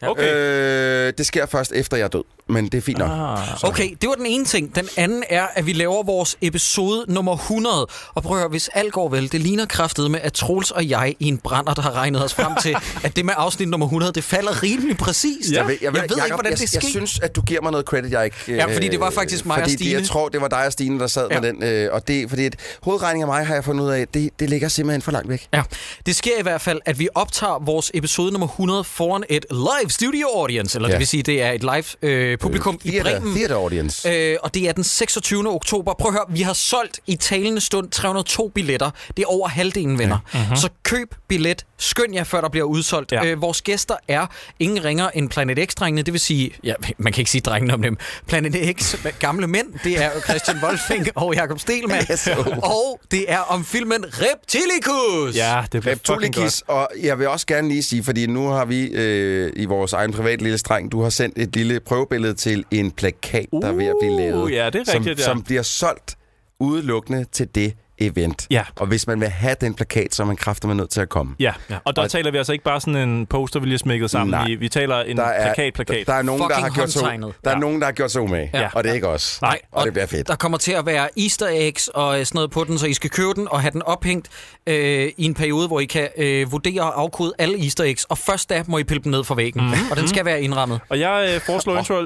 Okay. Det sker først efter jeg er død, men det er fint nok. Okay, det var den ene ting. Den anden er, at vi laver vores episode nummer 100. Og prøv at høre, hvis alt går vel, det ligner kraftet med, at Troels og jeg i en brænder, der har regnet os frem til, at det med afsnit nummer 100, det falder rimelig præcist. Jeg ved Jacob, ikke, hvordan det sker. Jeg synes, at du giver mig noget credit, jeg ikke... Ja, fordi det var faktisk mig og Stine. Jeg tror, det var dig og Stine, der sad med den. Og det, fordi hovedregning af mig har jeg fundet ud af, det ligger simpelthen for langt væk. Ja, det sker i hvert fald, at vi optager vores episode nummer 100 foran et live studio audience, eller det vil sige, det er et live publikum i Bremen. Theater audience. Og det er den 26. oktober. Prøv at høre, vi har solgt i talende stund 302 billetter. Det er over halvdelen, venner. Ja. Så køb billet. Skynd jer, før der bliver udsolgt. Ja. Vores gæster er ingen ringer end Planet X-drengene. Det vil sige, ja, man kan ikke sige drengene om dem. Planet X, gamle mænd, det er Christian Wolfing og Jakob Stegelmann. Og det er om filmen Reptilicus. Ja, det bliver fucking godt. Og jeg vil også gerne lige sige, fordi nu har vi i vores egen privat lille streng, du har sendt et lille prøvebillede til en plakat, der er ved at blive lavet. Ja, det er rigtigt, som bliver solgt udelukkende til det event. Ja. Og hvis man vil have den plakat, så er man kraftedeme nødt til at komme. Ja, og der taler vi altså ikke bare sådan en poster, vi lige smækket sammen. Vi taler en plakat. Der er nogen, der har gjort så umage. Ja. Og det er ikke os. Nej, og det bliver fedt. Der kommer til at være easter eggs og sådan noget på den, så I skal købe den og have den ophængt i en periode, hvor I kan vurdere og afkode alle easter eggs. Og først da må I pille dem ned fra væggen. Og den skal være indrammet. Og jeg foreslår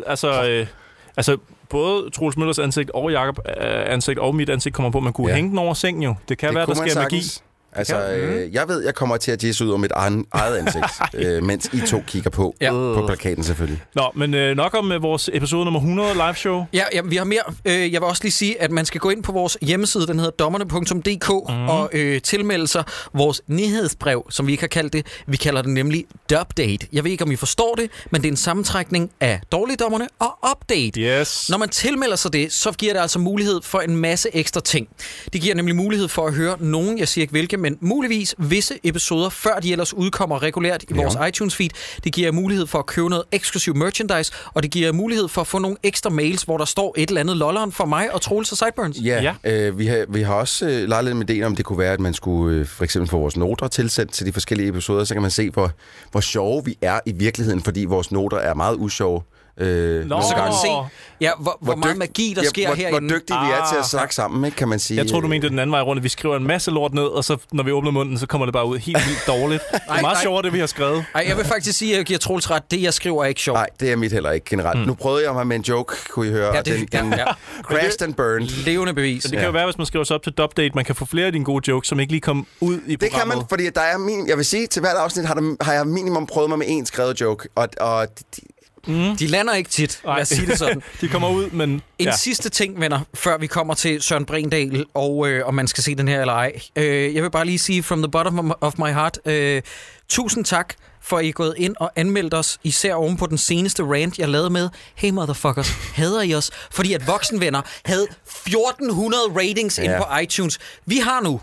altså både Troels Møllers ansigt og Jakob ansigt og mit ansigt kommer på. Man kunne hænge den over sengen jo. Det kan være, der sker magi. Altså, jeg ved, jeg kommer til at jisse ud om mit eget ansigt, mens I to kigger på plakaten selvfølgelig. Nå, men nok om vores episode nummer 100 live show. Ja, vi har mere. Jeg vil også lige sige, at man skal gå ind på vores hjemmeside, den hedder dommerne.dk, og tilmelde sig vores nyhedsbrev, som vi ikke har kaldt det. Vi kalder det nemlig Dubdate. Jeg ved ikke, om I forstår det, men det er en sammentrækning af Dårligdommerne og Update. Yes. Når man tilmelder sig det, så giver det altså mulighed for en masse ekstra ting. Det giver nemlig mulighed for at høre nogen, jeg siger ikke hvilke, men muligvis visse episoder, før de ellers udkommer regulært i vores iTunes-feed. Det giver mulighed for at købe noget eksklusiv merchandise, og det giver mulighed for at få nogle ekstra mails, hvor der står et eller andet lolleren for mig og Troels og Sideburns. Ja. Vi har også leget lidt med ideen om, det kunne være, at man skulle for eksempel få vores noter tilsendt til de forskellige episoder, så kan man se, hvor sjove vi er i virkeligheden, fordi vores noter er meget usjove. Så kan man se, hvor meget magi, der sker herinde. Hvor dygtige vi er til at snakke sammen, ikke, kan man sige. Jeg tror, du mente den anden vej rundt, at vi skriver en masse lort ned, og så når vi åbner munden, så kommer det bare ud helt vildt dårligt. Det er meget sjovere, det vi har skrevet. Jeg vil faktisk sige, at jeg giver Troels ret. Det, jeg skriver, er ikke sjovt. Nej, det er mit heller ikke generelt. Nu prøvede jeg mig med en joke, kunne I høre. Ja, den crashed and burned. Levende bevis. Det kan jo være, hvis man skriver sig op til Dubdate, man kan få flere af dine gode jokes, som ikke lige kom ud i programmet. Det kan man, fordi der er jeg vil sige, til hvert afsnit har jeg minimum prøvet mig med en skrevet joke, og de lander ikke tit, lad os sige det sådan. De kommer ud, men... En sidste ting, venner, før vi kommer til Søren Brindal, og om man skal se den her eller ej. Jeg vil bare lige sige, from the bottom of my heart, tusind tak for, at I er gået ind og anmeldt os, især oven på den seneste rant, jeg lavede med, hey motherfuckers, hader I os? Fordi at voksenvenner havde 1400 ratings ind på iTunes. Vi har nu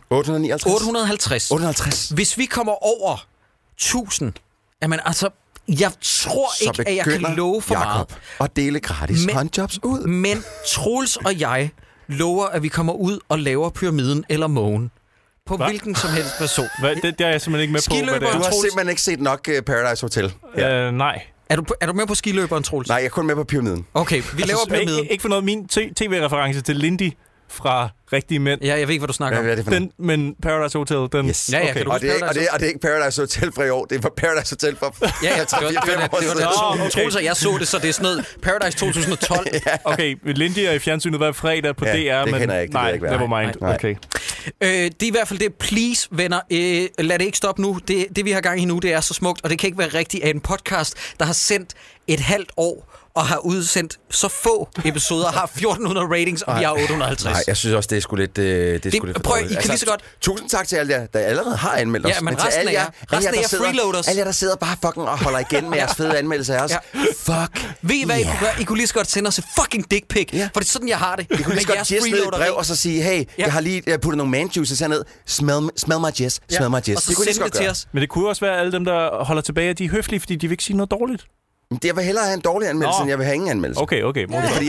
850. Hvis vi kommer over 1000, jamen altså... Jeg tror ikke, at jeg kan love for meget. Og dele gratis håndjobs ud. Men Troels og jeg lover, at vi kommer ud og laver pyramiden eller mågen. På hvilken som helst person. Det er jeg simpelthen ikke med på. Du har simpelthen ikke set nok Paradise Hotel. Nej. Er du med på skiløberen, Troels? Nej, jeg er kun med på pyramiden. Okay, vi laver pyramiden. Ikke for noget min tv-reference til Lindy fra Rigtige Mænd. Ja, jeg ved ikke, hvad du snakker om. Men Paradise Hotel, den... Yes. Ja, okay. Og det er ikke Paradise Hotel fra i år, det var Paradise Hotel fra 3-4 år. Troels og jeg så det, så det er sådan noget Paradise 2012. Okay, Lindy er i fjernsynet hver fredag på DR, det men... kender jeg ikke. Nej, never mind. Okay. Det er i hvert fald det. Please, venner, lad det ikke stoppe nu. Det vi har gang i nu, det er så smukt, og det kan ikke være rigtigt, at en podcast, der har sendt et halvt år, og har udsendt så få episoder, har 1400 ratings, og vi har 850. Nej, jeg synes også, det er sgu lidt... Prøv, I kan lige så godt... Tusind tak til alle jer, der allerede har anmeldt os. Ja, men resten af jer freeloaders. Alle jer, der sidder bare fucking og holder igen med jeres fede anmeldelser af os. Fuck. Ved I, hvad I kunne gøre? I kunne lige så godt sende os et fucking dick pic, for det er sådan, jeg har det. I kunne lige så godt jizz ned i brev, og så sige, hey, jeg har lige puttet nogle man-juices herned. Smell my jizz. Smell my jizz. Og så send det til os. Men det kunne også være alle dem, der holder tilbage, at de er høflige, fordi de vil ikke sige noget dårligt. Jeg vil hellere have en dårlig anmeldelse, end jeg vil have ingen anmeldelse. Okay. Fordi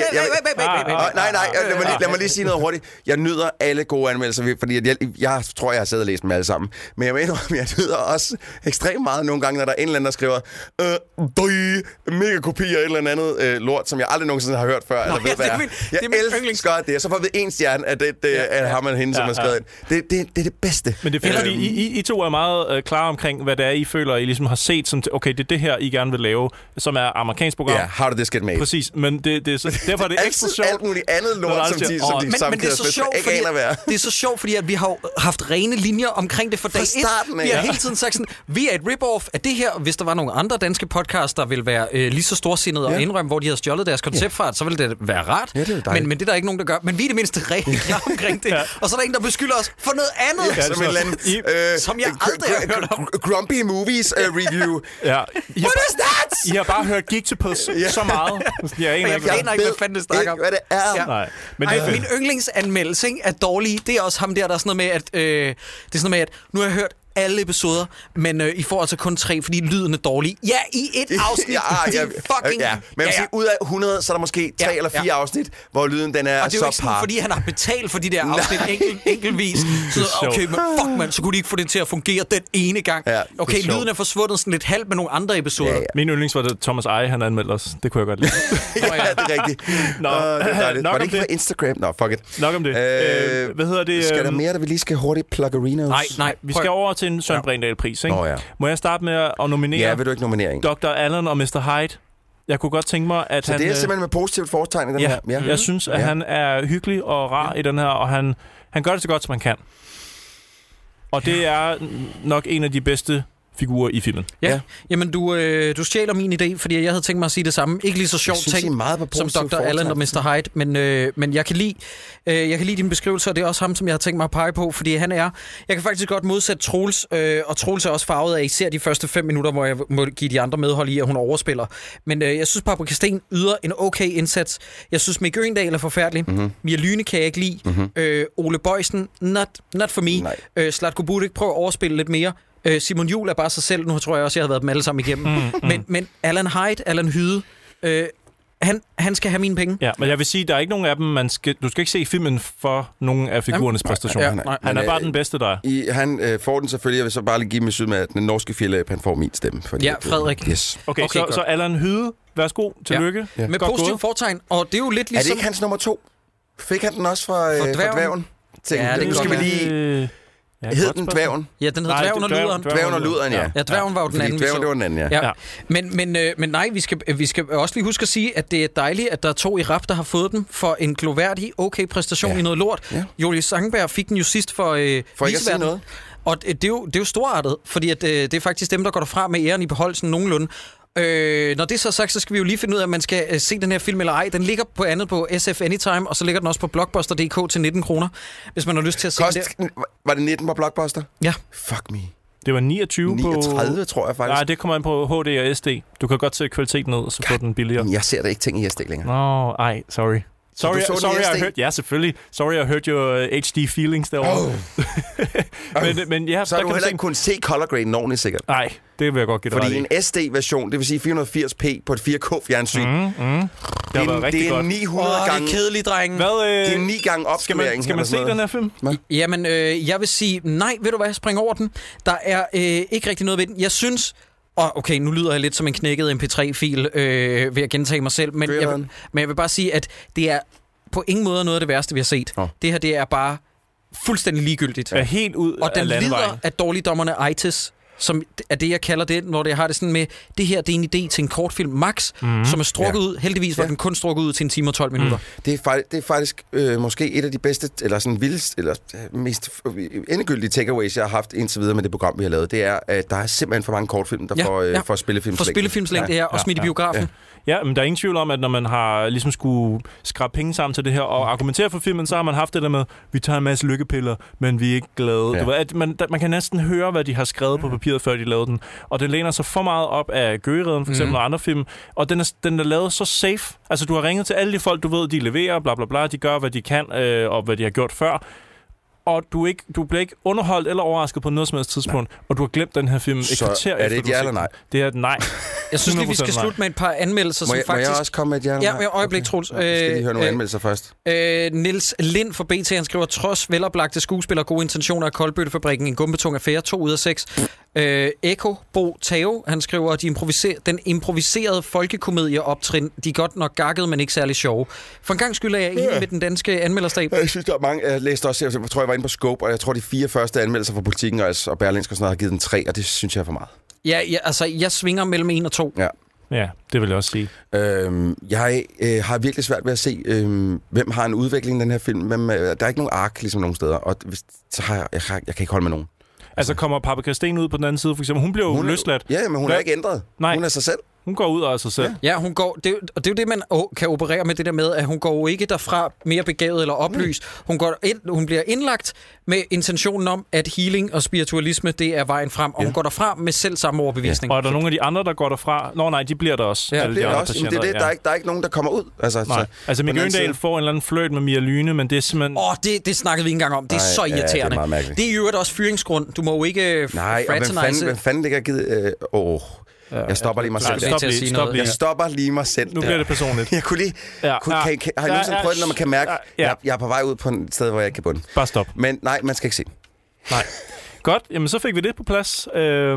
lad mig lige sige noget hurtigt. Jeg nyder alle gode anmeldelser, fordi jeg tror, jeg har siddet og læst dem alle sammen. Men jeg mener, jeg nyder også ekstremt meget nogle gange, når der er en eller anden, der skriver mega kopi af et eller andet lort, som jeg aldrig nogensinde har hørt før, eller ved, hvad jeg elsker det. Så får vi en stjerne, at det er ham og hende, som har skrevet ind. Det er det bedste. Men det er fordi, I to er meget klare omkring, hvad det er, I føler, I ligesom har set, som okay, det er det her, I gerne vil lave, som er amerikansk program. Ja, How Did This Get Made. Præcis, men det er så, derfor er det ekstra sjovt. Alt muligt andet lort, som de men det er så sjovt, fordi det er så sjovt, fordi at vi har haft rene linjer omkring det for dag 1. Vi har hele tiden sagt sådan, vi er et rip-off af det her. Hvis der var nogle andre danske podcasts, der ville være lige så storsindede og indrømme, hvor de havde stjålet deres konceptfart, så ville det være rart. Ja, men det er der ikke nogen, der gør. Men vi er det mindste rene omkring det. Og så er der en, der beskylder os for noget andet. Som et eller andet, som jeg aldrig har hørt om. Grumpy Movies review. What is that? I har bare hørt Geektopus så meget. Jeg aner ikke, hvad fanden det snakker om. Hvad det er. Ja. Nej. Men min yndlingsanmeldelse er dårlige. Det er også ham der er sådan noget med, at det er sådan noget med, at nu har jeg hørt alle episoder, men I får altså kun 3, fordi lyden er dårlig. Ja, i et afsnit. Men ud af 100, så er der måske 3 eller 4 afsnit, hvor lyden den er så par. Og det er jo ikke sådan, fordi han har betalt for de der afsnit enkeltvis. Så okay, men fuck man, så kunne de ikke få det til at fungere den ene gang. Okay, lyden er forsvundet sådan lidt halvt med nogle andre episoder. Min yndlings var det Thomas Eje, han anmeldte os. Det kunne jeg godt lide. Ja, det er rigtigt. Nå, var det ikke på Instagram? Nå, fuck it. Nok om det. Hvad hedder det? Skal der mere, der vi lige skal hurtigt pluggerinos? Nej. Vi skal over til en Søren Brindahl-pris, ikke? Må jeg starte med at nominere? Ja, vil du ikke nominere en? Dr. Allen og Mr. Hyde. Jeg kunne godt tænke mig, at så han... det er simpelthen med positivt foretegn i den her? Ja, jeg synes, at han er hyggelig og rar i den her, og han gør det så godt, som han kan. Og det er nok en af de bedste figurer i filmen. Ja. Jamen, du stjæler min idé, fordi jeg havde tænkt mig at sige det samme. Ikke lige så sjovt ting som Dr. Allen og Mr. Hyde, men jeg kan lide din beskrivelse, og det er også ham, som jeg har tænkt mig at pege på, fordi jeg kan faktisk godt modsætte Troels, og Troels er også farvet af især de første 5 minutter, hvor jeg må give de andre medhold i, at hun overspiller. Men jeg synes, Paprika Steen yder en okay indsats. Jeg synes, Mick Øgendahl er forfærdelig. Mia Lyne kan jeg ikke lide. Ole Boysen, not for me. Zlatko Budik, prøv at overspille lidt mere. Simon Juhl er bare sig selv. Nu tror jeg også, jeg har været dem alle sammen igennem. Men Alan Hyde, han skal have mine penge. Ja, men jeg vil sige, der er ikke nogen af dem, du skal ikke se filmen for nogen af figurernes præstationer. Han er bare den bedste, der er. Han får den selvfølgelig. Jeg vil så bare lige give mig syd med, at den norske fjellæb, han får min stemme. Frederik. Yes. Okay, så Alan Hyde, værsgo, tillykke. Ja. Med positivt foretegn, og det er jo lidt ligesom... Er det ikke hans nummer 2? Fik han den også fra dværgen? Ja, det skal vi lige... Hed den Dværgen? Ja, den hed Dværgen og Luderen. Dværgen og Luderen, ja. Ja, Dværgen var jo den anden. Dværgen, det var den anden, ja. Men nej, vi skal også lige huske at sige, at det er dejligt, at der er 2 i rap, der har fået den for en gloværdig, okay præstation i noget lort. Ja. Julie Sangenberg fik den jo sidst for ikke at sige noget. Og det er jo storartet, fordi at, det er faktisk dem, der går derfra med æren i behold sådan nogenlunde. Når det er så sagt, så skal vi jo lige finde ud af, at man skal se den her film eller ej. Den ligger på andet på SF Anytime, og så ligger den også på Blockbuster.dk til 19 kroner, hvis man har lyst til at se den. Var det 19 på Blockbuster? Ja. Fuck me. Det var 29 39, tror jeg faktisk. Nej, det kommer an på HD og SD. Du kan godt se kvaliteten ned, og så få den billigere. Jeg ser da ikke ting i SD længere. Sorry. Sorry, I heard. Ja, selvfølgelig. Sorry, I heard your HD feelings derovre. Men ja, så har du heller ikke kunnet se color grade ordentligt, sikkert. Nej, det vil jeg godt give dig ret i. Fordi en SD-version, det vil sige 480p på et 4K-fjernsyn. Det har været rigtig godt. Det er 900 gange... Det er kedeligt, drenge. Det er 9 gange opskalering. Skal man se den her film? Jamen, jeg vil sige, nej, ved du hvad, spring over den. Der er ikke rigtig noget ved den. Jeg synes... Og okay, nu lyder jeg lidt som en knækket MP3-fil ved at gentage mig selv, men jeg vil bare sige, at det er på ingen måde noget af det værste, vi har set. Det her, det er bare fuldstændig ligegyldigt. Er helt ud og den lider af dårligdommerne itis, som er det, jeg kalder det, når jeg har det sådan med, det her, det er en idé til en kortfilm max, som er strukket ud. Heldigvis var den kun strukket ud til 1 time og 12 minutter. Det er faktisk måske et af de bedste, eller sådan vildest, eller mest endegyldige takeaways, jeg har haft indtil videre med det program, vi har lavet. Det er, at der er simpelthen for mange kortfilm, der får spillefilmslængde. For spillefilmslængde, her, og smidt i biografen. Ja, men der er ingen tvivl om, at når man har ligesom skulle skrabe penge sammen til det her og argumentere for filmen, så har man haft det der med, vi tager en masse lykkepiller, men vi er ikke glade. Ja. Du ved, at man kan næsten høre, hvad de har skrevet på papiret, før de lavede den. Og den læner sig for meget op af Gøgereden, for eksempel, og andre film. Og den er lavet så safe. Altså, du har ringet til alle de folk, du ved, de leverer, bla bla bla, de gør, hvad de kan, og hvad de har gjort før. Og du bliver ikke underholdt eller overrasket på noget som helst tidspunkt, og du har glemt den her film et kvarter efter. Er det et ja eller nej? Det er et nej. Jeg synes lige, vi skal slutte med et par anmeldelser, som faktisk... Må jeg også komme med et hjerte? Ja, med øjeblik, Troels. Skal lige høre nogle anmeldelser først. Niels Lind for BT, han skriver, trods veloplagte skuespillere og gode intentioner af Koldbøttefabrikken, en gumbetung affære, 2 ud af 6. Eko Bo Tao, han skriver, den improviserede folkekomedie optrin, de er godt nok gakkede, men ikke særlig sjove. For en gang skyld er jeg enig med den danske anmelderstab. Jeg synes, der er mange. Jeg læste også, jeg tror, jeg var inde på Scope, og jeg tror, de 4 første anmeldelser fra Politikken og Berlingske og sådan noget har givet den 3, og det synes jeg er for meget. Ja, altså, jeg svinger mellem 1 og 2. Ja, det vil jeg også sige. Jeg har virkelig svært ved at se, hvem har en udvikling i den her film. Der er ikke nogen ark, ligesom nogle steder, og så har jeg kan ikke holde med nogen. Altså kommer Paprika Steen ud på den anden side, for eksempel. Hun bliver jo løsladt. Ja, men hun er ikke ændret. Nej. Hun er sig selv. Hun går ud af sig selv. Ja, hun går, det er jo det, man kan operere med det der med, at hun går jo ikke derfra mere begavet eller oplyst. Hun bliver indlagt med intentionen om, at healing og spiritualisme, det er vejen frem. Og hun går derfra med selv samme overbevisning. Og er der nogle af de andre, der går derfra? Nå nej, de bliver der også. Ja, det er også. Patienter, det er det. Der er ikke nogen, der kommer ud. Altså Mick Øgendahl får en eller anden flirt med Mia Lyne, men det er simpelthen... Det snakkede vi ikke engang om. Det er så irriterende. Det er jo også fyringsgrund. Du må jo ikke fraternize. Hvem fanden ligger givet... Jeg stopper lige mig selv. Jeg stopper lige mig selv. Nu bliver det personligt. Jeg kunne lige... Har I nogensinde prøvet det, når man kan mærke, jeg er på vej ud på et sted, hvor jeg ikke kan bunde? Bare stop. Men nej, man skal ikke se. Nej. Godt, jamen så fik vi det på plads.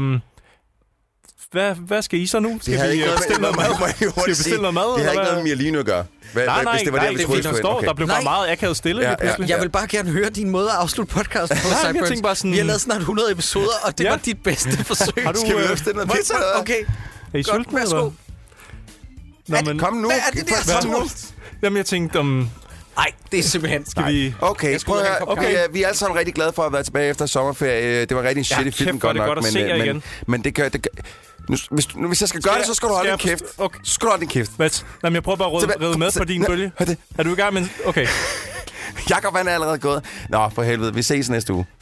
Hvad skal I så nu? Skal vi bestille noget mad? Det har ikke noget med Mia Lyne at gøre. Nej, der blev bare meget akavet stille. Jeg vil bare gerne høre din måde at afslutte podcast på, Cyburns. Vi har lavet snart 100 episoder, og det var dit bedste forsøg. Skal vi bestille noget pizza? Okay. Er I sultne, eller? Kom nu. Hvad er det der? Jamen, jeg tænkte om... Nej, det er simpelthen... Okay, prøv at høre. Vi er alle sammen rigtig glade for at være tilbage efter sommerferie. Det var rigtig en shitty film, godt nok. Men det gør... Hvis jeg skal gøre det, så skal du holde din kæft. Okay. Så skal du holde din kæft. Jamen, jeg prøver bare at ride med på din bølge. Er du i gang med... Okay. Jakob, han er allerede gået. Nå, for helvede. Vi ses næste uge.